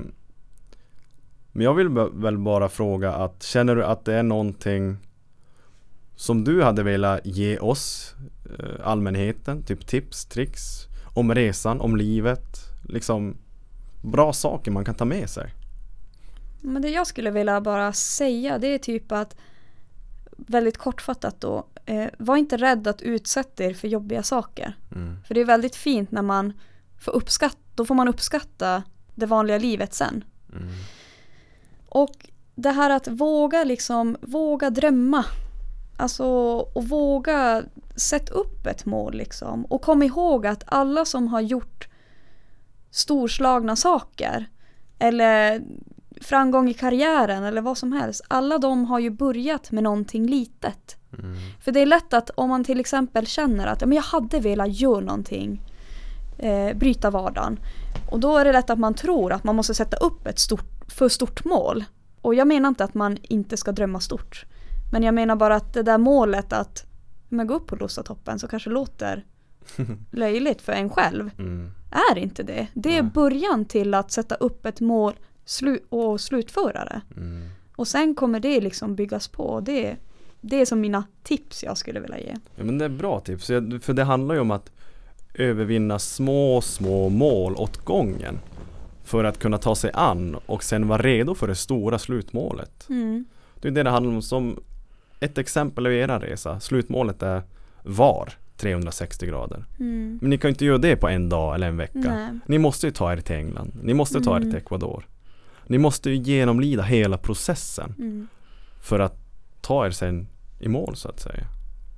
men jag vill väl bara fråga att, känner du att det är någonting som du hade velat ge oss, eh, allmänheten, typ tips, tricks om resan, om livet, liksom bra saker man kan ta med sig? Men det jag skulle vilja bara säga, det är typ att, väldigt kortfattat då, eh, var inte rädd att utsätta er för jobbiga saker. Mm. För det är väldigt fint när man får uppskatta, då får man uppskatta det vanliga livet sen. Mm. Och det här att våga liksom, våga drömma. Alltså, och våga sätta upp ett mål liksom. Och kom ihåg att alla som har gjort storslagna saker eller framgång i karriären eller vad som helst, alla de har ju börjat med någonting litet. Mm. För det är lätt att om man till exempel känner att men jag hade velat göra någonting, eh, bryta vardagen, och då är det lätt att man tror att man måste sätta upp ett stort, för stort mål. Och jag menar inte att man inte ska drömma stort, men jag menar bara att det där målet att man går upp på Lossatoppen så kanske låter löjligt för en själv. Mm. Är inte det. Det är början till att sätta upp ett mål slu- och slutföra det. Mm. Och sen kommer det liksom byggas på. Det, det är som mina tips jag skulle vilja ge. Ja, men det är bra tips. För det handlar ju om att övervinna små, små mål åt gången. För att kunna ta sig an och sen vara redo för det stora slutmålet. Mm. Det är det det handlar om. Som ett exempel av era resa. Slutmålet är var trehundrasextio grader. Mm. Men ni kan ju inte göra det på en dag eller en vecka. Nej. Ni måste ju ta er till England. Ni måste ta mm. er till Ecuador. Ni måste ju genomlida hela processen mm. för att ta er sen i mål så att säga.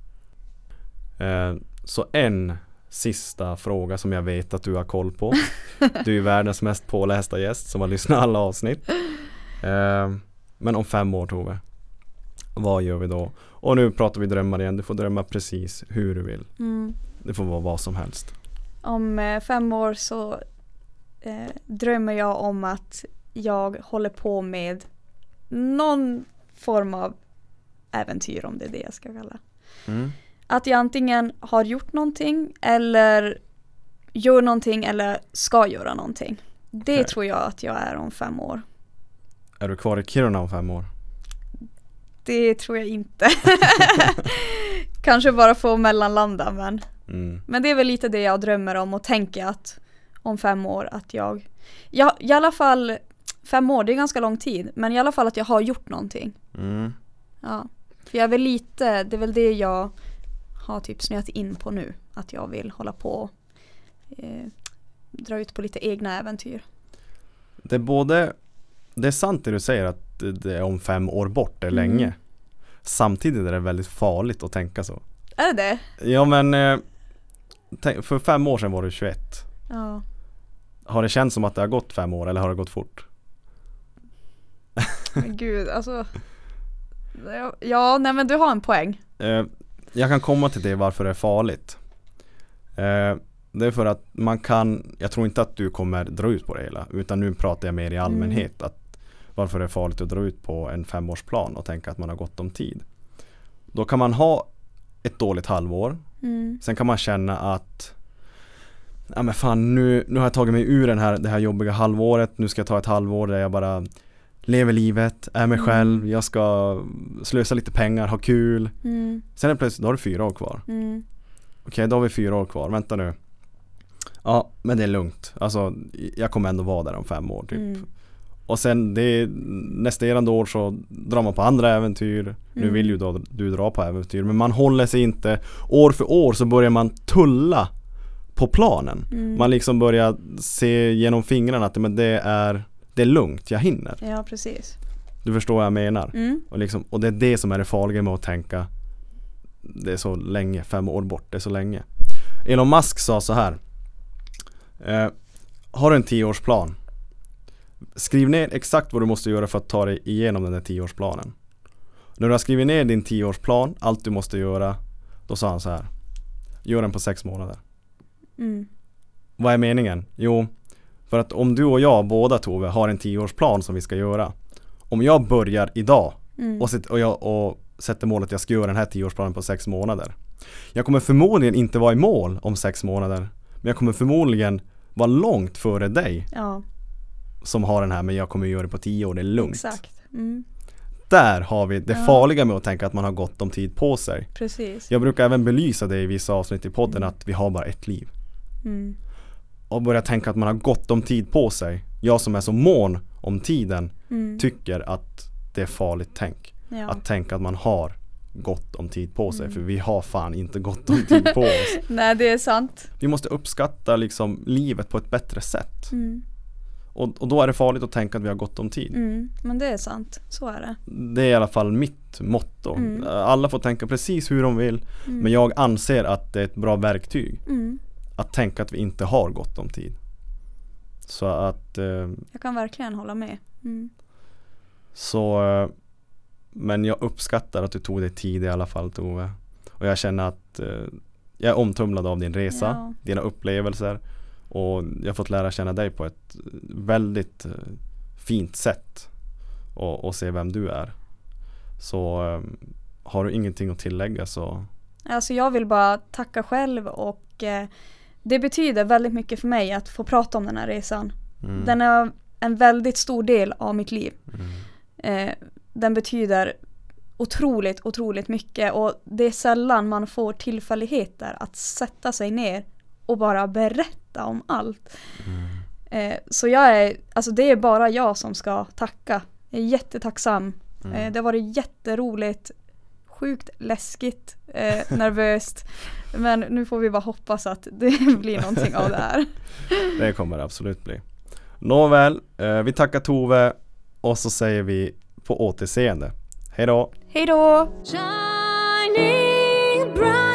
Eh, så en sista fråga som jag vet att du har koll på. Du är världens mest pålästa gäst som har lyssnat alla avsnitt. Eh, men om fem år, Tove, vad gör vi då? Och nu pratar vi drömmar igen. Du får drömma precis hur du vill. Mm. Det får vara vad som helst. Om eh, fem år så eh, drömmer jag om att jag håller på med någon form av äventyr, om det är det jag ska kalla. Mm. Att jag antingen har gjort någonting eller gör någonting eller ska göra någonting. Det okay. tror jag att jag är om fem år. Är du kvar i Kiruna om fem år? Det tror jag inte. Kanske bara få mellanlanda, men mm. men det är väl lite det jag drömmer om och tänker att om fem år att jag, ja, i alla fall fem år, det är ganska lång tid, men i alla fall att jag har gjort någonting. Mm. Ja, för jag är väl lite, det är väl det jag har typ snöat in på nu, att jag vill hålla på och eh, dra ut på lite egna äventyr. Det är både, det är sant det du säger att det är om fem år bort, det är mm. länge. Samtidigt är det väldigt farligt att tänka så. Är det? Ja, men eh, tänk, för fem år sedan var du tjugoett. Ja. Har det känts som att det har gått fem år eller har det gått fort? Men gud, alltså ja, nej men du har en poäng. Eh, jag kan komma till det varför det är farligt. Eh, det är för att man kan, jag tror inte att du kommer dra ut på det hela, utan nu pratar jag mer i allmänhet. Mm. Att varför det är farligt att dra ut på en femårsplan och tänka att man har gott om tid. Då kan man ha ett dåligt halvår. Mm. Sen kan man känna att ja men fan, nu, nu har jag tagit mig ur den här, det här jobbiga halvåret. Nu ska jag ta ett halvår där jag bara lever livet, är mig Mm. själv. Jag ska slösa lite pengar, ha kul. Mm. Sen är det plötsligt, då har du fyra år kvar. Mm. Okej, då har vi fyra år kvar. Vänta nu. Ja, men det är lugnt. Alltså, jag kommer ändå vara där om fem år typ. Mm. Och sen det, nästa erande år så drar man på andra äventyr. Nu Mm. vill ju då du dra på äventyr. Men man håller sig inte. År för år så börjar man tulla på planen. Mm. Man liksom börjar se genom fingrarna att men det, är, det är lugnt, jag hinner. Ja, precis. Du förstår vad jag menar. Mm. Och, liksom, och det är det som är det farliga med att tänka det är så länge, fem år bort, det är så länge. Elon Musk sa så här. Eh, har du en tioårsplan? Skriv ner exakt vad du måste göra för att ta dig igenom den där tioårsplanen. När du har skrivit ner din tioårsplan, allt du måste göra, då sa han så här. Gör den på sex månader. Mm. Vad är meningen? Jo, för att om du och jag båda Tove har en tioårsplan som vi ska göra. Om jag börjar idag Mm. och, set, och, jag, och sätter målet att jag ska göra den här tioårsplanen på sex månader. Jag kommer förmodligen inte vara i mål om sex månader. Men jag kommer förmodligen vara långt före dig Ja, som har den här, men jag kommer göra det på tio år, det är lugnt. exakt. Mm. Där har vi det Ja. farliga med att tänka att man har gott om tid på sig. Precis. Jag brukar även belysa det i vissa avsnitt i podden att vi har bara ett liv. Mm. Och börja tänka att man har gott om tid på sig. Jag som är så mån om tiden Mm. tycker att det är farligt tänk. Ja. Att tänka att man har gott om tid på sig. Mm. För vi har fan inte gott om tid på oss. Nej, det är sant. Vi måste uppskatta liksom livet på ett bättre sätt. Mm. Och, och då är det farligt att tänka att vi har gott om tid. Mm. Men det är sant. Så är det. Det är i alla fall mitt motto. Mm. Alla får tänka precis hur de vill. Mm. Men jag anser att det är ett bra verktyg. Mm. Att tänka att vi inte har gott om tid. Så att eh, Jag kan verkligen hålla med. Mm. Så eh, men jag uppskattar att du tog dig tid i alla fall, Tove. Och jag känner att eh, jag är omtumlad av din resa, Ja. dina upplevelser. Och jag har fått lära känna dig på ett väldigt eh, fint sätt. Och, och se vem du är. Så eh, har du ingenting att tillägga så... Alltså jag vill bara tacka själv och eh, det betyder väldigt mycket för mig att få prata om den här resan. Mm. Den är en väldigt stor del av mitt liv. Mm. Eh, den betyder otroligt, otroligt mycket och det är sällan man får tillfälligheter att sätta sig ner och bara berätta om allt. Mm. Eh, så jag är, alltså det är bara jag som ska tacka. Jag är jättetacksam. Mm. Eh, det har varit jätteroligt, sjukt läskigt, eh, nervöst. Men nu får vi bara hoppas att det blir någonting av det här. Det kommer det absolut bli. Nåväl, eh, vi tackar Tove och så säger vi på återseende. Hej då! Hej då! Shining bright.